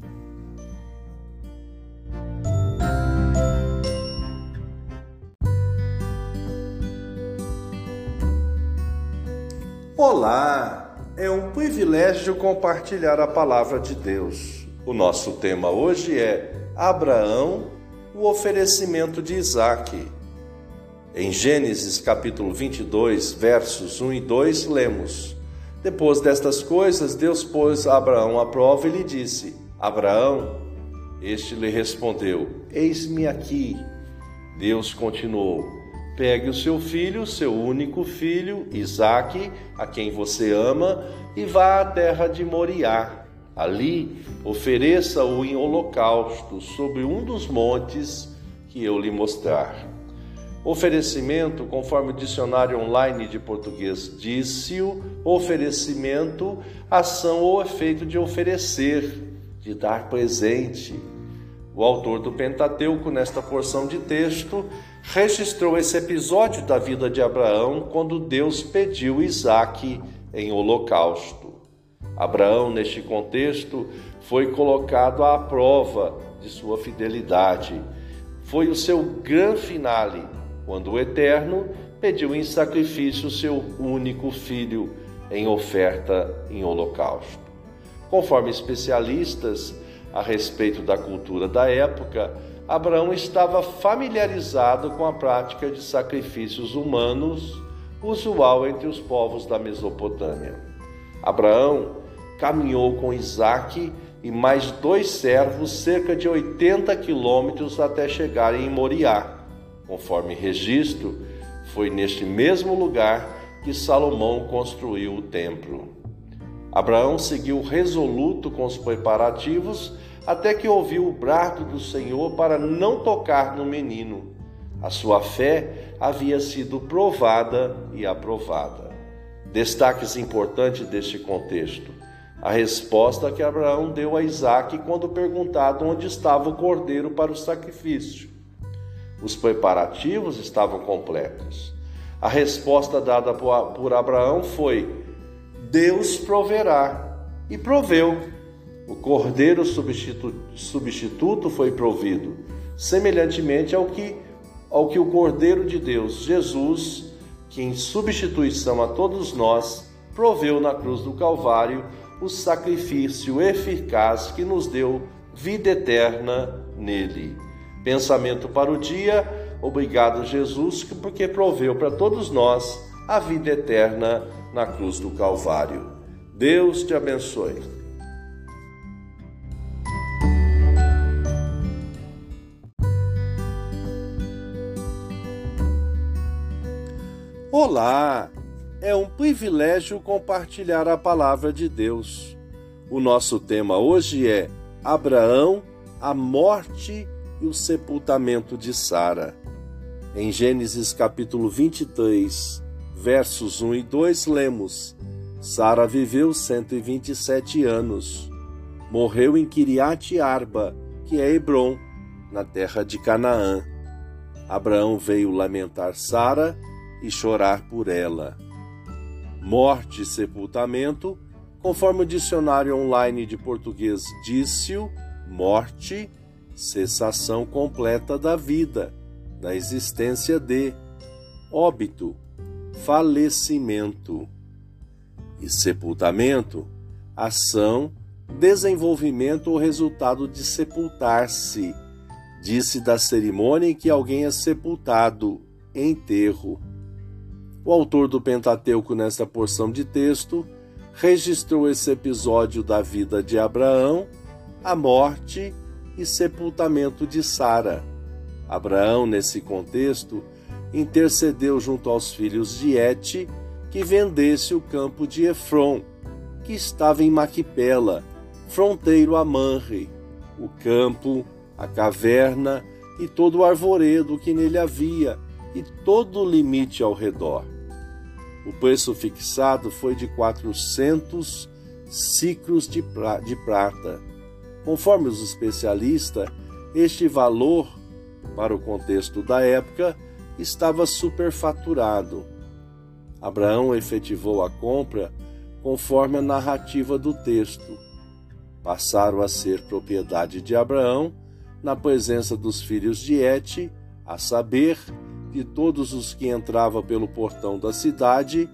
Olá! É um privilégio compartilhar a palavra de Deus. O nosso tema hoje é Abraão, o oferecimento de Isaque. Em Gênesis capítulo 22, versos 1 e 2, lemos: Depois destas coisas, Deus pôs Abraão à prova e lhe disse: Abraão. Este lhe respondeu: Eis-me aqui. Deus continuou: Pegue o seu filho, seu único filho, Isaque, a quem você ama, e vá à terra de Moriá. Ali, ofereça-o em holocausto sobre um dos montes que eu lhe mostrar. Oferecimento, conforme o dicionário online de português dício, oferecimento, ação ou efeito de oferecer, de dar presente. O autor do Pentateuco, nesta porção de texto, registrou esse episódio da vida de Abraão quando Deus pediu Isaque em holocausto. Abraão, neste contexto, foi colocado à prova de sua fidelidade. Foi o seu grande finale, quando o Eterno pediu em sacrifício seu único filho em oferta em holocausto. Conforme especialistas a respeito da cultura da época, Abraão estava familiarizado com a prática de sacrifícios humanos, usual entre os povos da Mesopotâmia. Abraão caminhou com Isaque e mais 2 servos cerca de 80 quilômetros até chegarem em Moriá. Conforme registro, foi neste mesmo lugar que Salomão construiu o templo. Abraão seguiu resoluto com os preparativos até que ouviu o brado do Senhor para não tocar no menino. A sua fé havia sido provada e aprovada. Destaques importantes deste contexto: a resposta que Abraão deu a Isaque quando perguntado onde estava o cordeiro para o sacrifício. Os preparativos estavam completos. A resposta dada por Abraão foi: Deus proverá, e proveu. O cordeiro substituto foi provido, semelhantemente ao que o Cordeiro de Deus, Jesus, que em substituição a todos nós, proveu na cruz do Calvário o sacrifício eficaz que nos deu vida eterna nele. Pensamento para o dia: obrigado, Jesus, porque proveu para todos nós a vida eterna na cruz do Calvário. Deus te abençoe. Olá! É um privilégio compartilhar a palavra de Deus. O nosso tema hoje é Abraão, a morte e o sepultamento de Sara. Em Gênesis capítulo 23, versos 1 e 2, lemos: Sara viveu 127 anos. Morreu em Quiriate Arba, que é Hebrom, na terra de Canaã. Abraão veio lamentar Sara e chorar por ela. morte e sepultamento, conforme o dicionário online de português Dício, morte, cessação completa da vida, da existência de, óbito, falecimento, e sepultamento, ação, desenvolvimento ou resultado de sepultar-se. Disse da cerimônia em que alguém é sepultado, enterro. O autor do Pentateuco, nesta porção de texto, registrou esse episódio da vida de Abraão, a morte e sepultamento de Sara. Abraão, nesse contexto, intercedeu junto aos filhos de Et que vendesse o campo de Efron, que estava em Maquipela, fronteiro a Manre, o campo, a caverna e todo o arvoredo que nele havia, e todo o limite ao redor. O preço fixado foi de 400 siclos de prata. Conforme os especialistas, este valor, para o contexto da época, estava superfaturado. Abraão efetivou a compra conforme a narrativa do texto. Passaram a ser propriedade de Abraão, na presença dos filhos de Et, a saber, de todos os que entravam pelo portão da cidade.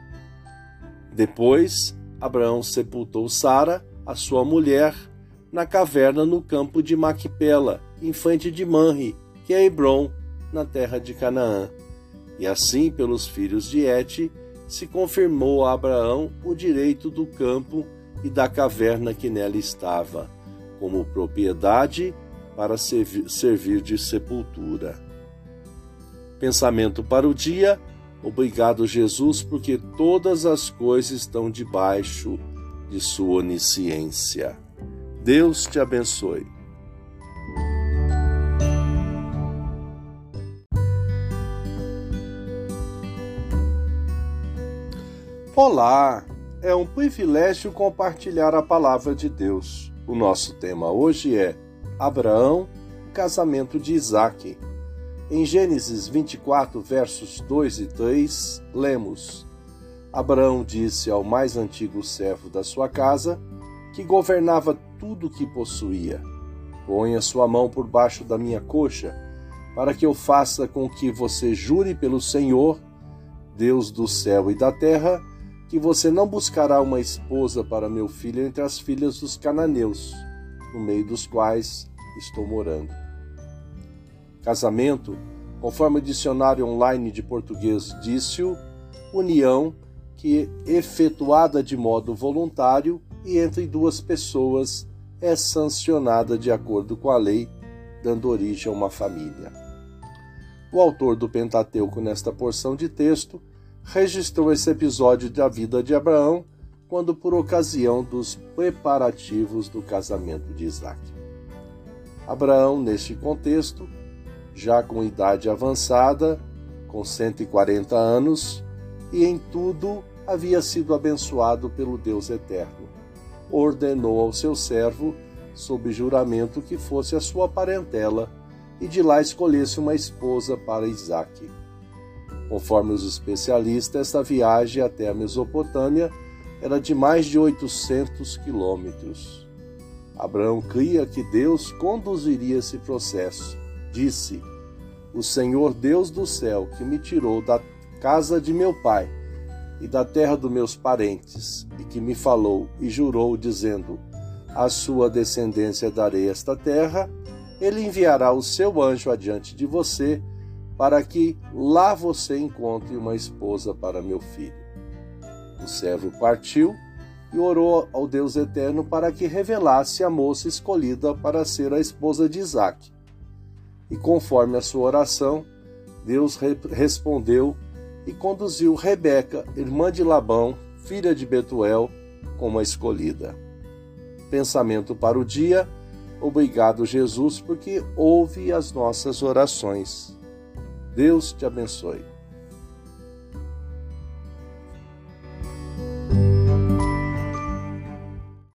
Depois, Abraão sepultou Sara, a sua mulher, na caverna no campo de Maquipela, em frente de Manre, que é Hebrom, na terra de Canaã. E assim, pelos filhos de Et, se confirmou a Abraão o direito do campo e da caverna que nela estava, como propriedade para servir de sepultura. Pensamento para o dia: obrigado, Jesus, porque todas as coisas estão debaixo de sua onisciência. Deus te abençoe. Olá, é um privilégio compartilhar a palavra de Deus. O nosso tema hoje é Abraão, casamento de Isaque. Em Gênesis 24, versos 2 e 3, lemos: Abraão disse ao mais antigo servo da sua casa, que governava tudo o que possuía: ponha sua mão por baixo da minha coxa, para que eu faça com que você jure pelo Senhor, Deus do céu e da terra, que você não buscará uma esposa para meu filho entre as filhas dos cananeus, no meio dos quais estou morando. Casamento, conforme o dicionário online de português Dício, união que, efetuada de modo voluntário e entre duas pessoas, é sancionada de acordo com a lei, dando origem a uma família. O autor do Pentateuco, nesta porção de texto, registrou esse episódio da vida de Abraão quando por ocasião dos preparativos do casamento de Isaque. Abraão, neste contexto, já com idade avançada, com 140 anos, e em tudo havia sido abençoado pelo Deus Eterno, ordenou ao seu servo, sob juramento, que fosse a sua parentela, e de lá escolhesse uma esposa para Isaque. Conforme os especialistas, esta viagem até a Mesopotâmia era de mais de 800 quilômetros. Abraão cria que Deus conduziria esse processo. Disse: o Senhor Deus do céu, que me tirou da casa de meu pai e da terra dos meus parentes, e que me falou e jurou, dizendo: à sua descendência darei esta terra, ele enviará o seu anjo adiante de você, para que lá você encontre uma esposa para meu filho. O servo partiu e orou ao Deus Eterno para que revelasse a moça escolhida para ser a esposa de Isaque. E conforme a sua oração, Deus respondeu e conduziu Rebeca, irmã de Labão, filha de Betuel, como a escolhida. Pensamento para o dia: obrigado, Jesus, porque ouve as nossas orações. Deus te abençoe.